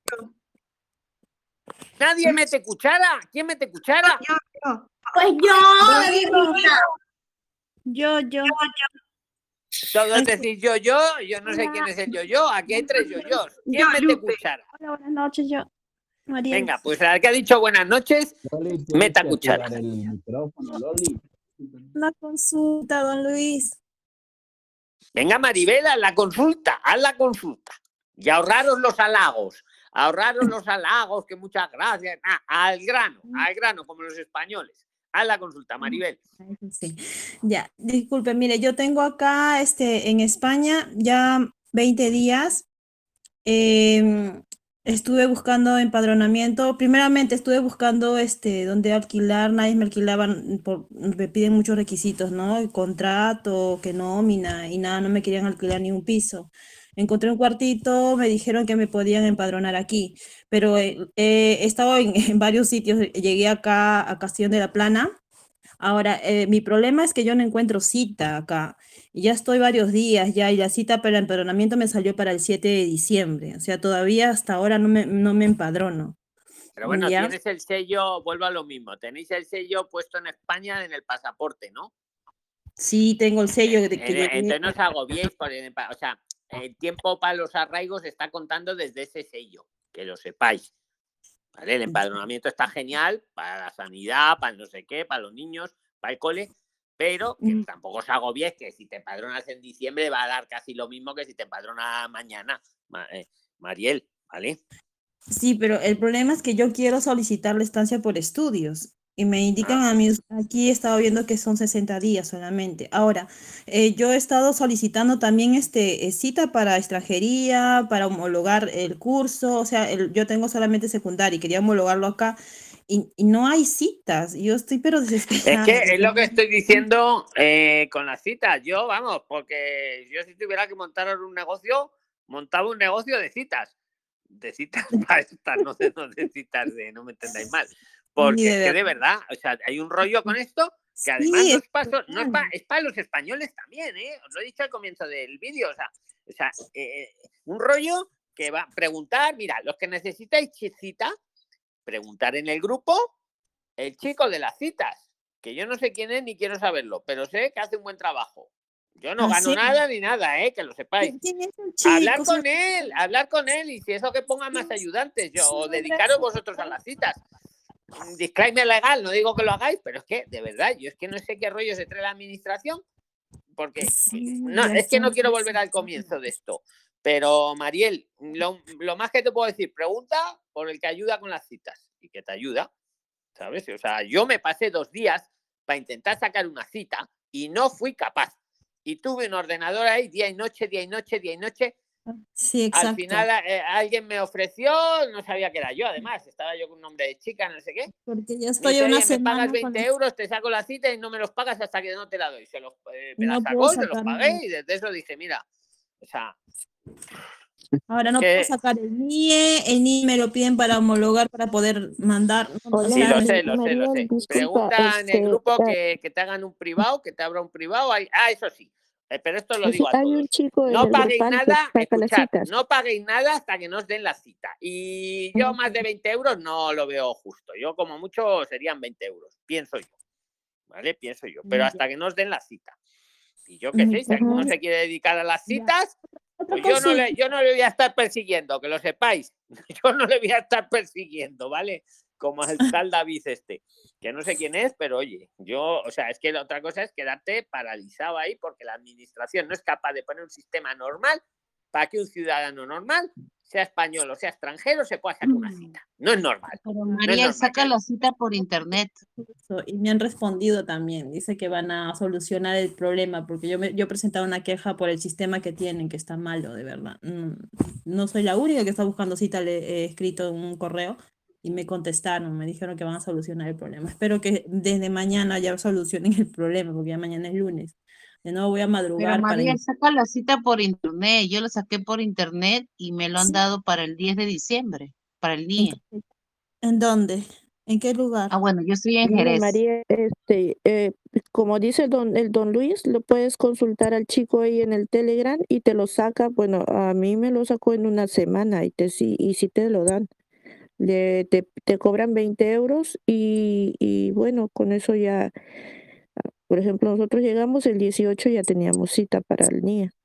¿Nadie mete cuchara? ¿Quién mete cuchara? Yo, yo. Pues yo, Yo, yo. Todos decís yo, yo, yo no sé quién es el yo, yo. Aquí hay tres yo-yos. ¿Quién Yo, mete Lupe. cuchara? Hola, buenas noches, yo. Mariel. Venga, pues al que ha dicho buenas noches, Loli, tienes meta que cuchara. activar el micrófono, Loli. Una consulta, don Luis. Venga, Maribel, haz la consulta, haz la consulta. Y ahorraros los halagos, ahorraros los halagos, que muchas gracias. Ah, al grano, al grano, como los españoles. Haz la consulta, Maribel. Sí. Ya, disculpe, mire, yo tengo acá este, en España ya veinte días. Eh, estuve buscando empadronamiento. Primeramente estuve buscando este, dónde alquilar, nadie me alquilaban, por, me piden muchos requisitos, ¿no? El contrato, que nómina y nada, no me querían alquilar ni un piso. Encontré un cuartito, me dijeron que me podían empadronar aquí, pero eh, eh, he estado en, en varios sitios. Llegué acá a Castellón de la Plana, Ahora, eh, mi problema es que yo no encuentro cita acá. Y ya estoy varios días ya y la cita para el empadronamiento me salió para el siete de diciembre. O sea, todavía hasta ahora no me, no me empadrono. Pero bueno, ¿Ya? tienes el sello, vuelvo a lo mismo, tenéis el sello puesto en España en el pasaporte, ¿no? Sí, tengo el sello de que Eh, llegué. Entonces no os agobiéis, por el, o sea, el tiempo para los arraigos está contando desde ese sello, que lo sepáis. ¿Vale? El empadronamiento está genial para la sanidad, para no sé qué, para los niños, para el cole, pero que Mm. tampoco os agobiéis que si te empadronas en diciembre va a dar casi lo mismo que si te empadronas mañana, Ma- eh, Mariel, ¿vale? Sí, pero el problema es que yo quiero solicitar la estancia por estudios y me indican a mí, aquí he estado viendo que son sesenta días solamente. Ahora, eh, yo he estado solicitando también este, eh, cita para extranjería, para homologar el curso, o sea, el- yo tengo solamente secundaria y quería homologarlo acá y, y no hay citas. Yo estoy pero Es desesperada. que es lo que estoy diciendo eh, con las citas. Yo, vamos, porque yo si tuviera que montar un negocio, montaba un negocio de citas. De citas para estas, no de, no de citas de, no me entendáis mal. Ni Porque de es que de verdad. verdad, o sea, hay un rollo con esto que además Sí, no es es, para, no es, total. para, es para los españoles también, ¿eh? Os lo he dicho al comienzo del vídeo. O sea, o sea eh, un rollo que va a preguntar, mira, los que necesitáis cita, preguntar en el grupo el chico de las citas, que yo no sé quién es ni quiero saberlo, pero sé que hace un buen trabajo. Yo no Ah, gano sí. nada ni nada, ¿eh? Que lo sepáis. ¿Quién es el Hablar chico? O sea, con él, hablar con él y si eso que ponga más ayudantes, yo, o dedicaros vosotros a las citas. Disclaimer legal, no digo que lo hagáis, pero es que, de verdad, yo es que no sé qué rollo se trae la administración, porque no, ya es que no son quiero volver al comienzo de esto. Pero, Mariel, lo, lo más que te puedo decir, pregunta por el que ayuda con las citas y que te ayuda, ¿sabes? O sea, yo me pasé dos días para intentar sacar una cita y no fui capaz. Y tuve un ordenador ahí día y noche, día y noche, día y noche. Sí, Al exacto. final eh, alguien me ofreció, no sabía que era yo, además, estaba yo con un nombre de chica, no sé qué. Porque ya Me estoy dice, una oye, me pagas semana con veinte euros, te saco la cita y no me los pagas hasta que no te la doy. Se los, eh, y me la no puedo sacó, se los sacar pagué nada. y desde eso dije, mira, o sea, Ahora es no puedo que sacar el N I E, el N I E me lo piden para homologar, para poder mandar. O Hola, sí, sea, lo Mari- sé, lo sé, lo Mariel, sé. disculpa, Pregunta en el este, grupo eh, que, que te hagan un privado, que te abra un privado. Hay- Ah, eso sí, eh, pero esto lo sí, digo a hay un todos. chico en No el paguéis grupal que nada, saca las escuchad, citas. no paguéis nada hasta que no os den la cita. Y yo más de veinte euros no lo veo justo. Yo como mucho serían veinte euros, pienso yo. ¿Vale? Pienso yo. Pero hasta que no os den la cita. Y yo qué sé, si alguno se quiere dedicar a las citas, pues yo no, le, yo no le voy a estar persiguiendo, que lo sepáis. Yo no le voy a estar persiguiendo, ¿vale? Como el tal David este, que no sé quién es, pero oye, yo, o sea, es que la otra cosa es quedarte paralizado ahí porque la administración no es capaz de poner un sistema normal para que un ciudadano normal, sea español o sea extranjero, se pueda sacar una cita. No es normal. Pero No es Mariel, normal. saca la cita por internet. Eso, y me han respondido también, dice que van a solucionar el problema, porque yo, me, yo he presentado una queja por el sistema que tienen, que está malo, de verdad. Mm, No soy la única que está buscando cita, le he escrito en un correo y me contestaron, me dijeron que van a solucionar el problema. Espero que desde mañana ya solucionen el problema, porque ya mañana es lunes. De nuevo voy a Pero madrugar para... Mariel, saca la cita por internet. Yo la saqué por internet y me lo han Sí. dado para el diez de diciembre, para el ¿En, N I E. qué- ¿En dónde? ¿En qué lugar? Ah, bueno, yo estoy en Mira, Jerez. María, este, eh, como dice el don, el don Luis, lo puedes consultar al chico ahí en el Telegram y te lo saca. Bueno, a mí me lo sacó en una semana y te sí, y sí te lo dan. Le, te, te cobran veinte euros y, y bueno, con eso ya, por ejemplo, nosotros llegamos el dieciocho y ya teníamos cita para el N I E.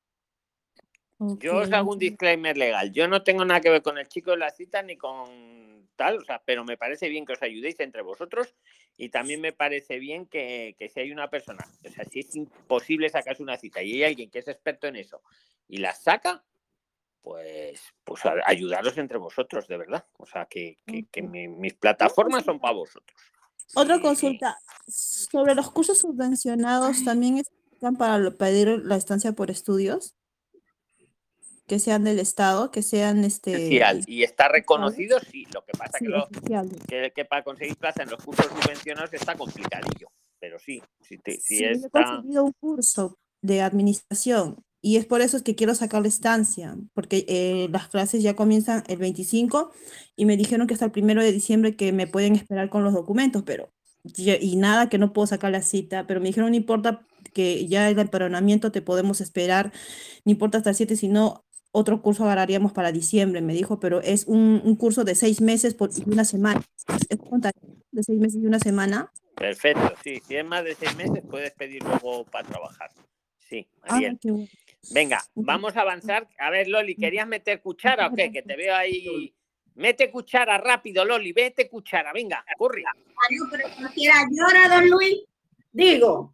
Yo os hago un disclaimer legal. Yo no tengo nada que ver con el chico de la cita ni con tal, o sea, pero me parece bien que os ayudéis entre vosotros y también me parece bien que, que si hay una persona, o sea, si es imposible sacarse una cita y hay alguien que es experto en eso y la saca, pues, pues ayudaros entre vosotros, de verdad. O sea, que, que, que mi, mis plataformas son para vosotros. Otra consulta, sobre los cursos subvencionados, ¿también están para lo- pedir la estancia por estudios? Que sean del Estado, que sean este... Oficial. Y está reconocido, sí. Lo que pasa Sí, que, lo, oficiales. que, que para conseguir plaza en los cursos subvencionados está complicadillo. Pero sí, si, te, si Sí, yo he está... conseguido un curso de administración y es por eso es que quiero sacar la estancia, porque eh, las clases ya comienzan el veinticinco y me dijeron que hasta el primero de diciembre que me pueden esperar con los documentos, pero y, y nada, que no puedo sacar la cita, pero me dijeron, no importa que ya el empadronamiento te podemos esperar, no importa hasta el siete, sino otro curso agarraríamos para diciembre, me dijo, pero es un, un curso de seis meses por, y una semana. ¿Es contacto de seis meses y una semana? Perfecto, sí. Si es más de seis meses, puedes pedir luego para trabajar. Sí, Ah, bien. qué bueno. Venga, vamos a avanzar. A ver, Loli, ¿querías meter cuchara o qué? Que te veo ahí. Mete cuchara rápido, Loli, vete cuchara, venga, corre. Ay, pero cualquiera llora, don Luis. Digo,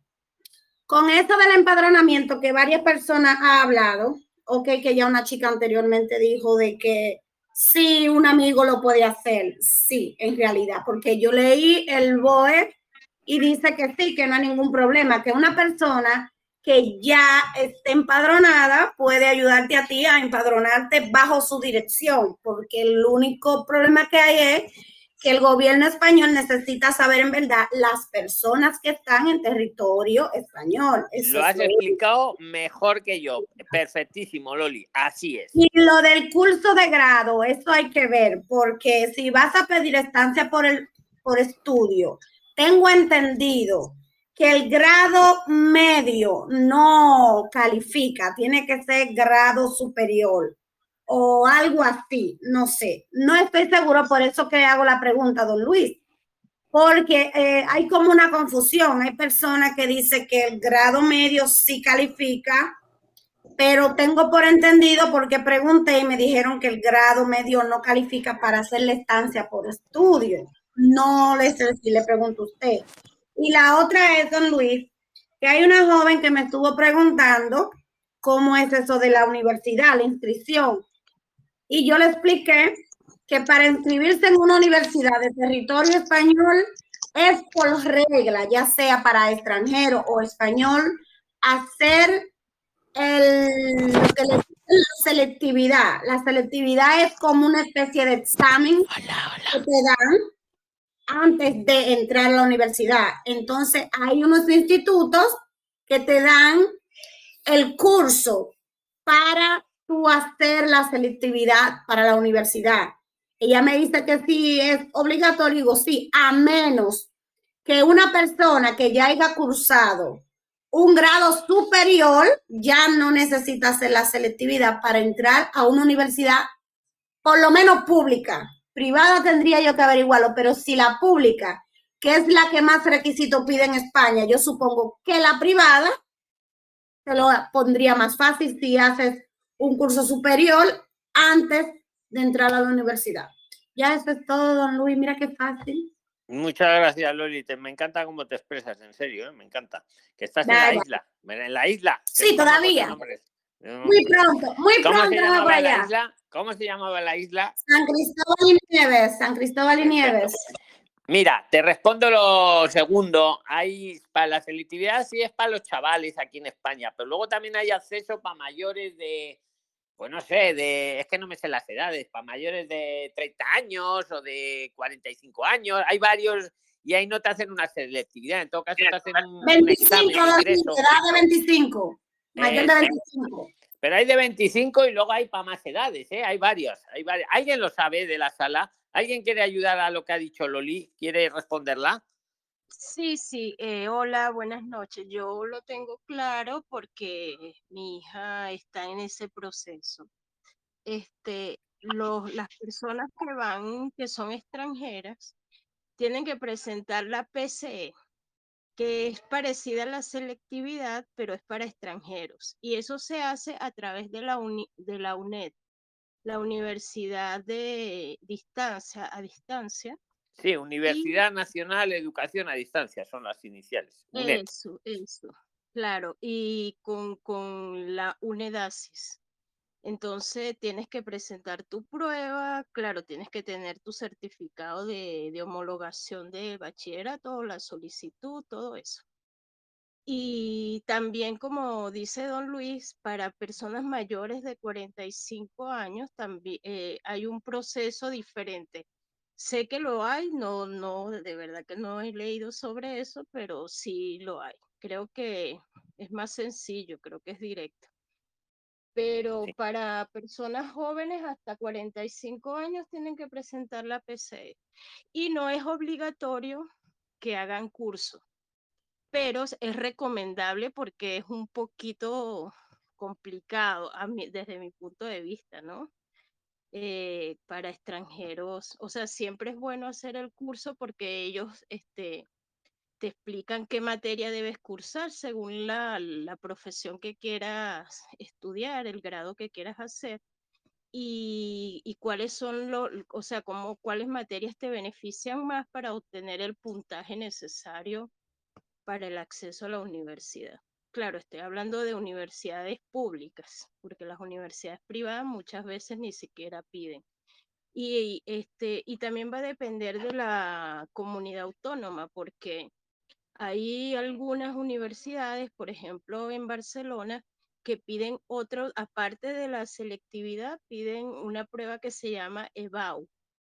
con esto del empadronamiento que varias personas han hablado, ok, que ya una chica anteriormente dijo de que sí, un amigo lo puede hacer, sí, en realidad, porque yo leí el B O E y dice que sí, que no hay ningún problema, que una persona que ya esté empadronada puede ayudarte a ti a empadronarte bajo su dirección, porque el único problema que hay es que el gobierno español necesita saber en verdad las personas que están en territorio español. Eso Lo es has lo explicado mejor que yo. Perfectísimo, Loli, así es. Y lo del curso de grado, eso hay que ver, porque si vas a pedir estancia por, el, por estudio, tengo entendido que el grado medio no califica, tiene que ser grado superior o algo así, no sé. No estoy seguro, por eso que hago la pregunta, don Luis, porque eh, hay como una confusión. Hay personas que dicen que el grado medio sí califica, pero tengo por entendido, porque pregunté y me dijeron que el grado medio no califica para hacer la estancia por estudio. No le sé si le pregunto a usted. Y la otra es, don Luis, que hay una joven que me estuvo preguntando cómo es eso de la universidad, la inscripción. Y yo le expliqué que para inscribirse en una universidad de territorio español es por regla, ya sea para extranjero o español, hacer el, lo que le dicen la selectividad. La selectividad es como una especie de examen hola, hola. que te dan antes de entrar a la universidad. Entonces, hay unos institutos que te dan el curso para tú hacer la selectividad para la universidad. Ella me dice que sí es obligatorio, digo sí, a menos que una persona que ya haya cursado un grado superior ya no necesita hacer la selectividad para entrar a una universidad, por lo menos pública. Privada tendría yo que averiguarlo, pero si la pública, que es la que más requisitos pide en España, yo supongo que la privada te lo pondría más fácil si haces un curso superior antes de entrar a la universidad. Ya eso es todo, don Luis, mira qué fácil. Muchas gracias, Loli. Te, me encanta cómo te expresas, en serio, ¿eh? Me encanta. Que estás en la isla. En la isla. Sí, todavía. Muy pronto, muy ¿Cómo pronto se llamaba para la allá. isla? ¿Cómo se llamaba la isla? San Cristóbal y Nieves, San Cristóbal y Nieves. Mira, te respondo lo segundo. Hay para la selectividad sí es para los chavales aquí en España, pero luego también hay acceso para mayores de, pues no sé, de, es que no me sé las edades, para mayores de treinta años o de cuarenta y cinco años. Hay varios y ahí no te hacen una selectividad. En todo caso te hacen un, veinticinco, un examen de ingreso. Edad de veinticinco. Mayor de veinticinco. Pero hay de veinticinco y luego hay para más edades, ¿eh? Hay varios, hay varios. ¿Alguien lo sabe de la sala? ¿Alguien quiere ayudar a lo que ha dicho Loli? ¿Quiere responderla? Sí, sí. Eh, hola, buenas noches. Yo lo tengo claro porque mi hija está en ese proceso. Este, los, las personas que van, que son extranjeras, tienen que presentar la P C E, que es parecida a la selectividad, pero es para extranjeros. Y eso se hace a través de la, uni, de la UNED, la Universidad de Distancia a Distancia. Sí, Universidad y... Nacional de Educación a Distancia, son las iniciales. UNED. Eso, eso, claro. Y con, con la UNEDASIS. Entonces tienes que presentar tu prueba, claro, tienes que tener tu certificado de, de homologación de bachillerato, la solicitud, todo eso. Y también, como dice don Luis, para personas mayores de cuarenta y cinco años también eh, hay un proceso diferente. Sé que lo hay, no, no, de verdad que no he leído sobre eso, pero sí lo hay. Creo que es más sencillo, creo que es directo. Pero sí. Para personas jóvenes hasta cuarenta y cinco años tienen que presentar la P C E. Y no es obligatorio que hagan curso, pero es recomendable porque es un poquito complicado a mí, desde mi punto de vista, ¿no? Eh, para extranjeros, o sea, siempre es bueno hacer el curso porque ellos este, te explican qué materia debes cursar según la, la profesión que quieras estudiar, el grado que quieras hacer. Y, y cuáles son los, o sea, cómo, cuáles materias te benefician más para obtener el puntaje necesario para el acceso a la universidad. Claro, estoy hablando de universidades públicas, porque las universidades privadas muchas veces ni siquiera piden. Y, este, y también va a depender de la comunidad autónoma, porque hay algunas universidades, por ejemplo en Barcelona, que piden otro, aparte de la selectividad, piden una prueba que se llama EBAU.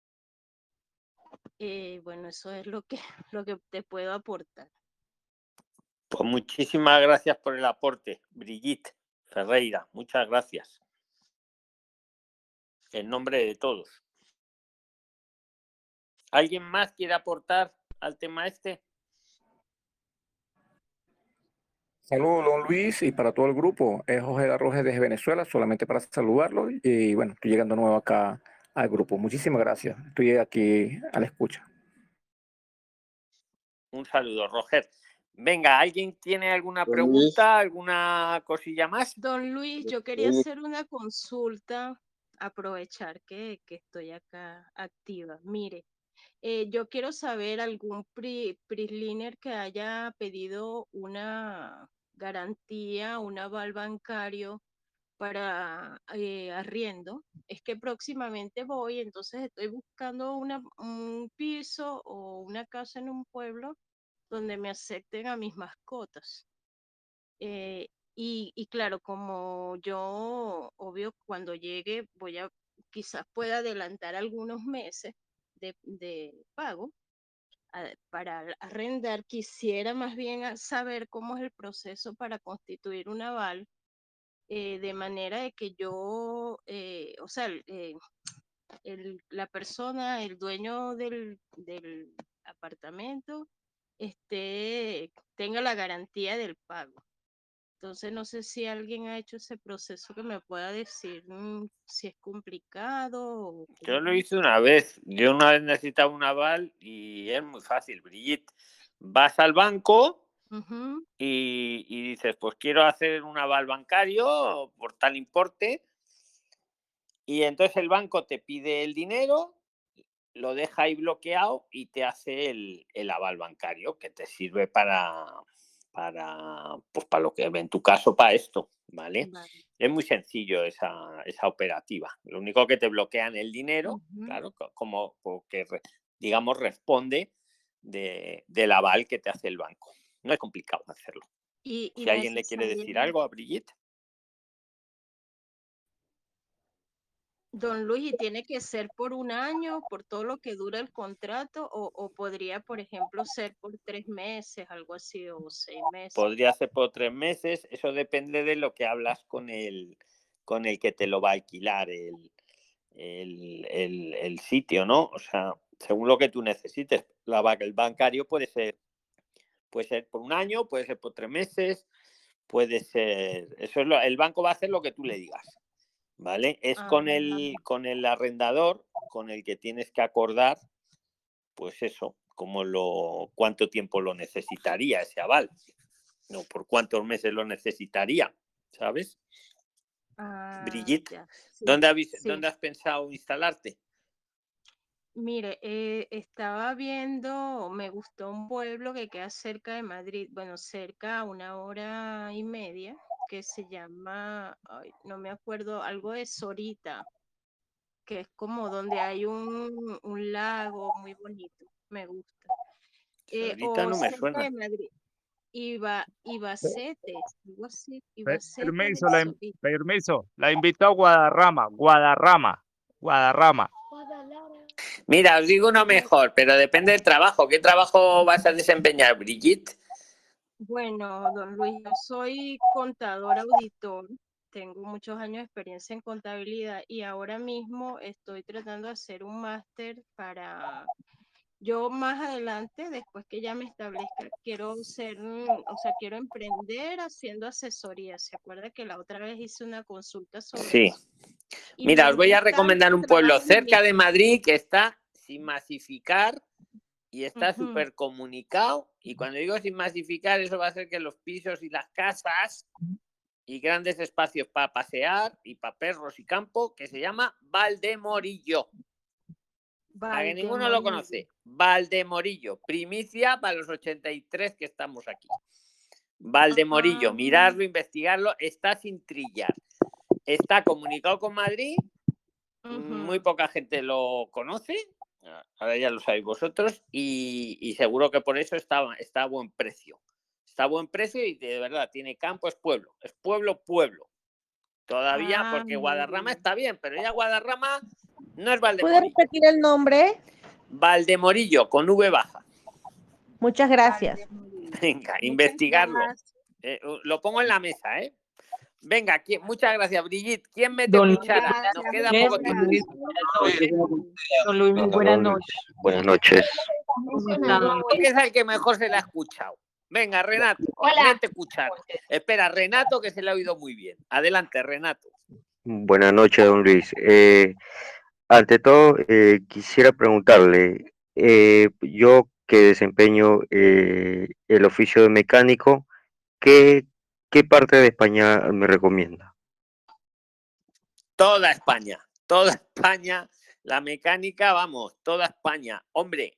Eh, bueno, eso es lo que, lo que te puedo aportar. Pues muchísimas gracias por el aporte, Brigitte Ferreira. Muchas gracias. En nombre de todos. ¿Alguien más quiere aportar al tema este? Saludos, don Luis, y para todo el grupo. Es José Arrojes desde Venezuela, solamente para saludarlo. Y bueno, estoy llegando nuevo acá al grupo. Muchísimas gracias. Estoy aquí a la escucha. Un saludo, Roger. Venga, ¿alguien tiene alguna Don pregunta, Luis. alguna cosilla más? Don Luis, yo quería hacer una consulta, aprovechar que, que estoy acá activa. Mire, eh, yo quiero saber algún pri, PRIXLINER que haya pedido una garantía, un aval bancario para eh, arriendo. Es que próximamente voy, entonces estoy buscando una, un piso o una casa en un pueblo donde me acepten a mis mascotas. Eh, y, y claro, como yo, obvio, cuando llegue voy a, quizás pueda adelantar algunos meses de, de pago a- para arrendar, quisiera más bien a saber cómo es el proceso para constituir un aval, eh, de manera de que yo, eh, o sea, el, eh, el- la persona, el dueño del, del apartamento, este, tenga la garantía del pago. Entonces no sé si alguien ha hecho ese proceso que me pueda decir mm, si es complicado o Yo lo cómo es. hice una vez. Yo una vez necesitaba un aval y es muy fácil, Brigitte. Vas al banco Ujú. y, y dices, pues quiero hacer un aval bancario por tal importe. Y entonces el banco te pide el dinero, lo deja ahí bloqueado y te hace el, el aval bancario que te sirve para, para, pues para lo que en tu caso, para esto, ¿vale? Vale. Es muy sencillo esa, esa operativa. Lo único que te bloquean el dinero, Ujú. claro, como porque, digamos, responde de, del aval que te hace el banco. No es complicado hacerlo. Y, y Si alguien le quiere decir necesariamente, algo a Brigitte. don Luis, ¿y tiene que ser por un año, por todo lo que dura el contrato, o, o podría, por ejemplo, ser por tres meses, algo así, o seis meses? Podría ser por tres meses, eso depende de lo que hablas con el, con el que te lo va a alquilar el, el, el, el sitio, ¿no? O sea, según lo que tú necesites. La, el bancario puede ser, puede ser por un año, puede ser por tres meses, puede ser... Eso es lo, el banco va a hacer lo que tú le digas, ¿vale? Es Ah, con el, con el arrendador con el que tienes que acordar, pues eso, como lo, cuánto tiempo lo necesitaría ese aval. No, por cuántos meses lo necesitaría, ¿sabes? ah, Brigitte, ya, sí, ¿dónde, habéis, sí. ¿dónde has pensado instalarte? Mire, eh, estaba viendo, me gustó un pueblo que queda cerca de Madrid, bueno, cerca a una hora y media, que se llama, ay, no me acuerdo, algo de Sorita, que es como donde hay un, un lago muy bonito, me gusta. Eh, Ahorita o no me cerca suena. de Madrid, Iba, Ibacete, algo así, Ibacete de Permiso, la, in- Sorita. permiso. La invito a Guadarrama, Guadarrama, Guadarrama. Mira, os digo uno mejor, pero depende del trabajo. ¿Qué trabajo vas a desempeñar, Brigitte? Bueno, don Luis, yo soy contador auditor, tengo muchos años de experiencia en contabilidad y ahora mismo estoy tratando de hacer un máster para Yo más adelante, después que ya me establezca, quiero ser, mm, o sea, quiero emprender haciendo asesoría. ¿Se acuerda que la otra vez hice una consulta sobre Sí. eso? Y Mira, os voy a mientras recomendar tanto, un pueblo trabajo en mi cerca de Madrid que está sin masificar y está Ujú. súper comunicado. Y cuando digo sin masificar, eso va a hacer que los pisos y las casas y grandes espacios para pasear y para perros y campo, que se llama Valdemorillo. Para que ninguno lo Valdemorillo. conoce. Valdemorillo. Primicia para los ochenta y tres que estamos aquí. Valdemorillo. Ah. Mirarlo, investigarlo. Está sin trillar. Está comunicado con Madrid. Muy Ujú. poca gente lo conoce. Ahora ya lo sabéis vosotros. Y, y seguro que por eso está, está a buen precio. Está a buen precio y de verdad tiene campo, es pueblo. Es pueblo, pueblo. Todavía, Ah, porque muy Guadarrama bien. está bien, pero ya Guadarrama no es ¿Puede Valdemorillo. repetir el nombre? Valdemorillo, con V baja. Muchas gracias. Valdemorillo. Venga, Muchas investigarlo. gracias. Eh, lo pongo en la mesa, ¿eh? Venga, ¿quién? Muchas gracias, Brigitte. ¿Quién mete Don Luis, cuchara? Gracias, Nos queda Luis, poco Don tiempo. Luis, Don Luis, muy Venga, buenas don Luis. noches. Buenas noches. ¿Cómo está, don Creo que Luis? es el que mejor se le ha escuchado. Venga, Renato, Hola. mete cuchara. Espera, Renato, que se le ha oído muy bien. Adelante, Renato. Buenas noches, don Luis. Eh, ante todo, eh, quisiera preguntarle, eh, yo que desempeño eh, el oficio de mecánico, ¿qué, qué parte de España me recomienda? Toda España, toda España, la mecánica, vamos, toda España. Hombre,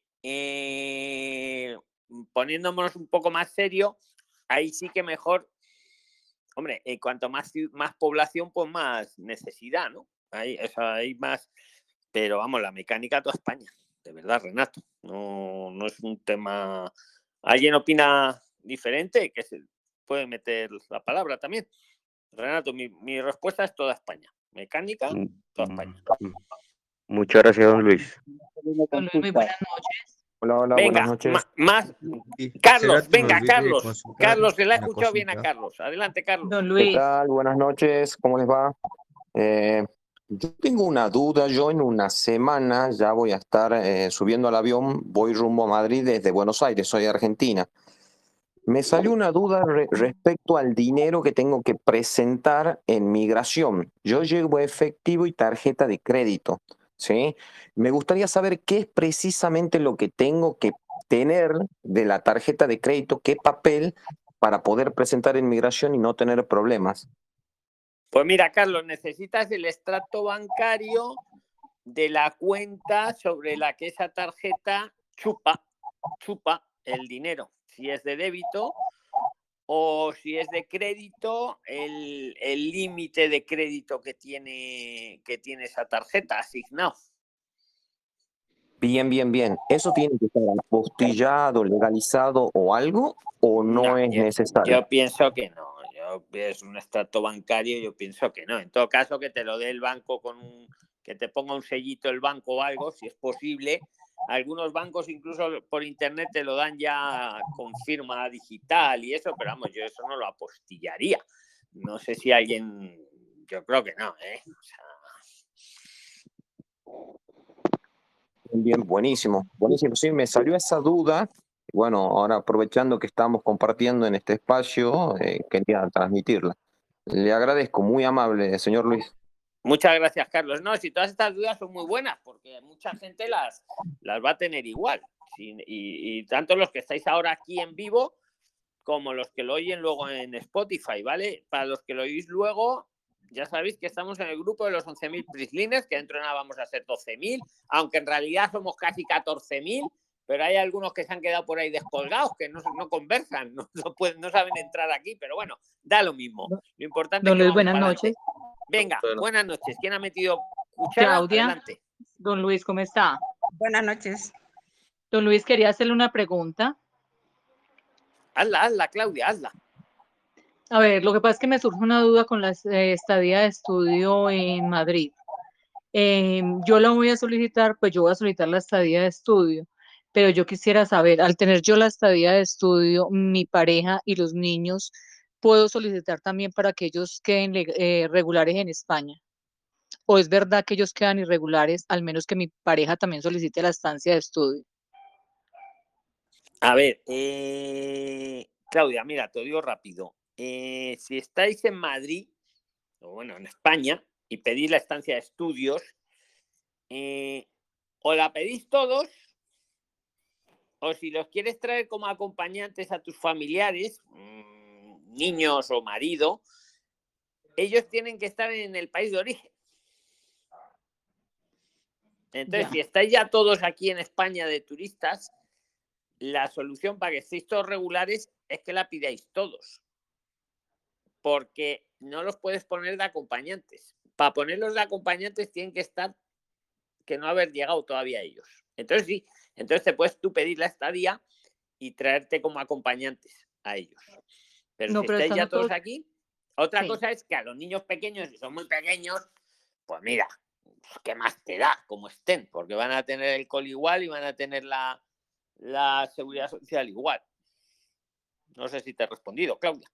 eh, poniéndonos un poco más serio, ahí sí que mejor, hombre, eh, cuanto más, más población, pues más necesidad, ¿no? Hay, o sea, hay más, pero vamos, la mecánica toda España, de verdad, Renato. No, no es un tema. ¿Alguien opina diferente? Que se puede meter la palabra también. Renato, mi, mi respuesta es toda España. Mecánica, toda España. Muchas gracias, don Luis. Don Luis, muy buenas noches. Hola, hola, Venga, buenas noches. ma- más. Sí, Carlos, Cerati, me venga, olvidé de Carlos. consultar Carlos, se le ha una escuchado bien a cosita. Carlos. Adelante, Carlos. Don ¿Qué Luis, tal? Buenas noches, ¿cómo les va? Eh, yo tengo una duda, yo en una semana ya voy a estar eh, subiendo al avión, voy rumbo a Madrid desde Buenos Aires, soy de Argentina. Me salió una duda re- respecto al dinero que tengo que presentar en migración. Yo llevo efectivo y tarjeta de crédito, ¿sí? Me gustaría saber qué es precisamente lo que tengo que tener de la tarjeta de crédito, qué papel para poder presentar en migración y no tener problemas. Pues mira, Carlos, necesitas el extracto bancario de la cuenta sobre la que esa tarjeta chupa, chupa el dinero. Si es de débito o si es de crédito, el el límite de crédito que tiene, que tiene esa tarjeta asignado. Bien, bien, bien. ¿Eso tiene que estar apostillado, legalizado o algo? ¿O no No, es yo, necesario? yo pienso que no. Yo, es un extracto bancario, yo pienso que no. En todo caso, que te lo dé el banco con un, que te ponga un sellito el banco o algo, si es posible. Algunos bancos incluso por internet te lo dan ya con firma digital y eso, pero vamos, yo eso no lo apostillaría. No sé si alguien, yo creo que no, ¿eh? O sea, Bien, buenísimo, buenísimo. Sí, me salió esa duda. Bueno, ahora aprovechando que estamos compartiendo en este espacio, eh, quería transmitirla. Le agradezco, muy amable, señor Luis. muchas gracias, Carlos. No, si todas estas dudas son muy buenas, porque mucha gente las, las va a tener igual. Sí, y, y tanto los que estáis ahora aquí en vivo como los que lo oyen luego en Spotify, ¿vale? Para los que lo oís luego, ya sabéis que estamos en el grupo de los once mil prislines, que dentro de nada vamos a ser doce mil, aunque en realidad somos casi catorce mil, pero hay algunos que se han quedado por ahí descolgados, que no, no conversan, no, no, pueden, no saben entrar aquí, pero bueno, da lo mismo. Lo importante Don es que Luis, vamos buenas para noches. adelante. Venga, buenas noches. ¿Quién ha metido cuchara? Claudia. Adelante. Don Luis, ¿cómo está? Buenas noches. Don Luis, quería hacerle una pregunta. Hazla, hazla, Claudia, hazla. A ver, lo que pasa es que me surge una duda con la eh, estadía de estudio en Madrid. Eh, yo la voy a solicitar, pues yo voy a solicitar la estadía de estudio, pero yo quisiera saber, al tener yo la estadía de estudio, mi pareja y los niños, ¿puedo solicitar también para que ellos queden leg- eh, regulares en España? ¿O es verdad que ellos quedan irregulares, al menos que mi pareja también solicite la estancia de estudio? A ver, eh, Claudia, mira, te lo digo rápido. Eh, si estáis en Madrid, o bueno, en España, y pedís la estancia de estudios, eh, o la pedís todos, o si los quieres traer como acompañantes a tus familiares, mmm, niños o marido, ellos tienen que estar en el país de origen. Entonces, Ya. si estáis ya todos aquí en España de turistas, la solución para que estéis todos regulares es que la pidáis todos. Porque no los puedes poner de acompañantes. Para ponerlos de acompañantes tienen que estar, que no haber llegado todavía ellos. Entonces sí, entonces te puedes tú pedir la estadía y traerte como acompañantes a ellos. Pero No, si pero estáis ya estando todos todos, aquí, otra sí. cosa es que a los niños pequeños, si son muy pequeños, pues mira, ¿qué más te da como estén? Porque van a tener el col igual y van a tener la, la seguridad social igual. No sé si te he respondido, Claudia.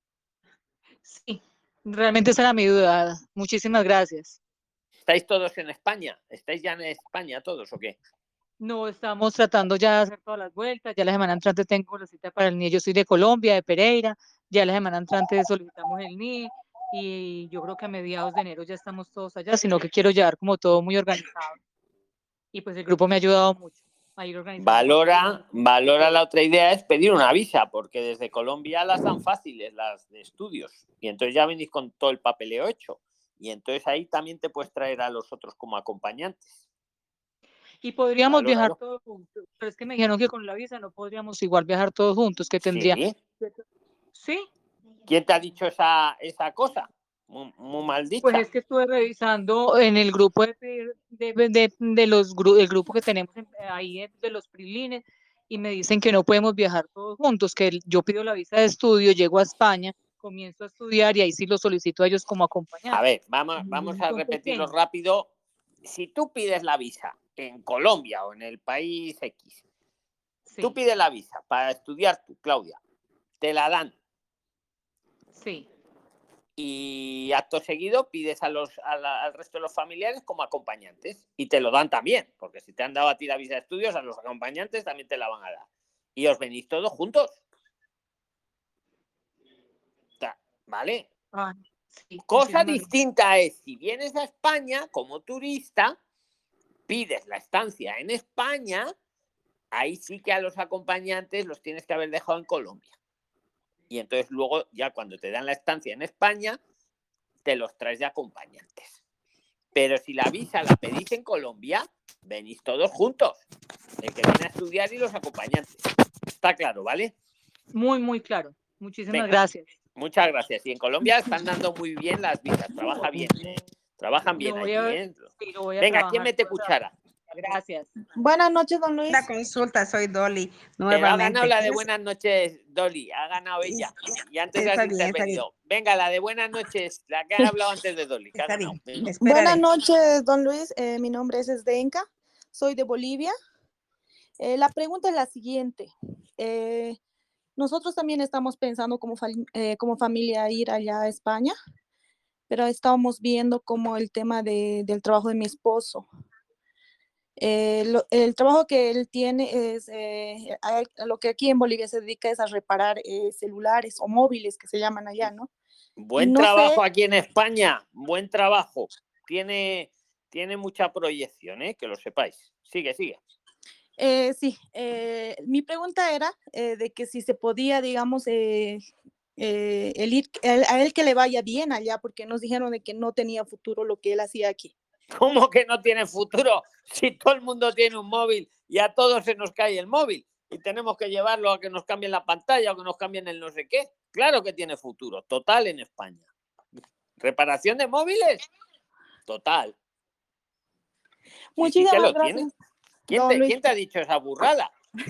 Sí, realmente esa era mi duda. Muchísimas gracias. ¿Estáis todos en España? ¿Estáis ya en España todos o qué? No, estamos tratando ya de hacer todas las vueltas. Ya la semana entrante tengo la cita para el N I E. Yo soy de Colombia, de Pereira. Ya la semana entrante solicitamos el N I E y yo creo que a mediados de enero ya estamos todos allá, sino que quiero llevar como todo muy organizado. Y pues el grupo me ha ayudado mucho a ir organizando Valora, papeles y valora todo. la otra idea es pedir una visa, porque desde Colombia las dan fáciles, las de estudios. Y entonces ya venís con todo el papeleo hecho. Y entonces ahí también te puedes traer a los otros como acompañantes. Y podríamos viajar Valóralo. todos juntos, pero es que me dijeron que con la visa no podríamos igual viajar todos juntos, que tendría... Sí. ¿Sí? ¿Quién te ha dicho esa, esa cosa? Muy, muy mal dicha. Pues es que estuve revisando en el grupo de, de, de, de los gru el grupo que tenemos en, ahí de, de los prilines y me dicen que no podemos viajar todos juntos, que yo pido la visa de estudio, llego a España, comienzo a estudiar y ahí sí los solicito a ellos como acompañantes. A ver, vamos, vamos a Son repetirlo pequeños. rápido. Si tú pides la visa en Colombia o en el país X, Sí. tú pides la visa para estudiar tú, Claudia, te la dan. Sí. Y acto seguido pides a los, a la, al resto de los familiares como acompañantes y te lo dan también, porque si te han dado a ti la visa de estudios, a los acompañantes también te la van a dar. Y os venís todos juntos. ¿Vale? Ah, sí, Cosa muchísimas distinta es, si vienes a España como turista, pides la estancia en España, ahí sí que a los acompañantes los tienes que haber dejado en Colombia. Y entonces luego, ya cuando te dan la estancia en España, te los traes de acompañantes. Pero si la visa la pedís en Colombia, venís todos juntos. El que viene a estudiar y los acompañantes. Está claro, ¿vale? Muy, muy claro. Muchísimas Venga, gracias. muchas gracias. Y en Colombia están dando muy bien las visas. Trabaja bien, ¿eh? Trabajan bien Lo voy allí, a, ¿eh? sí, lo voy a Venga, ¿quién trabajar. mete cuchara? Gracias. Buenas noches, don Luis. La consulta, soy Dolly, Pero ha ganado nuevamente. la de buenas noches, Dolly. Ha ganado ella. Y antes Está has bien, está bien. intervenido. Venga, la de buenas noches, la que ha hablado antes de Dolly. Que ha Está ganado. bien. Venga. Buenas noches, don Luis. Eh, mi nombre es Esdenka. Soy de Bolivia. Eh, la pregunta es la siguiente. Eh, nosotros también estamos pensando como, eh, como familia ir allá a España, pero estamos viendo como el tema de, del trabajo de mi esposo. Eh, lo, el trabajo que él tiene es, eh, a, a lo que aquí en Bolivia se dedica es a reparar eh, celulares o móviles que se llaman allá, ¿no? Buen no trabajo sé, aquí en España. Buen trabajo. Tiene, tiene mucha proyección, ¿eh? Que lo sepáis. Sigue, sigue. Eh, sí, eh, mi pregunta era eh, de que si se podía, digamos, eh, eh, el ir, el, a él que le vaya bien allá, porque nos dijeron de que no tenía futuro lo que él hacía aquí. ¿Cómo que no tiene futuro? Si todo el mundo tiene un móvil y a todos se nos cae el móvil y tenemos que llevarlo a que nos cambien la pantalla o que nos cambien el no sé qué. Claro que tiene futuro, total en España. ¿Reparación de móviles? Total. Muchísimas sí que lo gracias. tiene. ¿Quién Don te, Luis. ¿Quién te ha dicho esa burrada?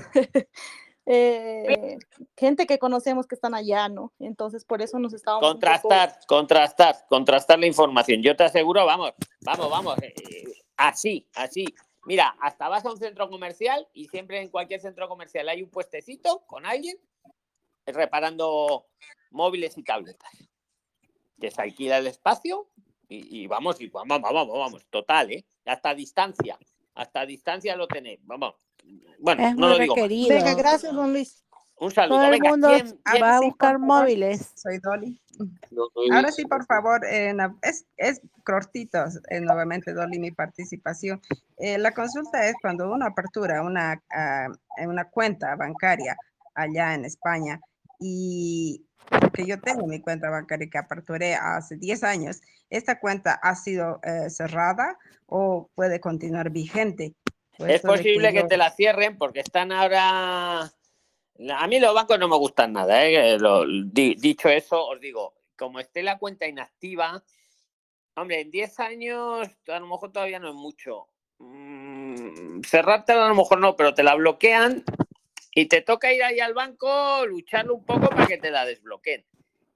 eh, gente que conocemos que están allá, ¿no? Entonces, por eso nos estábamos Contrastar, un poco... contrastar, contrastar la información. Yo te aseguro, vamos, vamos, vamos, eh, así, así. Mira, hasta vas a un centro comercial y siempre en cualquier centro comercial hay un puestecito con alguien reparando móviles y tabletas. Que se alquila el espacio y, y vamos, y vamos, vamos, vamos, vamos, total, ¿eh? Hasta distancia, hasta distancia lo tenéis, vamos, Bueno, Es no muy lo digo más. requerido. Venga, gracias, don Luis. Un saludo. Todo el Venga, mundo ¿quién, quién? va Ahora a sí, buscar por favor, móviles. soy Dolly. Don Ahora Luis, sí, por favor, eh, na- es, es cortito, eh, nuevamente, Dolly, mi participación. Eh, la consulta es cuando uno apertura una, ah, una cuenta bancaria allá en España y porque yo tengo mi cuenta bancaria que aperturé hace diez años, ¿esta cuenta ha sido eh, cerrada o puede continuar vigente? Es Puesto de que posible que yo... te la cierren porque están ahora... A mí los bancos no me gustan nada, ¿eh? Lo, di, dicho eso, os digo, como esté la cuenta inactiva, hombre, en diez años a lo mejor todavía no es mucho. Mm, cerrártela a lo mejor no, pero te la bloquean y te toca ir ahí al banco, lucharlo un poco para que te la desbloqueen.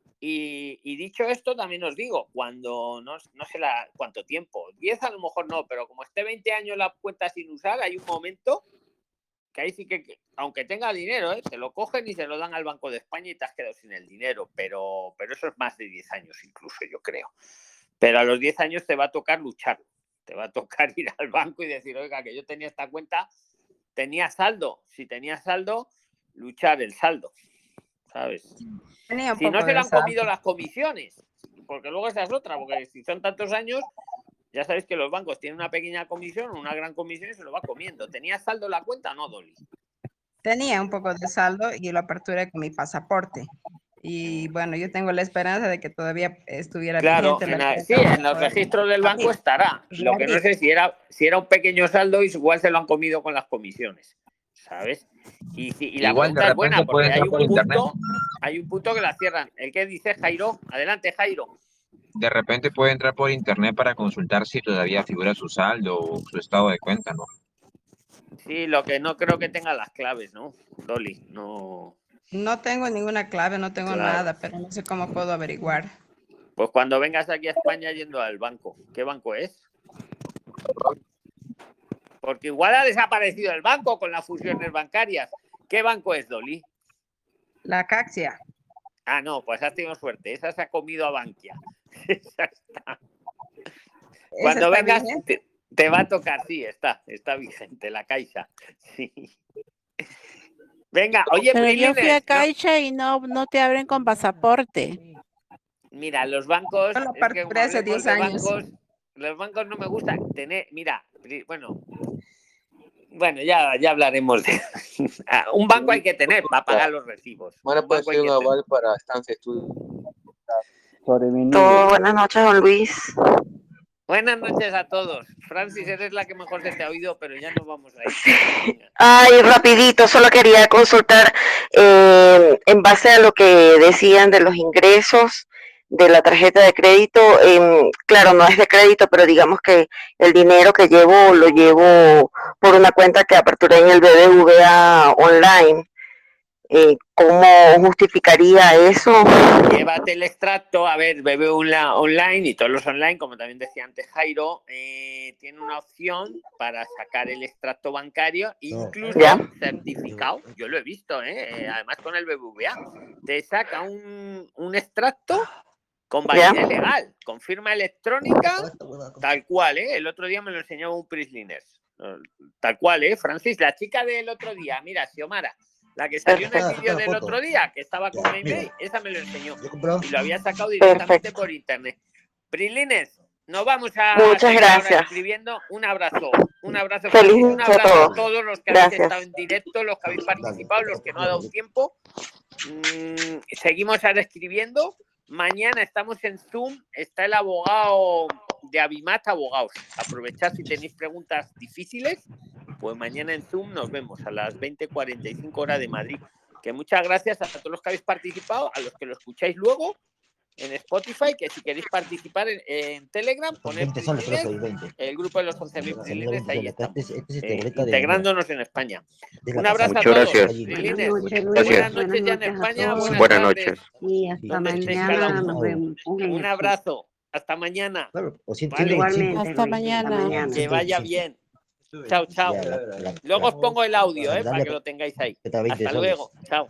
Y, y dicho esto, también os digo, cuando no, no sé la, cuánto tiempo, diez a lo mejor no, pero como esté veinte años la cuenta sin usar, hay un momento que ahí sí que, aunque tenga dinero, ¿eh? Te lo cogen y se lo dan al Banco de España y te has quedado sin el dinero, pero, pero eso es más de diez años incluso, yo creo. Pero a los diez años te va a tocar luchar, te va a tocar ir al banco y decir, oiga, que yo tenía esta cuenta, tenía saldo, si tenía saldo, luchar el saldo, ¿sabes? Tenía un Si no poco se le de han saldo. comido las comisiones, porque luego esa es otra, porque si son tantos años, ya sabéis que los bancos tienen una pequeña comisión, una gran comisión y se lo va comiendo. ¿Tenía saldo la cuenta o no, Dolly? Tenía un poco de saldo y lo aperturé con mi pasaporte. Y bueno, yo tengo la esperanza de que todavía estuviera Claro, vigente en la la- sí, cuenta para en los poder registros del banco abrir. estará. Lo que no sé si era, si era un pequeño saldo y igual se lo han comido con las comisiones, ¿sabes? Y, si- y la Igual de pregunta es buena repente puede porque hay entrar un por internet. punto, hay un punto que la cierran. ¿El qué dice Jairo? Adelante, Jairo. De repente puede entrar por internet para consultar si todavía figura su saldo o su estado de cuenta, ¿no? Sí, lo que no creo que tenga las claves, ¿no? Dolly, no. No tengo ninguna clave, no tengo Claro. nada, pero no sé cómo puedo averiguar. Pues cuando vengas aquí a España yendo al banco, ¿qué banco es? Porque igual ha desaparecido el banco con las fusiones bancarias. ¿Qué banco es, Dolly? La Caxia. Ah, no, pues has tenido suerte. Esa se ha comido a Bankia. Esa está. Cuando está vengas, vigente? te, te va a tocar. Sí, está, está vigente, la Caixa. Sí. Venga, oye, Pero yo fui a Prilines, no, Caixa y no, no te abren con pasaporte. mira, los bancos, Yo lo es que como aperturé hace hablemos diez de años. bancos, los bancos no me gusta tener, mira, pri- bueno, bueno, ya, ya hablaremos de Ah, un banco hay que tener para pagar los recibos. Bueno, Un puede banco hay ser que un tener. aval para estancia de estudio. Sobre mi Todo, niño. buenas noches, don Luis. Buenas noches a todos. Francis, eres la que mejor se te ha oído, pero ya nos vamos a ir. Venga. Ay, rapidito, solo quería consultar eh, en base a lo que decían de los ingresos de la tarjeta de crédito. Eh, claro, no es de crédito, pero digamos que el dinero que llevo lo llevo por una cuenta que aperturé en el B B V A online. Eh, ¿Cómo justificaría eso? Llévate el extracto, a ver, B B V A online y todos los online, como también decía antes Jairo, eh, tiene una opción para sacar el extracto bancario, incluso ¿Ya? certificado. Yo lo he visto, ¿eh? Además con el B B V A. Te saca un, un extracto con ¿Ya? validez legal, con firma electrónica, tal cual, ¿eh? El otro día me lo enseñó un Prisliners. Tal cual, ¿eh? Francis, la chica del otro día, mira, Xiomara. La que salió en el vídeo del otro día, que estaba con Maymay, esa me lo enseñó. Y lo había sacado directamente Perfecto. por internet. Prilines, nos vamos a Muchas seguir ahora gracias. escribiendo. Un abrazo. Un abrazo, Feliz Francis. Un noche a abrazo a todos. todos los que habéis Gracias. estado en directo, los que habéis participado, los que no ha dado tiempo. Mm, seguimos ahora escribiendo. Mañana estamos en Zoom. Está el abogado de Abimat Abogados. Aprovechad si tenéis preguntas difíciles. Pues mañana en Zoom nos vemos a las veinte cuarenta y cinco horas de Madrid. Que muchas gracias a todos los que habéis participado, a los que lo escucháis luego en Spotify, que si queréis participar en, en Telegram, poned Prilines, el grupo de los once mil Prilines, ahí estamos, eh, integrándonos en España. Un abrazo Muchas a todos. gracias. Prilines, Gracias. buenas noches ya en España, buenas Buenas tardes, noches. Y hasta donde estéis cada mañana uno. nos vemos. Un abrazo, hasta mañana. Vale. Igualmente, Hasta Luis, mañana. hasta mañana. Que vaya bien. Chao, chao. Luego os pongo el audio, eh, para que lo tengáis ahí. Hasta luego. Chao.